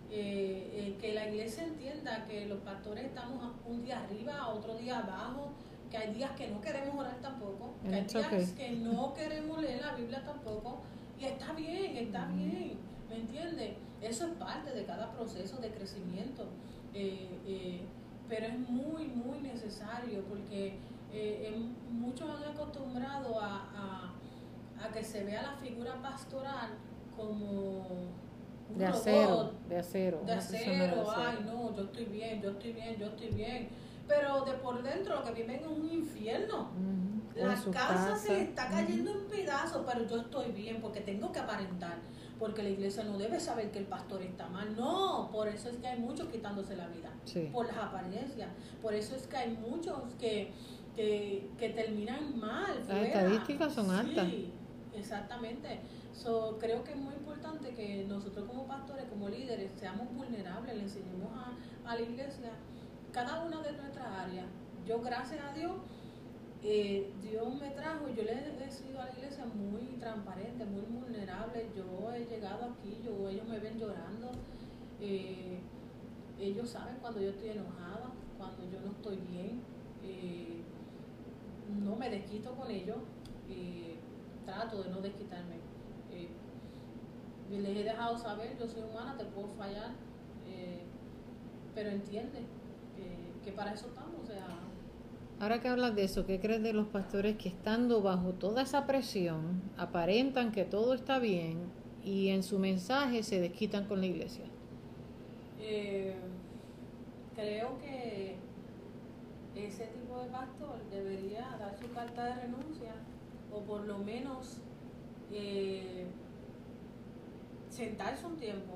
que la iglesia entienda que los pastores estamos un día arriba, otro día abajo, que hay días que no queremos orar tampoco, que hay días que no queremos leer la Biblia tampoco, y está bien, ¿me entiendes? Eso es parte de cada proceso de crecimiento, pero es muy, muy necesario, porque muchos han acostumbrado a que se vea la figura pastoral como un de robot, acero, ay no, yo estoy bien, pero de por dentro lo que viven es un infierno. La casa se le está cayendo en pedazos, pero yo estoy bien porque tengo que aparentar, porque la iglesia no debe saber que el pastor está mal. No, por eso es que hay muchos quitándose la vida, por las apariencias. Por eso es que hay muchos que terminan mal fuera. Las estadísticas son altas. Sí, exactamente. Creo que es muy importante que nosotros como pastores, como líderes, seamos vulnerables, le enseñemos a la iglesia cada una de nuestras áreas. Yo, gracias a Dios, Dios me trajo y yo le he sido a la iglesia muy transparente, muy vulnerable. Yo he llegado aquí, ellos me ven llorando, ellos saben cuando yo estoy enojada, cuando yo no estoy bien, no me desquito con ellos, trato de no desquitarme. Les he dejado saber, yo soy humana, te puedo fallar, pero entiende que para eso estamos, o sea. Ahora que hablas de eso, ¿qué crees de los pastores que estando bajo toda esa presión aparentan que todo está bien y en su mensaje se desquitan con la iglesia? Creo que ese tipo de pastor debería dar su carta de renuncia, o por lo menos sentarse un tiempo,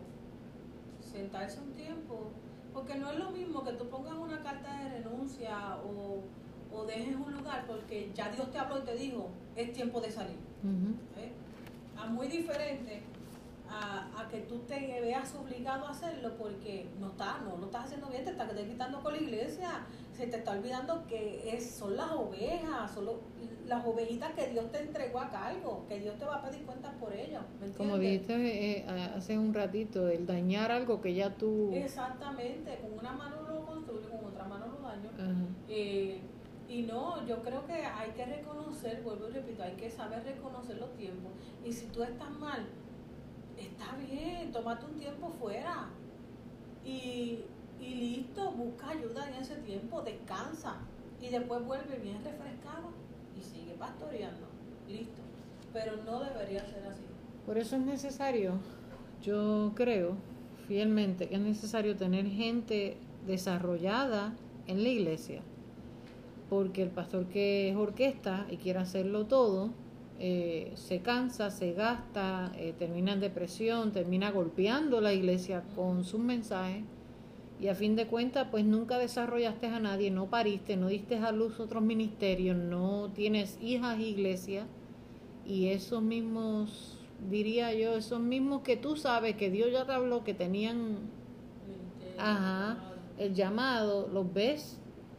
porque no es lo mismo que tú pongas una carta de renuncia o dejes un lugar porque ya Dios te habló y te dijo, es tiempo de salir. A muy diferente a que tú te veas obligado a hacerlo porque no lo estás haciendo bien, te estás quitando con la iglesia, se te está olvidando que son las ovejas, las ovejitas que Dios te entregó a cargo, que Dios te va a pedir cuentas por ellas, ¿me entiendes? Como dijiste hace un ratito, el dañar algo que ya tú... Exactamente, con una mano lo construyo, con otra mano lo daño. Y no, yo creo que hay que reconocer, vuelvo y repito, hay que saber reconocer los tiempos. Y si tú estás mal, está bien, tómate un tiempo fuera. Y listo, busca ayuda en ese tiempo, descansa. Y después vuelve bien refrescado y sigue pastoreando. Listo. Pero no debería ser así. Por eso es necesario, yo creo fielmente que es necesario tener gente desarrollada en la iglesia. Porque el pastor que es orquesta y quiere hacerlo todo, se cansa, se gasta, termina en depresión, termina golpeando la iglesia con sus mensajes y a fin de cuentas pues nunca desarrollaste a nadie, no pariste, no diste a luz otros ministerios, no tienes hijas iglesia y esos mismos, diría yo, esos mismos que tú sabes que Dios ya te habló que tenían el llamado, los ves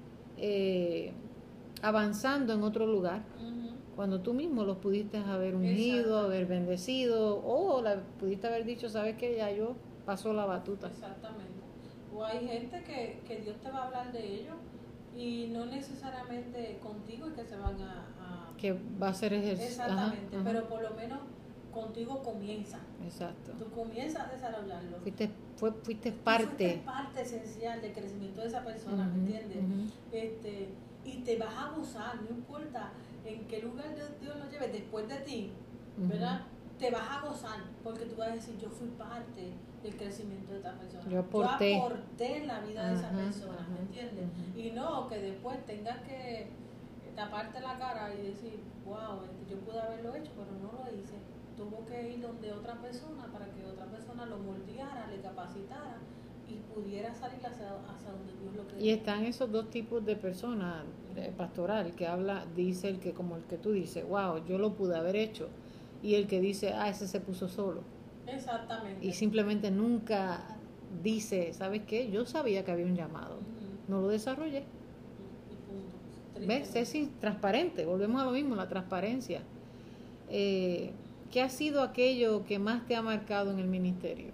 avanzando en otro lugar, cuando tú mismo los pudiste haber ungido, haber bendecido, o pudiste haber dicho, sabes que ya yo paso la batuta. Exactamente. O hay gente que Dios te va a hablar de ellos y no necesariamente contigo es que se van a que va a ser ejercicio. Exactamente, pero por lo menos contigo comienza. Exacto. Tú comienzas a desarrollarlo. Fuiste parte. Fuiste parte esencial del crecimiento de esa persona, ¿me entiendes? Y te vas a gozar, no importa en qué lugar Dios lo lleve después de ti, ¿verdad? Te vas a gozar porque tú vas a decir, yo fui parte del crecimiento de esta persona. Yo aporté en la vida de esa persona, ¿me entiendes? Y no que después tengas que taparte la cara y decir, wow, yo pude haberlo hecho, pero no lo hice. Tuvo que ir donde otra persona para que otra persona lo moldeara, le capacitara y pudiera salir hacia donde Dios lo quería. Y están esos dos tipos de personas, pastoral, que dice el que como el que tú dices, wow, yo lo pude haber hecho, y el que dice, ese se puso solo. Exactamente. Y simplemente nunca dice, ¿sabes qué? Yo sabía que había un llamado, no lo desarrollé. Y punto. ¿Ves? Es transparente, volvemos a lo mismo, la transparencia. ¿Qué ha sido aquello que más te ha marcado en el ministerio?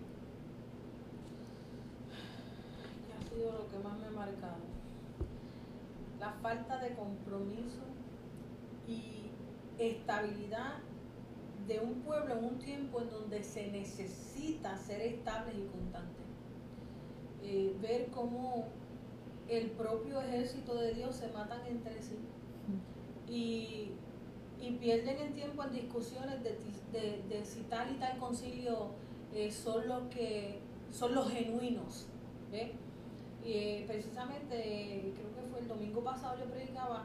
¿Qué ha sido lo que más me ha marcado? La falta de compromiso y estabilidad de un pueblo en un tiempo en donde se necesita ser estables y constantes. Ver cómo el propio ejército de Dios se matan entre sí y pierden el tiempo en discusiones de si tal y tal concilio son los genuinos. ¿Ves? Precisamente creo que fue el domingo pasado yo predicaba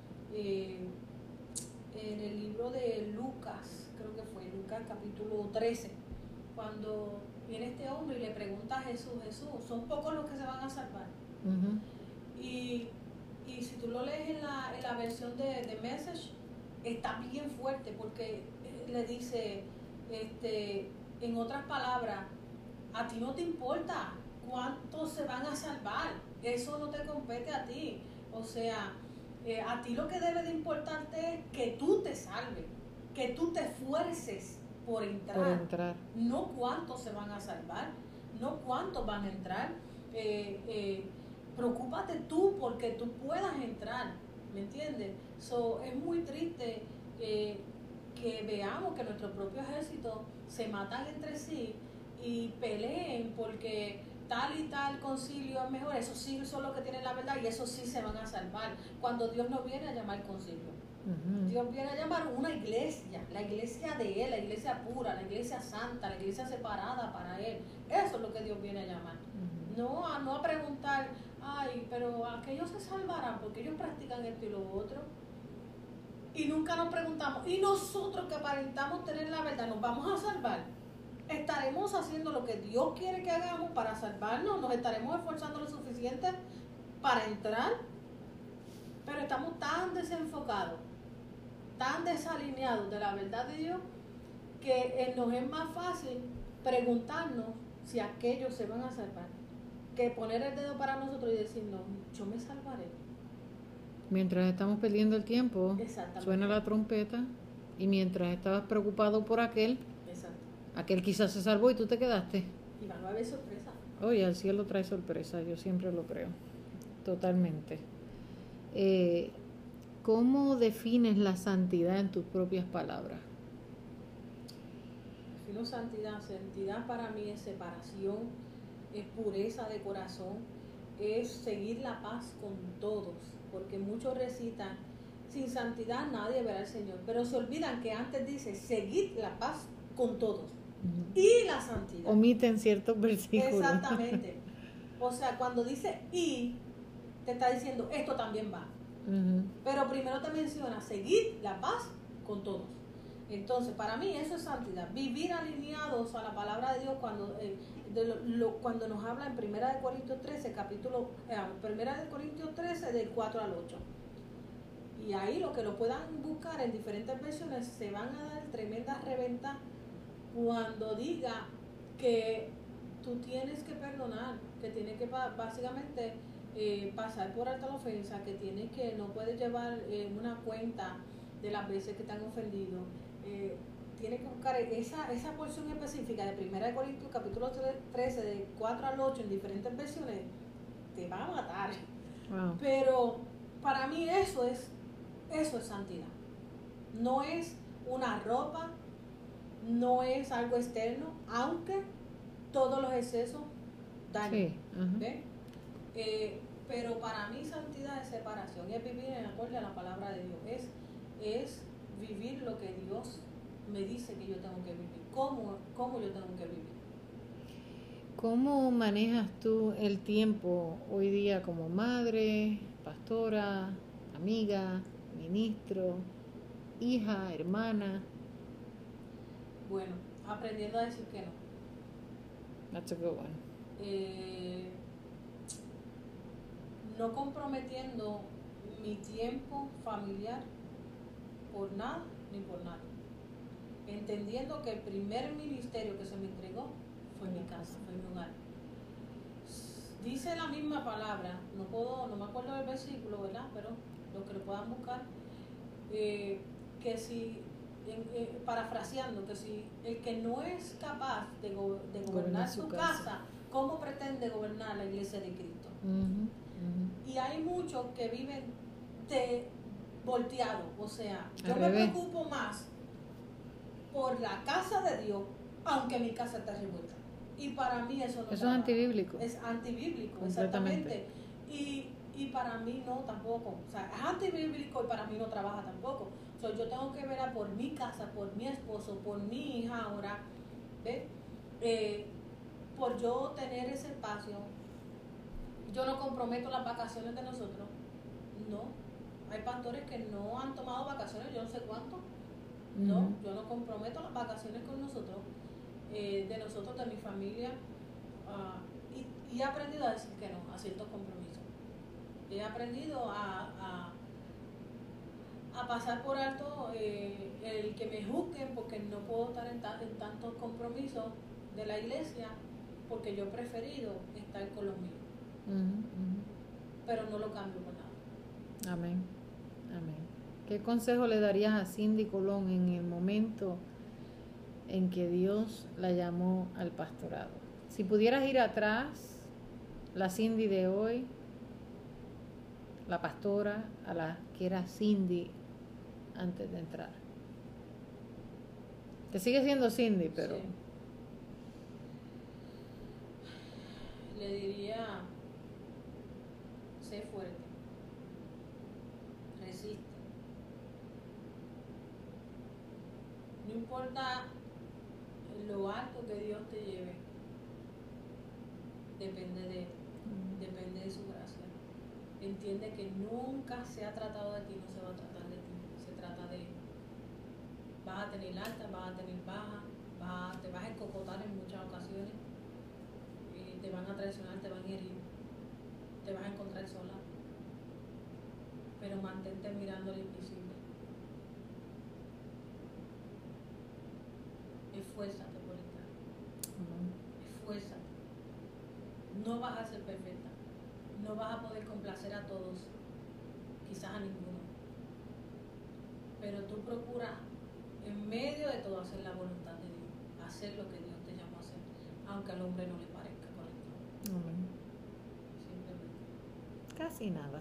en el libro de Lucas, creo que fue Lucas capítulo 13, cuando viene este hombre y le pregunta a Jesús, son pocos los que se van a salvar. Y si tú lo lees en la versión de Message, está bien fuerte porque le dice, en otras palabras, a ti no te importa cuántos se van a salvar, eso no te compete a ti. O sea, a ti lo que debe de importarte es que tú te salves, que tú te esfuerces por entrar. No cuántos se van a salvar, no cuántos van a entrar. Preocúpate tú porque tú puedas entrar, ¿me entiendes? Es muy triste que veamos que nuestro propio ejército se matan entre sí y peleen porque tal y tal concilio es mejor, esos sí son los que tienen la verdad y esos sí se van a salvar, cuando Dios no viene a llamar concilio. Dios viene a llamar una iglesia, la iglesia de Él, la iglesia pura, la iglesia santa, la iglesia separada para Él. Eso es lo que Dios viene a llamar. No a preguntar, pero aquellos se salvarán porque ellos practican esto y lo otro. Y nunca nos preguntamos, ¿y nosotros que aparentamos tener la verdad, nos vamos a salvar? ¿Estaremos haciendo lo que Dios quiere que hagamos para salvarnos? ¿Nos estaremos esforzando lo suficiente para entrar? Pero estamos tan desenfocados, tan desalineados de la verdad de Dios, que nos es más fácil preguntarnos si aquellos se van a salvar, que poner el dedo para nosotros y decir, no, yo me salvaré. Mientras estamos perdiendo el tiempo, suena la trompeta, y mientras estabas preocupado por aquel, aquel quizás se salvó y tú te quedaste. Y van a haber sorpresa. Oye, el cielo trae sorpresa, yo siempre lo creo, totalmente. ¿Cómo defines la santidad en tus propias palabras? Defino santidad. Santidad para mí es separación, es pureza de corazón, es seguir la paz con todos, porque muchos recitan, sin santidad nadie verá al Señor, pero se olvidan que antes dice, seguir la paz con todos. Y la santidad. Omiten ciertos versículos. Exactamente. O sea, cuando dice y, te está diciendo, esto también va. Pero primero te menciona, seguir la paz con todos. Entonces, para mí eso es santidad. Vivir alineados a la palabra de Dios cuando nos habla en 1 Corintios 13, 1 Corintios 13, del 4 al 8. Y ahí lo que lo puedan buscar en diferentes versiones, se van a dar tremendas reventas cuando diga que tú tienes que perdonar, que tienes que básicamente pasar por alta la ofensa, que tienes que, no puedes llevar una cuenta de las veces que te han ofendido. Tienes que buscar esa porción específica de 1 Corintios capítulo 13, de 4 al 8 en diferentes versiones, te va a matar. Wow. Pero para mí eso es santidad. No es una ropa, no es algo externo, aunque todos los excesos dañan. Sí. Pero para mí santidad es separación, es vivir en acorde a la palabra de Dios, es vivir lo que Dios me dice que yo tengo que vivir, cómo yo tengo que vivir. ¿Cómo manejas tú el tiempo hoy día como madre, pastora, amiga, ministro, hija, hermana? Bueno, aprendiendo a decir que no. That's a good one. No comprometiendo mi tiempo familiar por nada ni por nadie. Entendiendo que el primer ministerio que se me entregó fue mi casa, fue mi hogar. Dice la misma palabra, no me acuerdo del versículo, ¿verdad? Pero los que lo puedan buscar, que si, parafraseando, que si el que no es capaz de gobernar su casa, ¿cómo pretende gobernar la iglesia de Cristo? Y hay muchos que viven volteados, o sea, yo me preocupo más por la casa de Dios, aunque mi casa está revuelta. Y para mí eso es antibíblico. Es antibíblico, exactamente. Y para mí no tampoco. O sea, es antibíblico y para mí no trabaja tampoco. O sea, yo tengo que velar por mi casa, por mi esposo, por mi hija ahora, ¿ves? Por yo tener ese espacio. Yo no comprometo las vacaciones de nosotros. No. Hay pastores que no han tomado vacaciones, yo no sé cuánto. No, yo no comprometo las vacaciones con nosotros, de nosotros, de mi familia, y he aprendido a decir que no a ciertos compromisos. He aprendido a pasar por alto el que me juzguen porque no puedo estar en tantos compromisos de la iglesia, porque yo he preferido estar con los míos. Pero no lo cambio por nada. Amén. Amén. ¿Qué consejo le darías a Cindy Colón en el momento en que Dios la llamó al pastorado? Si pudieras ir atrás, la Cindy de hoy, la pastora, a la que era Cindy antes de entrar. Que sigue siendo Cindy, pero... Sí. Le diría, sé fuerte, resiste. No importa lo alto que Dios te lleve, depende de su gracia. Entiende que nunca se ha tratado de ti, no se va a tratar de ti, se trata de Él. Vas a tener altas, vas a tener bajas, te vas a encocotar en muchas ocasiones, te van a traicionar, te van a herir, te vas a encontrar sola, pero mantente mirando al invisible. Esfuérzate por estar. fuerza. No vas a ser perfecta. No vas a poder complacer a todos, quizás a ninguno. Pero tú procuras, en medio de todo, hacer la voluntad de Dios, hacer lo que Dios te llamó a hacer, aunque al hombre no le parezca correcto. Simplemente. Casi nada.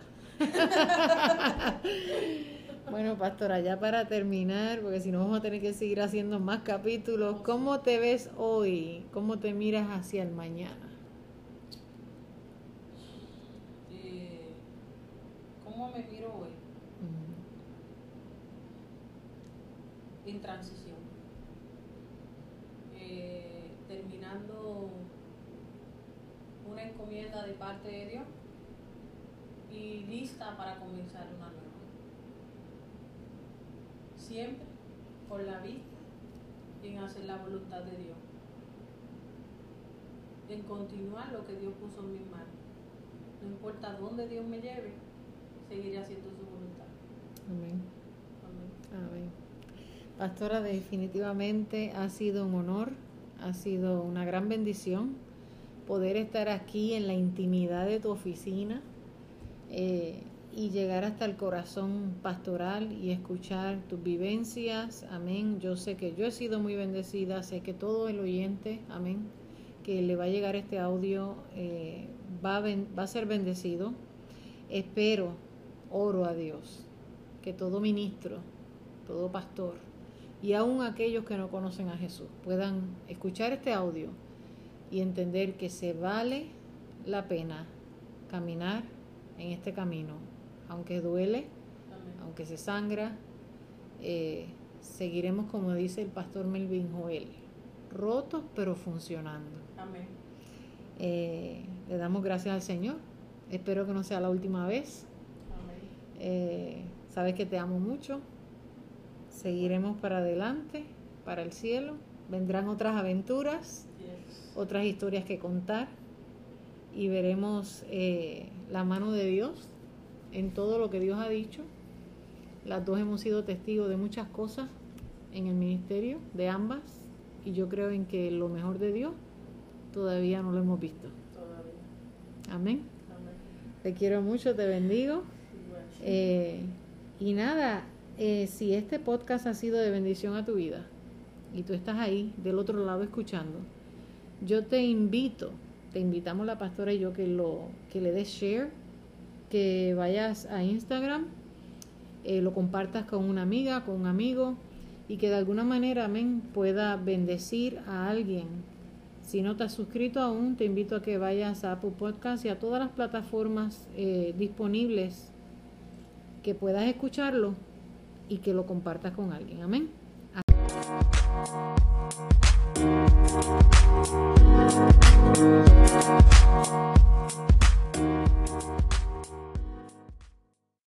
Bueno, pastora, ya para terminar, porque si no vamos a tener que seguir haciendo más capítulos, ¿cómo te ves hoy? ¿Cómo te miras hacia el mañana? ¿Cómo me miro hoy? En transición. Terminando una encomienda de parte de Dios y lista para comenzar una nueva. Siempre con la vista en hacer la voluntad de Dios, en continuar lo que Dios puso en mis manos. No importa dónde Dios me lleve, seguiré haciendo su voluntad. Amén. Amén. Amén. Pastora, definitivamente ha sido un honor, ha sido una gran bendición poder estar aquí en la intimidad de tu oficina y llegar hasta el corazón pastoral y escuchar tus vivencias. Amén. Yo sé que yo he sido muy bendecida, sé que todo el oyente, amén, que le va a llegar este audio va a ser bendecido. Espero, oro a Dios, que todo ministro, todo pastor y aún aquellos que no conocen a Jesús puedan escuchar este audio y entender que se vale la pena caminar en este camino, aunque duele, Amén. aunque se sangra, seguiremos, como dice el pastor Melvin Joel, rotos pero funcionando. Amén. Le damos gracias al Señor. Espero que no sea la última vez. Amén. Sabes que te amo mucho. Seguiremos para adelante, para el cielo. Vendrán otras aventuras, Yes. otras historias que contar y veremos la mano de Dios en todo lo que Dios ha dicho. Las dos hemos sido testigos de muchas cosas en el ministerio, de ambas, y yo creo en que lo mejor de Dios todavía no lo hemos visto. Todavía. Amén. Amén. Te quiero mucho, te bendigo. Igual. Y nada, si este podcast ha sido de bendición a tu vida y tú estás ahí del otro lado escuchando, yo te invitamos la pastora y yo que le des share, que vayas a Instagram, lo compartas con una amiga, con un amigo y que de alguna manera, amén, pueda bendecir a alguien. Si no te has suscrito aún, te invito a que vayas a Apple Podcast y a todas las plataformas disponibles, que puedas escucharlo y que lo compartas con alguien. Amén.